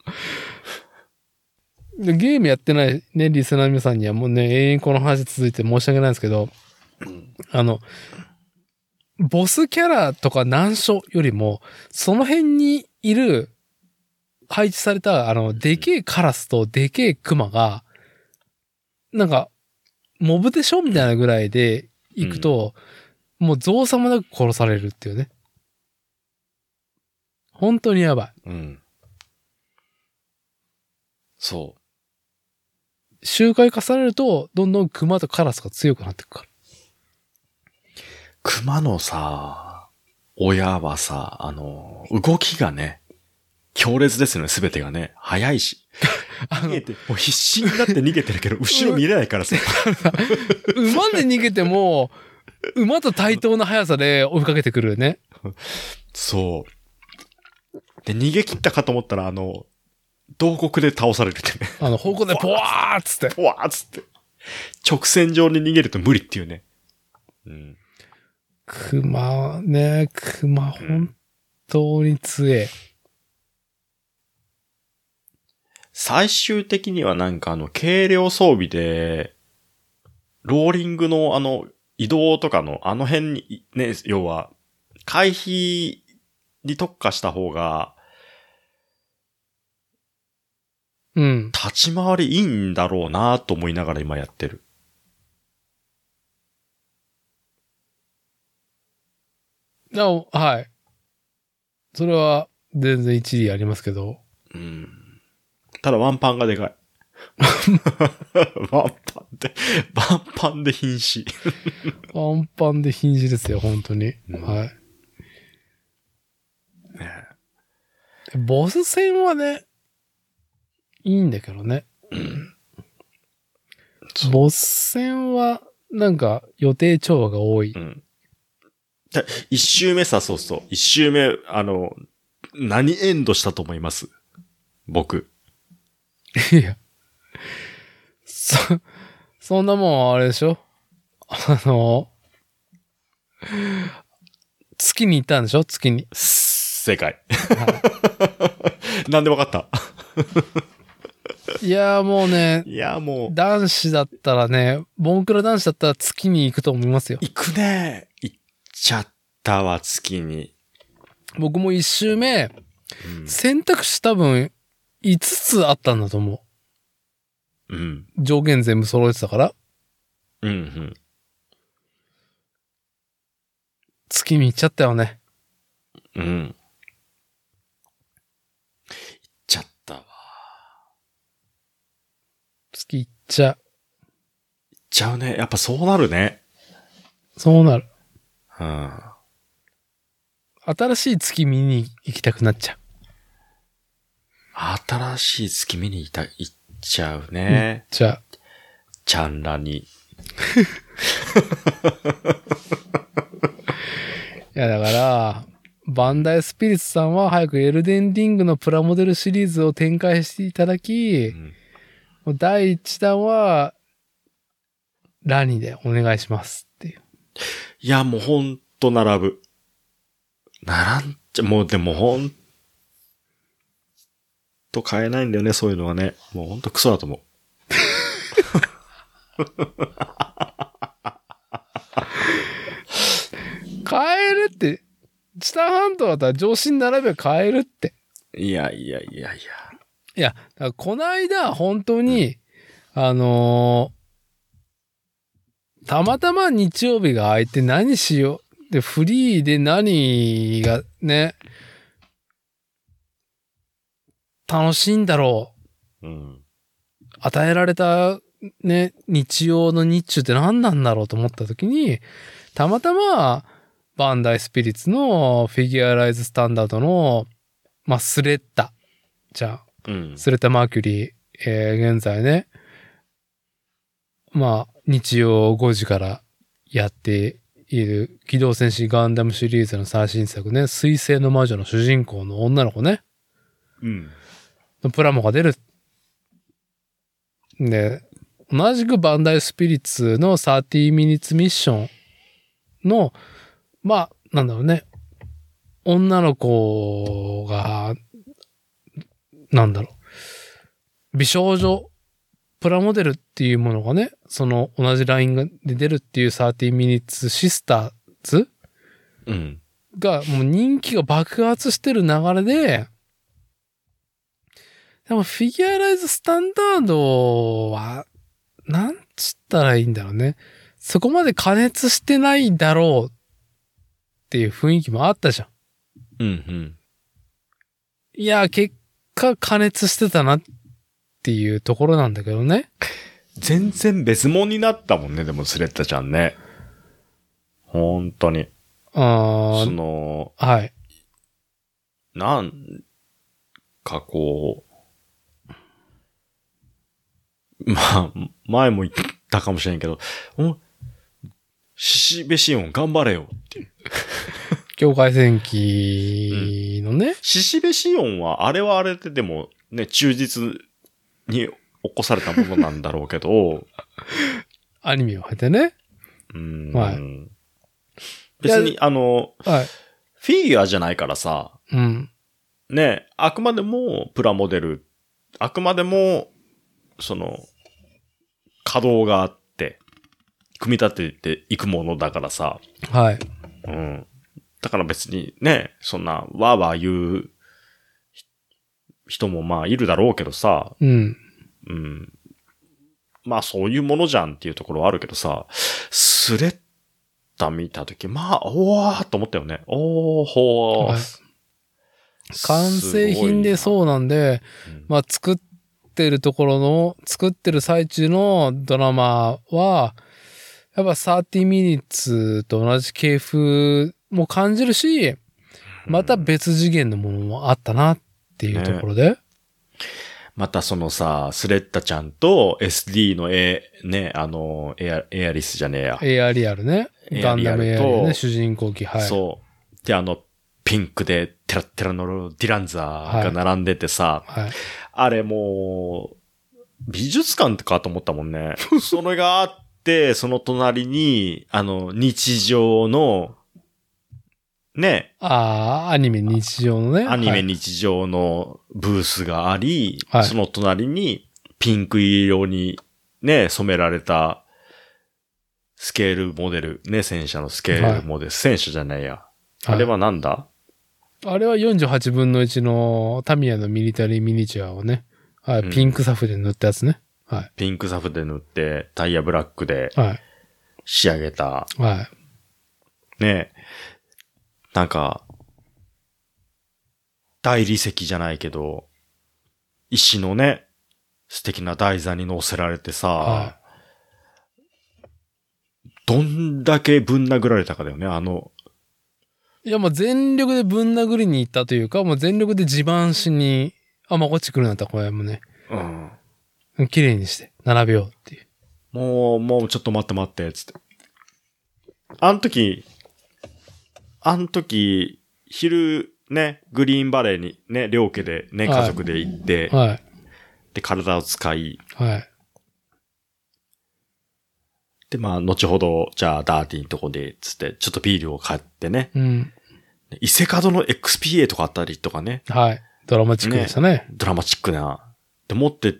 ゲームやってないね、リスナーの皆さんにはもうね、永遠この話続いて申し訳ないんですけど、うん、あの、ボスキャラとか難所よりも、その辺にいる、配置された、あの、でけえカラスとでけえクマが、なんか、モブでしょみたいなぐらいで行くと、うん、もう造作もなく殺されるっていうね。本当にやばい。 うん。そう。 周回重ねると、どんどんクマとカラスが強くなっていくから。 クマのさ、親はさ、あの、動きがね、強烈ですよね、すべてがね。早いし。逃げて、もう必死になって逃げてるけど、後ろ見れないからさ。 馬で逃げても、馬と対等な速さで追いかけてくるね。 そう。で、逃げ切ったかと思ったら、あの、洞窟で倒されるってね。 あの、方向でポワーっつって。 ポワーっつって。直線上に逃げると無理っていうね。うん。 熊ね、熊本当に強え。 最終的にはなんかあの、軽量装備で、ローリングのあの、 移動とかのあの辺に、ね、要は、回避に特化した方が、 うん。 立ち回りいいんだろうなと思いながら今やってる。 あ、はい。それは全然一理ありますけど。 うん。ただワンパンがでかい。ワンパンで、ワンパンで瀕死。 ワンパンで瀕死ですよ、本当に。うん、はい。 ね、 ボス戦はね、いいんだけどね。 うん、 ボス戦は、なんか予定調和が多い。 うん、一周目さ、そうそう。一周目、あの、何エンドしたと思います僕。 いや。そ、そんなもんあれでしょあの、月に行ったんでしょ月に。 正解。はい、なんでわかったいやもうね。 いやもう。 男子だったらね、ボンクラ男子だったら月に行くと思いますよ。 行くね。行っちゃったわ、月に。 僕も一周目、うん、選択肢多分いつつあったんだと思う。うん。 条件全部揃えてたから。 うんうん。 月に行っちゃったよね。 うん。行っちゃったわ。 月行っちゃう。 行っちゃうね。やっぱそうなるね。 そうなる。 うん。 新しい月見に行きたくなっちゃう。 新しい月見に行った、行っちゃうね。 じゃあ。 ちゃんらに。いやだから、バンダイスピリッツさんは早くエルデンリングのプラモデルシリーズを展開していただき、うん、だいいちだんは、ラニでお願いしますっていう。 いや、もうほんと並ぶ。並んじゃ、もうでもほんと買えないんだよね、そういうのはね。もうほんとクソだと思う。 買えるって、チタンハントだったら上司に並べば買えるって。 いやいやいやいや。 いや、だからこの間、本当に、うん、あのー、たまたま日曜日が空いて何しよう。で、フリーで何がね、楽しいんだろう。うん。 与えられたね、日曜の日中って何なんだろうと思った時に、たまたま、バンダイスピリッツのフィギュアライズスタンダードの、まあ、スレッタ。じゃあ、うん、スレッタマーキュリー、えー、現在ね、まあ、日曜ごじからやっている機動戦士ガンダムシリーズの最新作ね、水星の魔女の主人公の女の子ね。 うん。 プラモが出る。で、同じくバンダイスピリッツのさんじゅうミニッツミッションの、まあ、なんだろうね。女の子が、なんだろう。美少女プラモデルっていうものがね、その同じラインで出るっていうさんじゅうミニッツシスターズうん。 がもう人気が爆発してる流れで、でもフィギュアライズスタンダードは、なんつったらいいんだろうね。そこまで加熱してないだろうっていう雰囲気もあったじゃん。 うんうん。 いや、結果加熱してたなっていうところなんだけどね。 全然別物になったもんね、でもスレッタちゃんね。本当に。 ああ。 その、 はい。 なんかこう、まあ、前も言ったかもしれんけど、シシベシオン頑張れよっていう。 境界戦記のね、うん。 シシベシオンは、あれはあれででもね、忠実に起こされたものなんだろうけど。 アニメを経てね。 うん。 はい。 別に、あの、 はい、 フィギュアじゃないからさ。 うん。 ね、あくまでもプラモデル、あくまでも、その、稼働があって、 組み立てていくものだからさ。 はい。 うん。だから別にね、そんな、わーわー言う人もまあいるだろうけどさ。 うん。 うん。まあそういうものじゃんっていうところはあるけどさ、スレッタ見たとき、まあ、おーと思ったよね。おー、ほー。はい、 完成品でそうなんで、うん、まあ作ってるところの、作ってる最中のドラマは、やっぱさんじゅうミニッツと同じ系譜も感じるし、また別次元のものもあったなっていうところで。ね、 またそのさ、スレッタちゃんと エスディー の A、ね、あの、エア、エアリスじゃねえや。 エアリアルね。ガンダムエアリアルね、主人公機、はい。 そう。で、あの、ピンクでテラッテラのディランザーが並んでてさ、はいはい、あれもう、美術館かと思ったもんね。それがあって、その隣に、あの、日常の、ね。 ああ、アニメ日常のね。 アニメ日常のブースがあり、はい、その隣にピンク色にね、染められたスケールモデル、ね、戦車のスケールモデル、はい、戦車じゃないや。あれはなんだ、 はい、あれはよんじゅうはちぶんのいちのタミヤのミリタリーミニチュアをね、はい、ピンクサフで塗ったやつね。はい。 ピンクサフで塗って、タイヤブラックで仕上げた。 はい。 ね。なんか、大理石じゃないけど、石のね、素敵な台座に乗せられてさ、はい、どんだけぶん殴られたかだよね、あの。 いや、もう全力でぶん殴りに行ったというか、もう全力で自慢しに、あ、まあ、こっち来るんだったらこれもね。うん。綺麗にして、並べようっていう。 もう、もうちょっと待って待って、つって。あの時、あの時、昼ね、グリーンバレーにね、両家でね、家族で行って、 はい。 で、体を使い、 はい。 で、まあ、後ほど、じゃあ、ダーティーのとこで、つって、ちょっとビールを買ってね。 うん。 伊勢門の エックスピーエー とかあったりとかね。 はい。ドラマチックでしたね。ねドラマチックな。で、持ってって、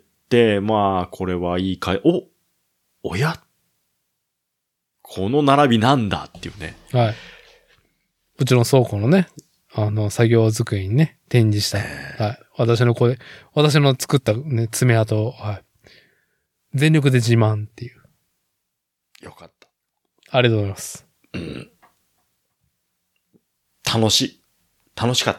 まあ、これはいいかい、お、おやこの並びなんだっていうね。 はい。もちろん倉庫のね、あの、作業机にね、展示した。えー、はい。私のこれ、私の作ったね、爪痕を、はい。全力で自慢っていう。 よかった。 ありがとうございます。 うん。楽しい。楽しかった。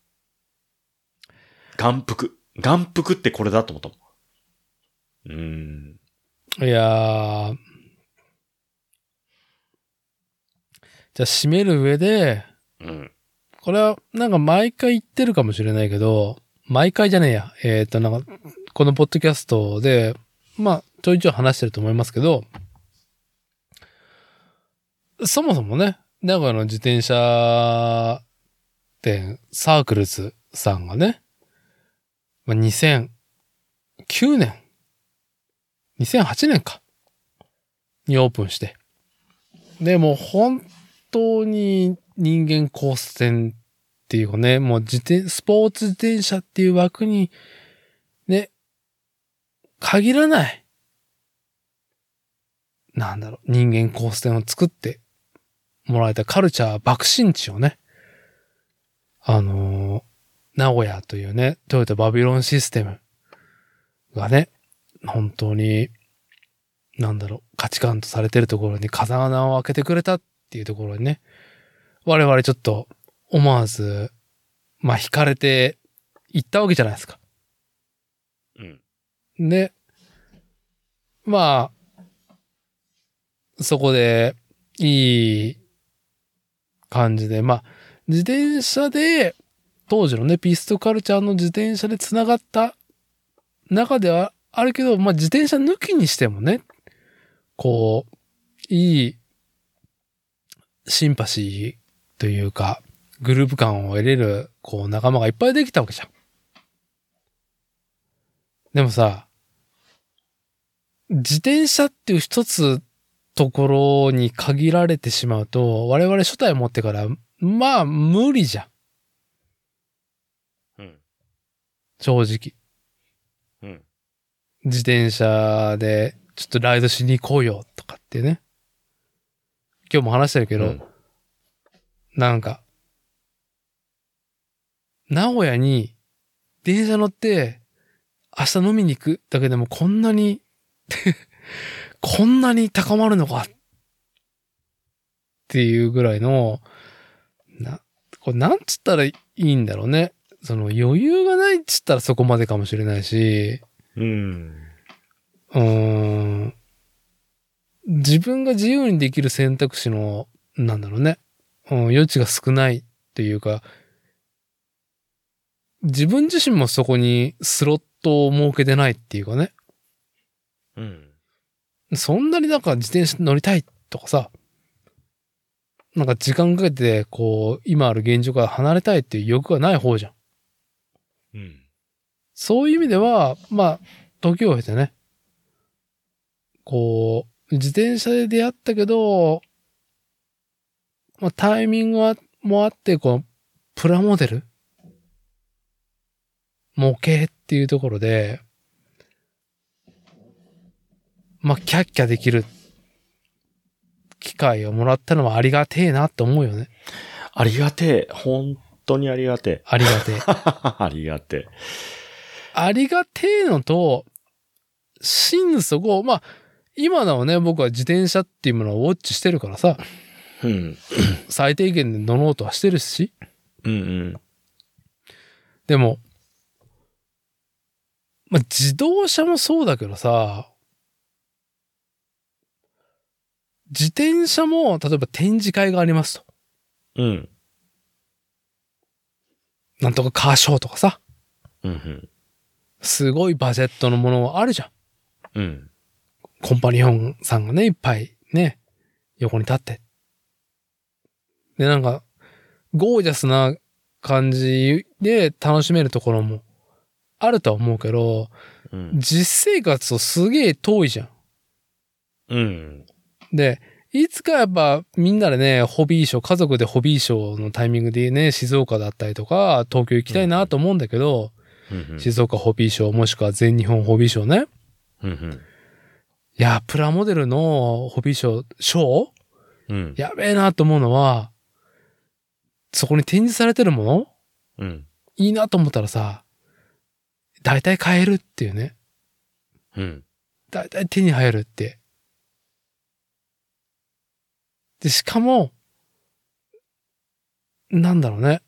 眼福。眼福ってこれだと思ったもん。うーん。 いやー。じゃあ、締める上で、 うん。 これは、なんか毎回言ってるかもしれないけど、毎回じゃねえや。えっと、なんか、このポッドキャストで、まあ、ちょいちょい話してると思いますけど、そもそもね、名古屋の自転車店、サークルズさんがね、まあ、にせんきゅうねん、にせんはちねんか、にオープンして。で、もう本当に人間交差点っていうかね、もう自転、スポーツ自転車っていう枠に、ね、限らない。なんだろう、人間交差点を作ってもらえたカルチャー爆心地をね、あのー、名古屋というね、トヨタバビロンシステムがね、本当に、なんだろう、価値観とされてるところに風穴を開けてくれたっていうところにね、我々ちょっと思わず、まあ、惹かれて行ったわけじゃないですか。 うん。 で、まあ、そこで、いい感じで、まあ、自転車で、当時のね、ピストカルチャーの自転車で繋がった中ではあるけど、まあ、自転車抜きにしてもね、こう、いいシンパシーというか、グループ感を得れる、こう、仲間がいっぱいできたわけじゃん。でもさ、自転車っていう一つところに限られてしまうと、我々初代持ってから、まあ、無理じゃん。うん。 正直。 うん。 自転車で、ちょっとライドしに行こうよ、とかってね。 今日も話してるけど、 うん、 なんか、名古屋に電車乗って明日飲みに行くだけでもこんなにこんなに高まるのかっていうぐらいの、な、これなんつったらいいんだろうね。その余裕がないっつったらそこまでかもしれないし、 うん。 うーん。自分が自由にできる選択肢の、なんだろうね。うん、余地が少ないというか、自分自身もそこにスロットを設けてないっていうかね。 うん。 そんなになんか自転車乗りたいとかさ、なんか時間かけて、こう、今ある現状から離れたいっていう欲がない方じゃん。 うん。 そういう意味では、まあ、時を経てね、こう、自転車で出会ったけど、まあ、タイミングはもあって、こう、プラモデル模型っていうところで、まあ、キャッキャできる機会をもらったのはありがてえなって思うよね。 ありがてえ。本当にありがてえ。 ありがてえ。 ありがてえ。 ありがてえのと、心底、まあ、今のはね、僕は自転車っていうものをウォッチしてるからさ、 うん。 最低限で乗ろうとはしてるし、 うんうん。 でも、まあ、自動車もそうだけどさ、自転車も、例えば展示会がありますと。 うん。 なんとかカーショーとかさ、 うんうん。 すごいバジェットのものあるじゃん。 うん。 コンパニオンさんがね、いっぱいね、横に立って。で、なんか、ゴージャスな感じで楽しめるところもあるとは思うけど、 うん、 実生活とすげえ遠いじゃん。 うん。 で、いつかやっぱみんなでね、ホビーショー、家族でホビーショーのタイミングでね、静岡だったりとか、東京行きたいなと思うんだけど、 うんうん、 静岡ホビーショーもしくは全日本ホビーショーね。 うんうん、 いや、プラモデルのホビーショー、ショー、 うん、 やべえなと思うのは、そこに展示されてるもの、 うん、 いいなと思ったらさ、大体買えるっていうね。 うん、 大体手に入るって。で、しかも、なんだろうね。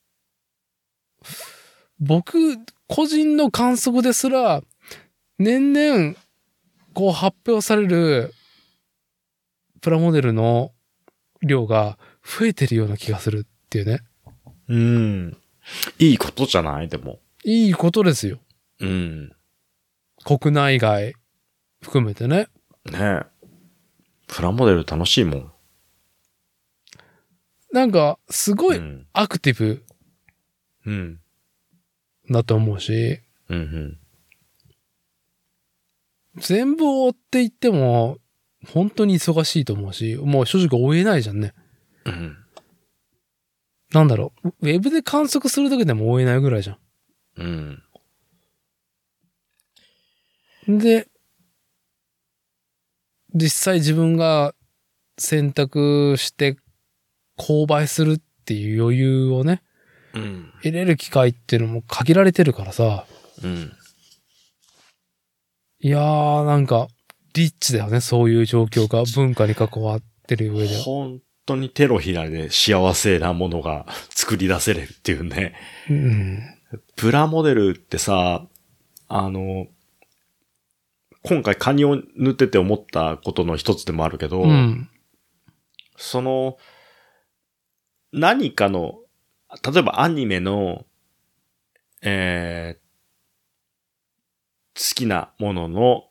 僕、個人の観測ですら、年々、こう発表される、プラモデルの量が増えてるような気がするっていうね。 うん。いいことじゃないでも。 いいことですよ。 うん。 国内外含めてね。 ねえ。プラモデル楽しいもん。 なんか、すごいアクティブ。 うん。 だと思うし。 うんうん。 全部追って言っても、本当に忙しいと思うし、もう正直追えないじゃんね。 うん。 なんだろう、ウェブで観測するだけでも追えないぐらいじゃん。 うん。 で、実際自分が選択して購買するっていう余裕をね、 うん、 得れる機会っていうのも限られてるからさ。 うん。 いやー、なんか、リッチだよね、そういう状況が文化に関わってる上で。 本当に手のひらで幸せなものが作り出せれるっていうね。 うん。 プラモデルってさ、あの、今回カニを塗ってて思ったことの一つでもあるけど、 うん、 その、何かの、例えばアニメの、えー、好きなものの、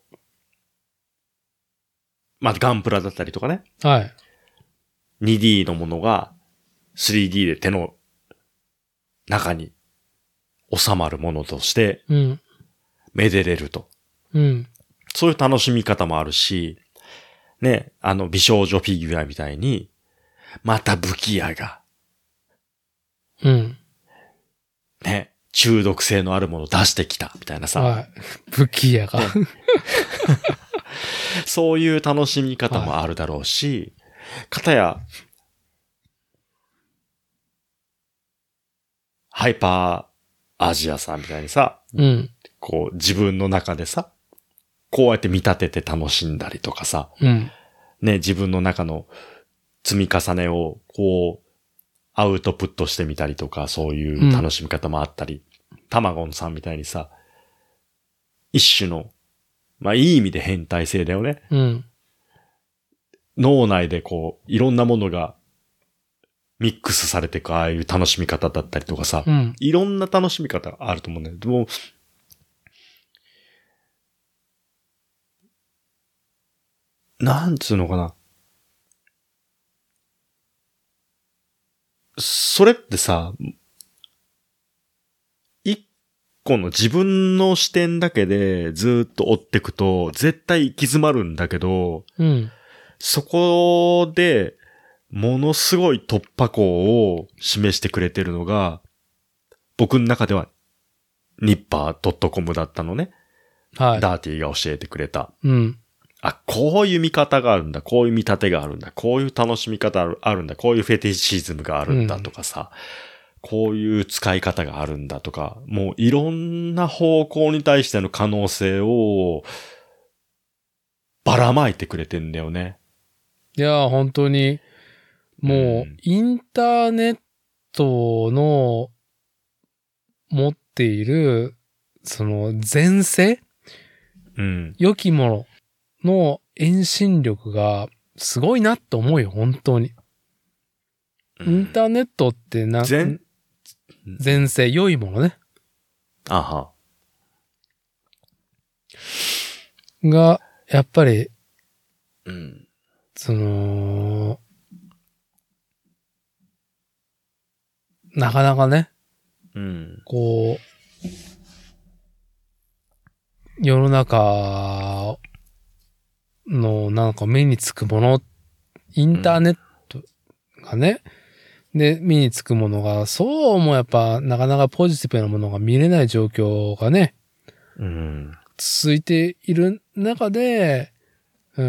まあ、ガンプラだったりとかね。 はい。 ツーディー のものが スリーディー で手の中に収まるものとして、めでれると。 うん。 そういう楽しみ方もあるし、ね、あの美少女フィギュアみたいに、また武器屋が、 うん。 ね、中毒性のあるものを出してきた、みたいなさ。 はい。武器屋が、ね。 そういう楽しみ方もあるだろうし、 かたや、ハイパーアジアさんみたいにさ、 うん。 こう自分の中でさ、こうやって見立てて楽しんだりとかさ、 うん。 ね、自分の中の積み重ねをこうアウトプットしてみたりとか、そういう楽しみ方もあったり、うん、たまごんさんみたいにさ、一種の、まあいい意味で変態性だよね。 うん。 脳内でこう、いろんなものがミックスされていくああいう楽しみ方だったりとかさ、 うん、 いろんな楽しみ方があると思うんだけど、でも、なんつうのかな。それってさ、一個の自分の視点だけでずっと追っていくと、絶対行き詰まるんだけど、 うん、 そこで、ものすごい突破口を示してくれてるのが、僕の中では、ニッパー .com だったのね。 はい。 ダーティーが教えてくれた。 うん。 あ、こういう見方があるんだ。こういう見立てがあるんだ。こういう楽しみ方あるんだ。こういうフェティシズムがあるんだとかさ、うん、こういう使い方があるんだとか、もういろんな方向に対しての可能性をばらまいてくれてんだよね。 いや、本当に、もう、インターネットの持っている、その前世、 うん、 良きものの遠心力がすごいなと思うよ、本当に。インターネットってな、前、前世、良いものね。 あは。 が、やっぱり、 うん、 その、なかなかね、 うん、 こう、世の中のなんか目につくもの、インターネットがね、うん、で、目につくものが、そうもやっぱなかなかポジティブなものが見れない状況がね、 うん、 続いている中で、うん、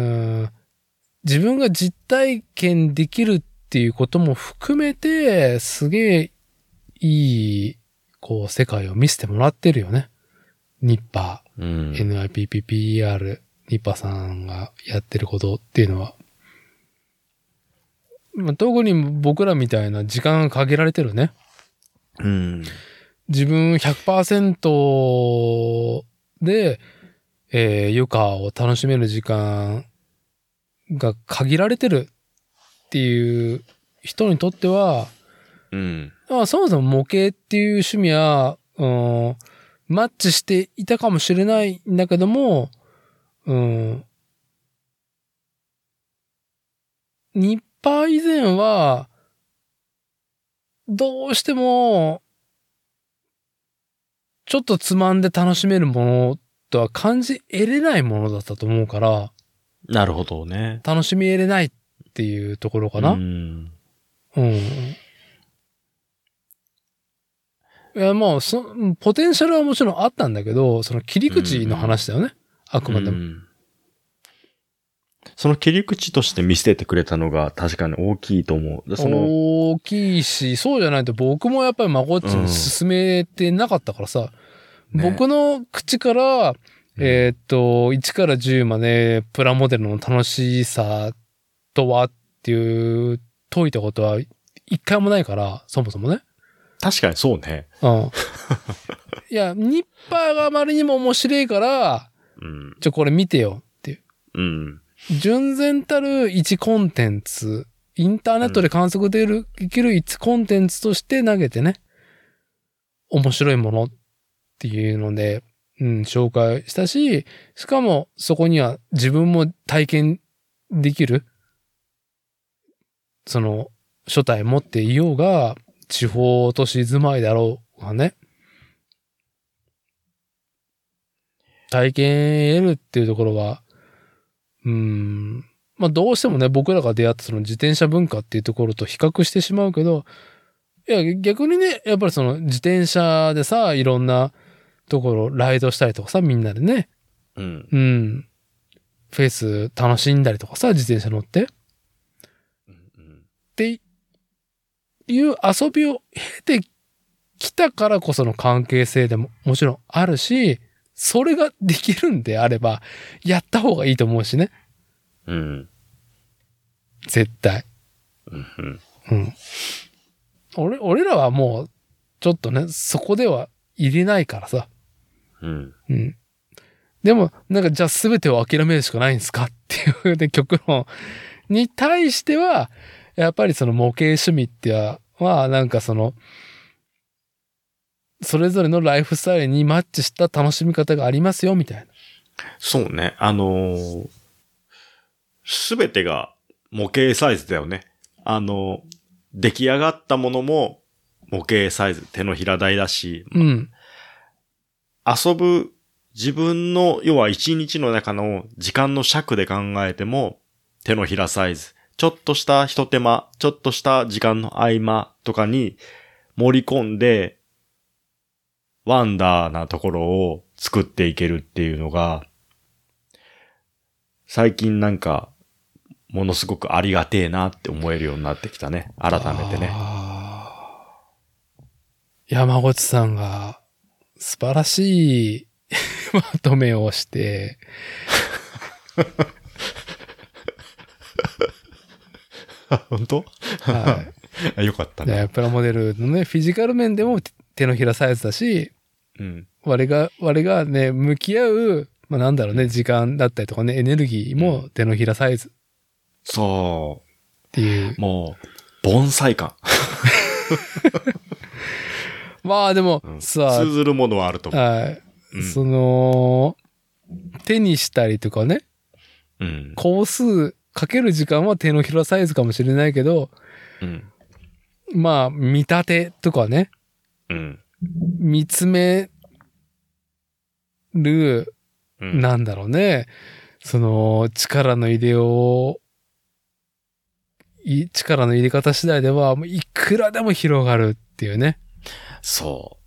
自分が実体験できるっていうことも含めて、すげえいい、こう、世界を見せてもらってるよね。ニッパー、うん、エヌアイピーピーピーイーアール、ニッパーさんがやってることっていうのは。まあ、特に僕らみたいな時間が限られてるね。 うん、 自分 ひゃくパーセント で、えー、余暇を楽しめる時間が限られてるっていう人にとっては、 うん、 ああそもそも模型っていう趣味は、うん、マッチしていたかもしれないんだけども、うん、ニッパー以前は、どうしても、ちょっとつまんで楽しめるものとは感じ得れないものだったと思うから。 なるほどね。 楽しみ得れないっていうところかな。うん。うん。いや、まあ、そ、ポテンシャルはもちろんあったんだけど、その切り口の話だよね。うんうん、あくまでも、うん。 その切り口として見せてくれたのが確かに大きいと思う。その大きいし、そうじゃないと僕もやっぱりまこっちに進めてなかったからさ、うんね、僕の口から、えー、っと、いちからじゅうまでプラモデルの楽しさとはっていう解いたことは一回もないから、そもそもね。 確かにそうね。 うん。いや、ニッパーがあまりにも面白いから、うん、ちょ、これ見てよっていう。うん。純然たる一コンテンツ、インターネットで観測できる、できる一コンテンツとして投げてね、面白いものっていうので、うん、紹介したし、しかもそこには自分も体験できる、その、初体持っていようが、地方都市住まいだろうがね、体験得るっていうところは、うーん、まあどうしてもね、僕らが出会ったその自転車文化っていうところと比較してしまうけど、いや、逆にね、やっぱりその自転車でさ、いろんなところライドしたりとかさ、みんなでね、うん。うん。フェイス楽しんだりとかさ、自転車乗って。 っていう遊びを経てきたからこその関係性でももちろんあるし、それができるんであれば、やった方がいいと思うしね。 うん。 絶対。 うん。 うん。俺、俺らはもう、ちょっとね、そこでは入れないからさ。 うん。 うん。でも、なんか、じゃあ全てを諦めるしかないんですかっていうで、極論に対しては、やっぱりその模型趣味っては、まあ、なんかその、それぞれのライフスタイルにマッチした楽しみ方がありますよ、みたいな。 そうね。あのすべてが模型サイズだよね。あの、出来上がったものも模型サイズ、手のひら大だし、 うん。 遊ぶ自分の、要は一日の中の時間の尺で考えても手のひらサイズ。ちょっとした一手間、ちょっとした時間の合間とかに盛り込んで、ワンダーなところを作っていけるっていうのが、最近なんか、ものすごくありがてえなって思えるようになってきたね。改めてね。 山口さんが素晴らしいまとめをして、 本当？ はい。 よかったね。 プラモデルのね、フィジカル面でも手のひらサイズだし、 うん、 我が、我がね、向き合う、まあなんだろうね、時間だったりとかね、エネルギーも手のひらサイズ。 そう。 っていう。 もう、盆栽感。 まあでも、 うん、 さあ。 通ずるものはあると思う。 はい。うん、その、手にしたりとかね。 うん。 工数かける時間は手のひらサイズかもしれないけど、 うん。 まあ、見立てとかね。 うん。 見つめる、うん、なんだろうね。その、力の入れを、い、力の入れ方次第では、いくらでも広がるっていうね。 そう。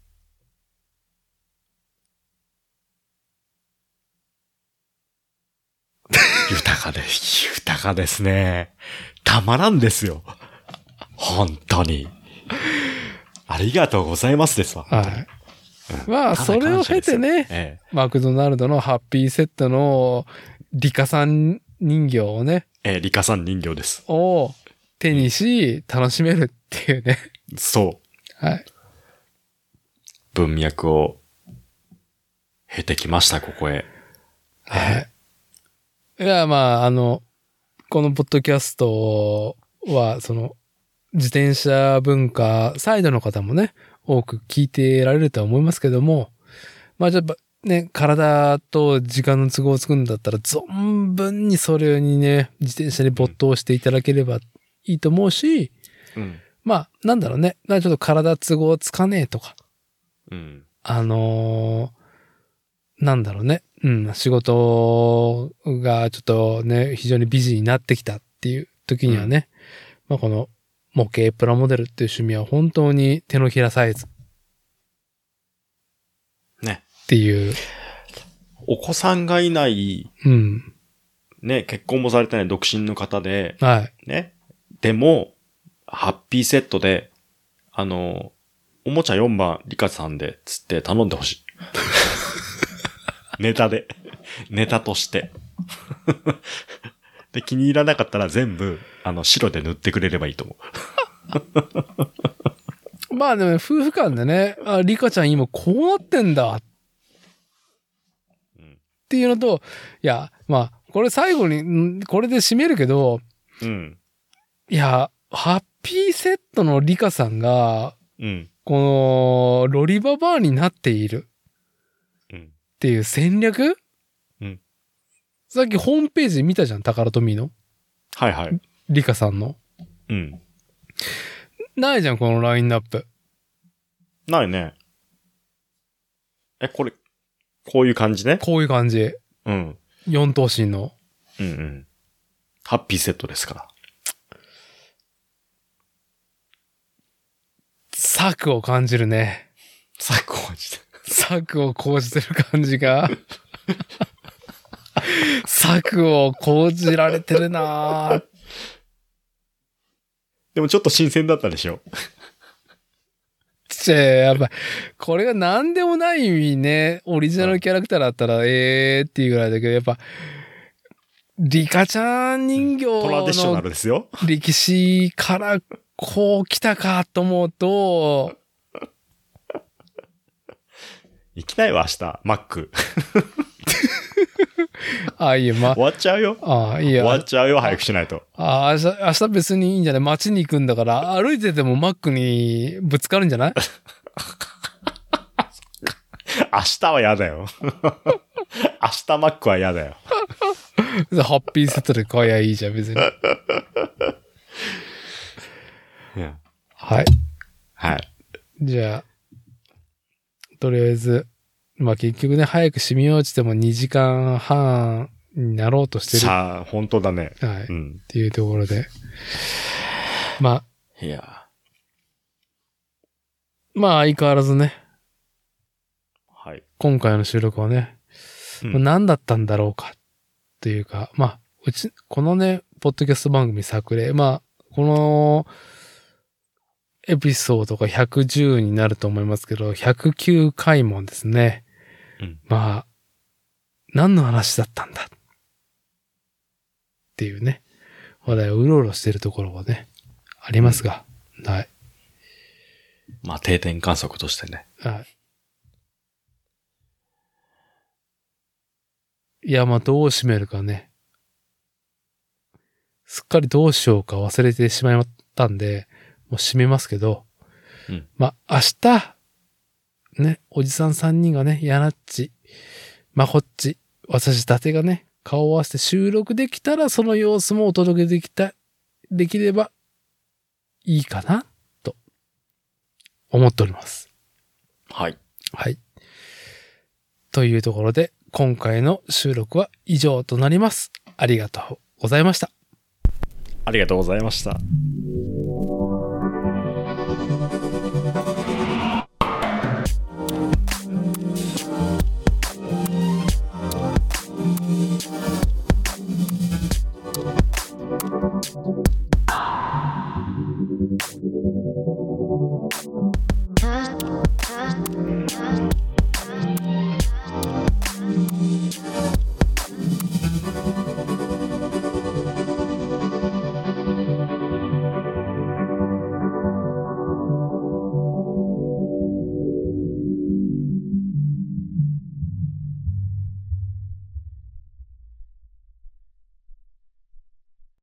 豊かで、豊かですね。たまらんですよ。本当に。ありがとうございますですわ。 はい。うん、まあ、それを経てね、ええ、マクドナルドのハッピーセットのリカさん人形をね。 ええ、リカさん人形です。 を手にし、楽しめるっていうね。 そう。 はい。 文脈を経てきました、ここへ。 はい。いや、まあ、あの、このポッドキャストは、その、自転車文化サイドの方もね、多く聞いてられるとは思いますけども、まあ、じゃあ、ね、体と時間の都合を作るんだったら、存分にそれにね、自転車に没頭していただければいいと思うし、 うん、 まあ、なんだろうね、ちょっと体都合つかねえとか、 うん、 あのー、なんだろうね、うん、仕事がちょっとね、非常にビジになってきたっていう時にはね、うん、まあこの模型プラモデルっていう趣味は本当に手のひらサイズ。 ね。 っていう。 お子さんがいない、 うん。 ね、結婚もされてない独身の方で、 はい。 ね。でも、ハッピーセットで、あの、おもちゃよんばんリカさんで、つって頼んでほしい。ネタで。ネタとして。で、気に入らなかったら全部、あの、白で塗ってくれればいいと思う。まあでも、夫婦間でね、あ、リカちゃん今こうなってんだ。っていうのと、いや、まあ、これ最後に、これで締めるけど、 うん。 いや、ハッピーセットのリカさんが、 うん。 この、ロリババアになっている。っていう戦略、 うん、 さっきホームページ見たじゃん、タカラトミーの。 はいはい。 リカさんの。 うん。 ないじゃん、このラインナップ。 ないね。え、これ、こういう感じね。 こういう感じ。 うん。 四頭身の。 うんうん。ハッピーセットですから。 策を感じるね。 策を感じる。 策を講じてる感じが。策を講じられてるなぁ。 でもちょっと新鮮だったでしょ。 ちぇ、やっぱ、これが何でもないね、オリジナルキャラクターだったら、えーっていうぐらいだけど、やっぱ、リカちゃん人形トラディショナルのですよ。 歴史からこう来たかと思うと、 行きたいわ、明日、マック。 あ、いいや、ま、 終わっちゃうよ。 あ、いいや。 終わっちゃうよ、早くしないと。 あ、明日、明日別にいいんじゃない？街に行くんだから、歩いててもマックにぶつかるんじゃない？ 明日は嫌だよ。明日マックは嫌だよ。 ハッピーセットで買えばいいじゃん、別に。はい。 はい。 じゃあ、とりあえず、まあ結局ね、早く締め落ちてもにじかんはんになろうとしてる。 さあ、本当だね。 はい。 うん、 っていうところで。まあ。いや。 まあ相変わらずね。 はい。 今回の収録はね、うん、何だったんだろうかっていうか、まあ、うち、このね、ポッドキャスト番組作例、まあ、この、エピソードがひゃくじゅうになると思いますけど、ひゃくきゅうかいもですね、うん、まあ、何の話だったんだっていうね、話題をうろうろしているところがね、ありますが、うん、はい。 まあ、定点観測としてね。 はい。いや、まあ、どう締めるかね。すっかりどうしようか忘れてしまったんで、もう締めますけど、うん、まあ、明日、ね、おじさんさんにんがね、やなっち、まこっち、私だてがね、顔を合わせて収録できたら、その様子もお届けできた、できればいいかな、と思っております。 はい。 はい。というところで、今回の収録は以上となります。ありがとうございました。 ありがとうございました。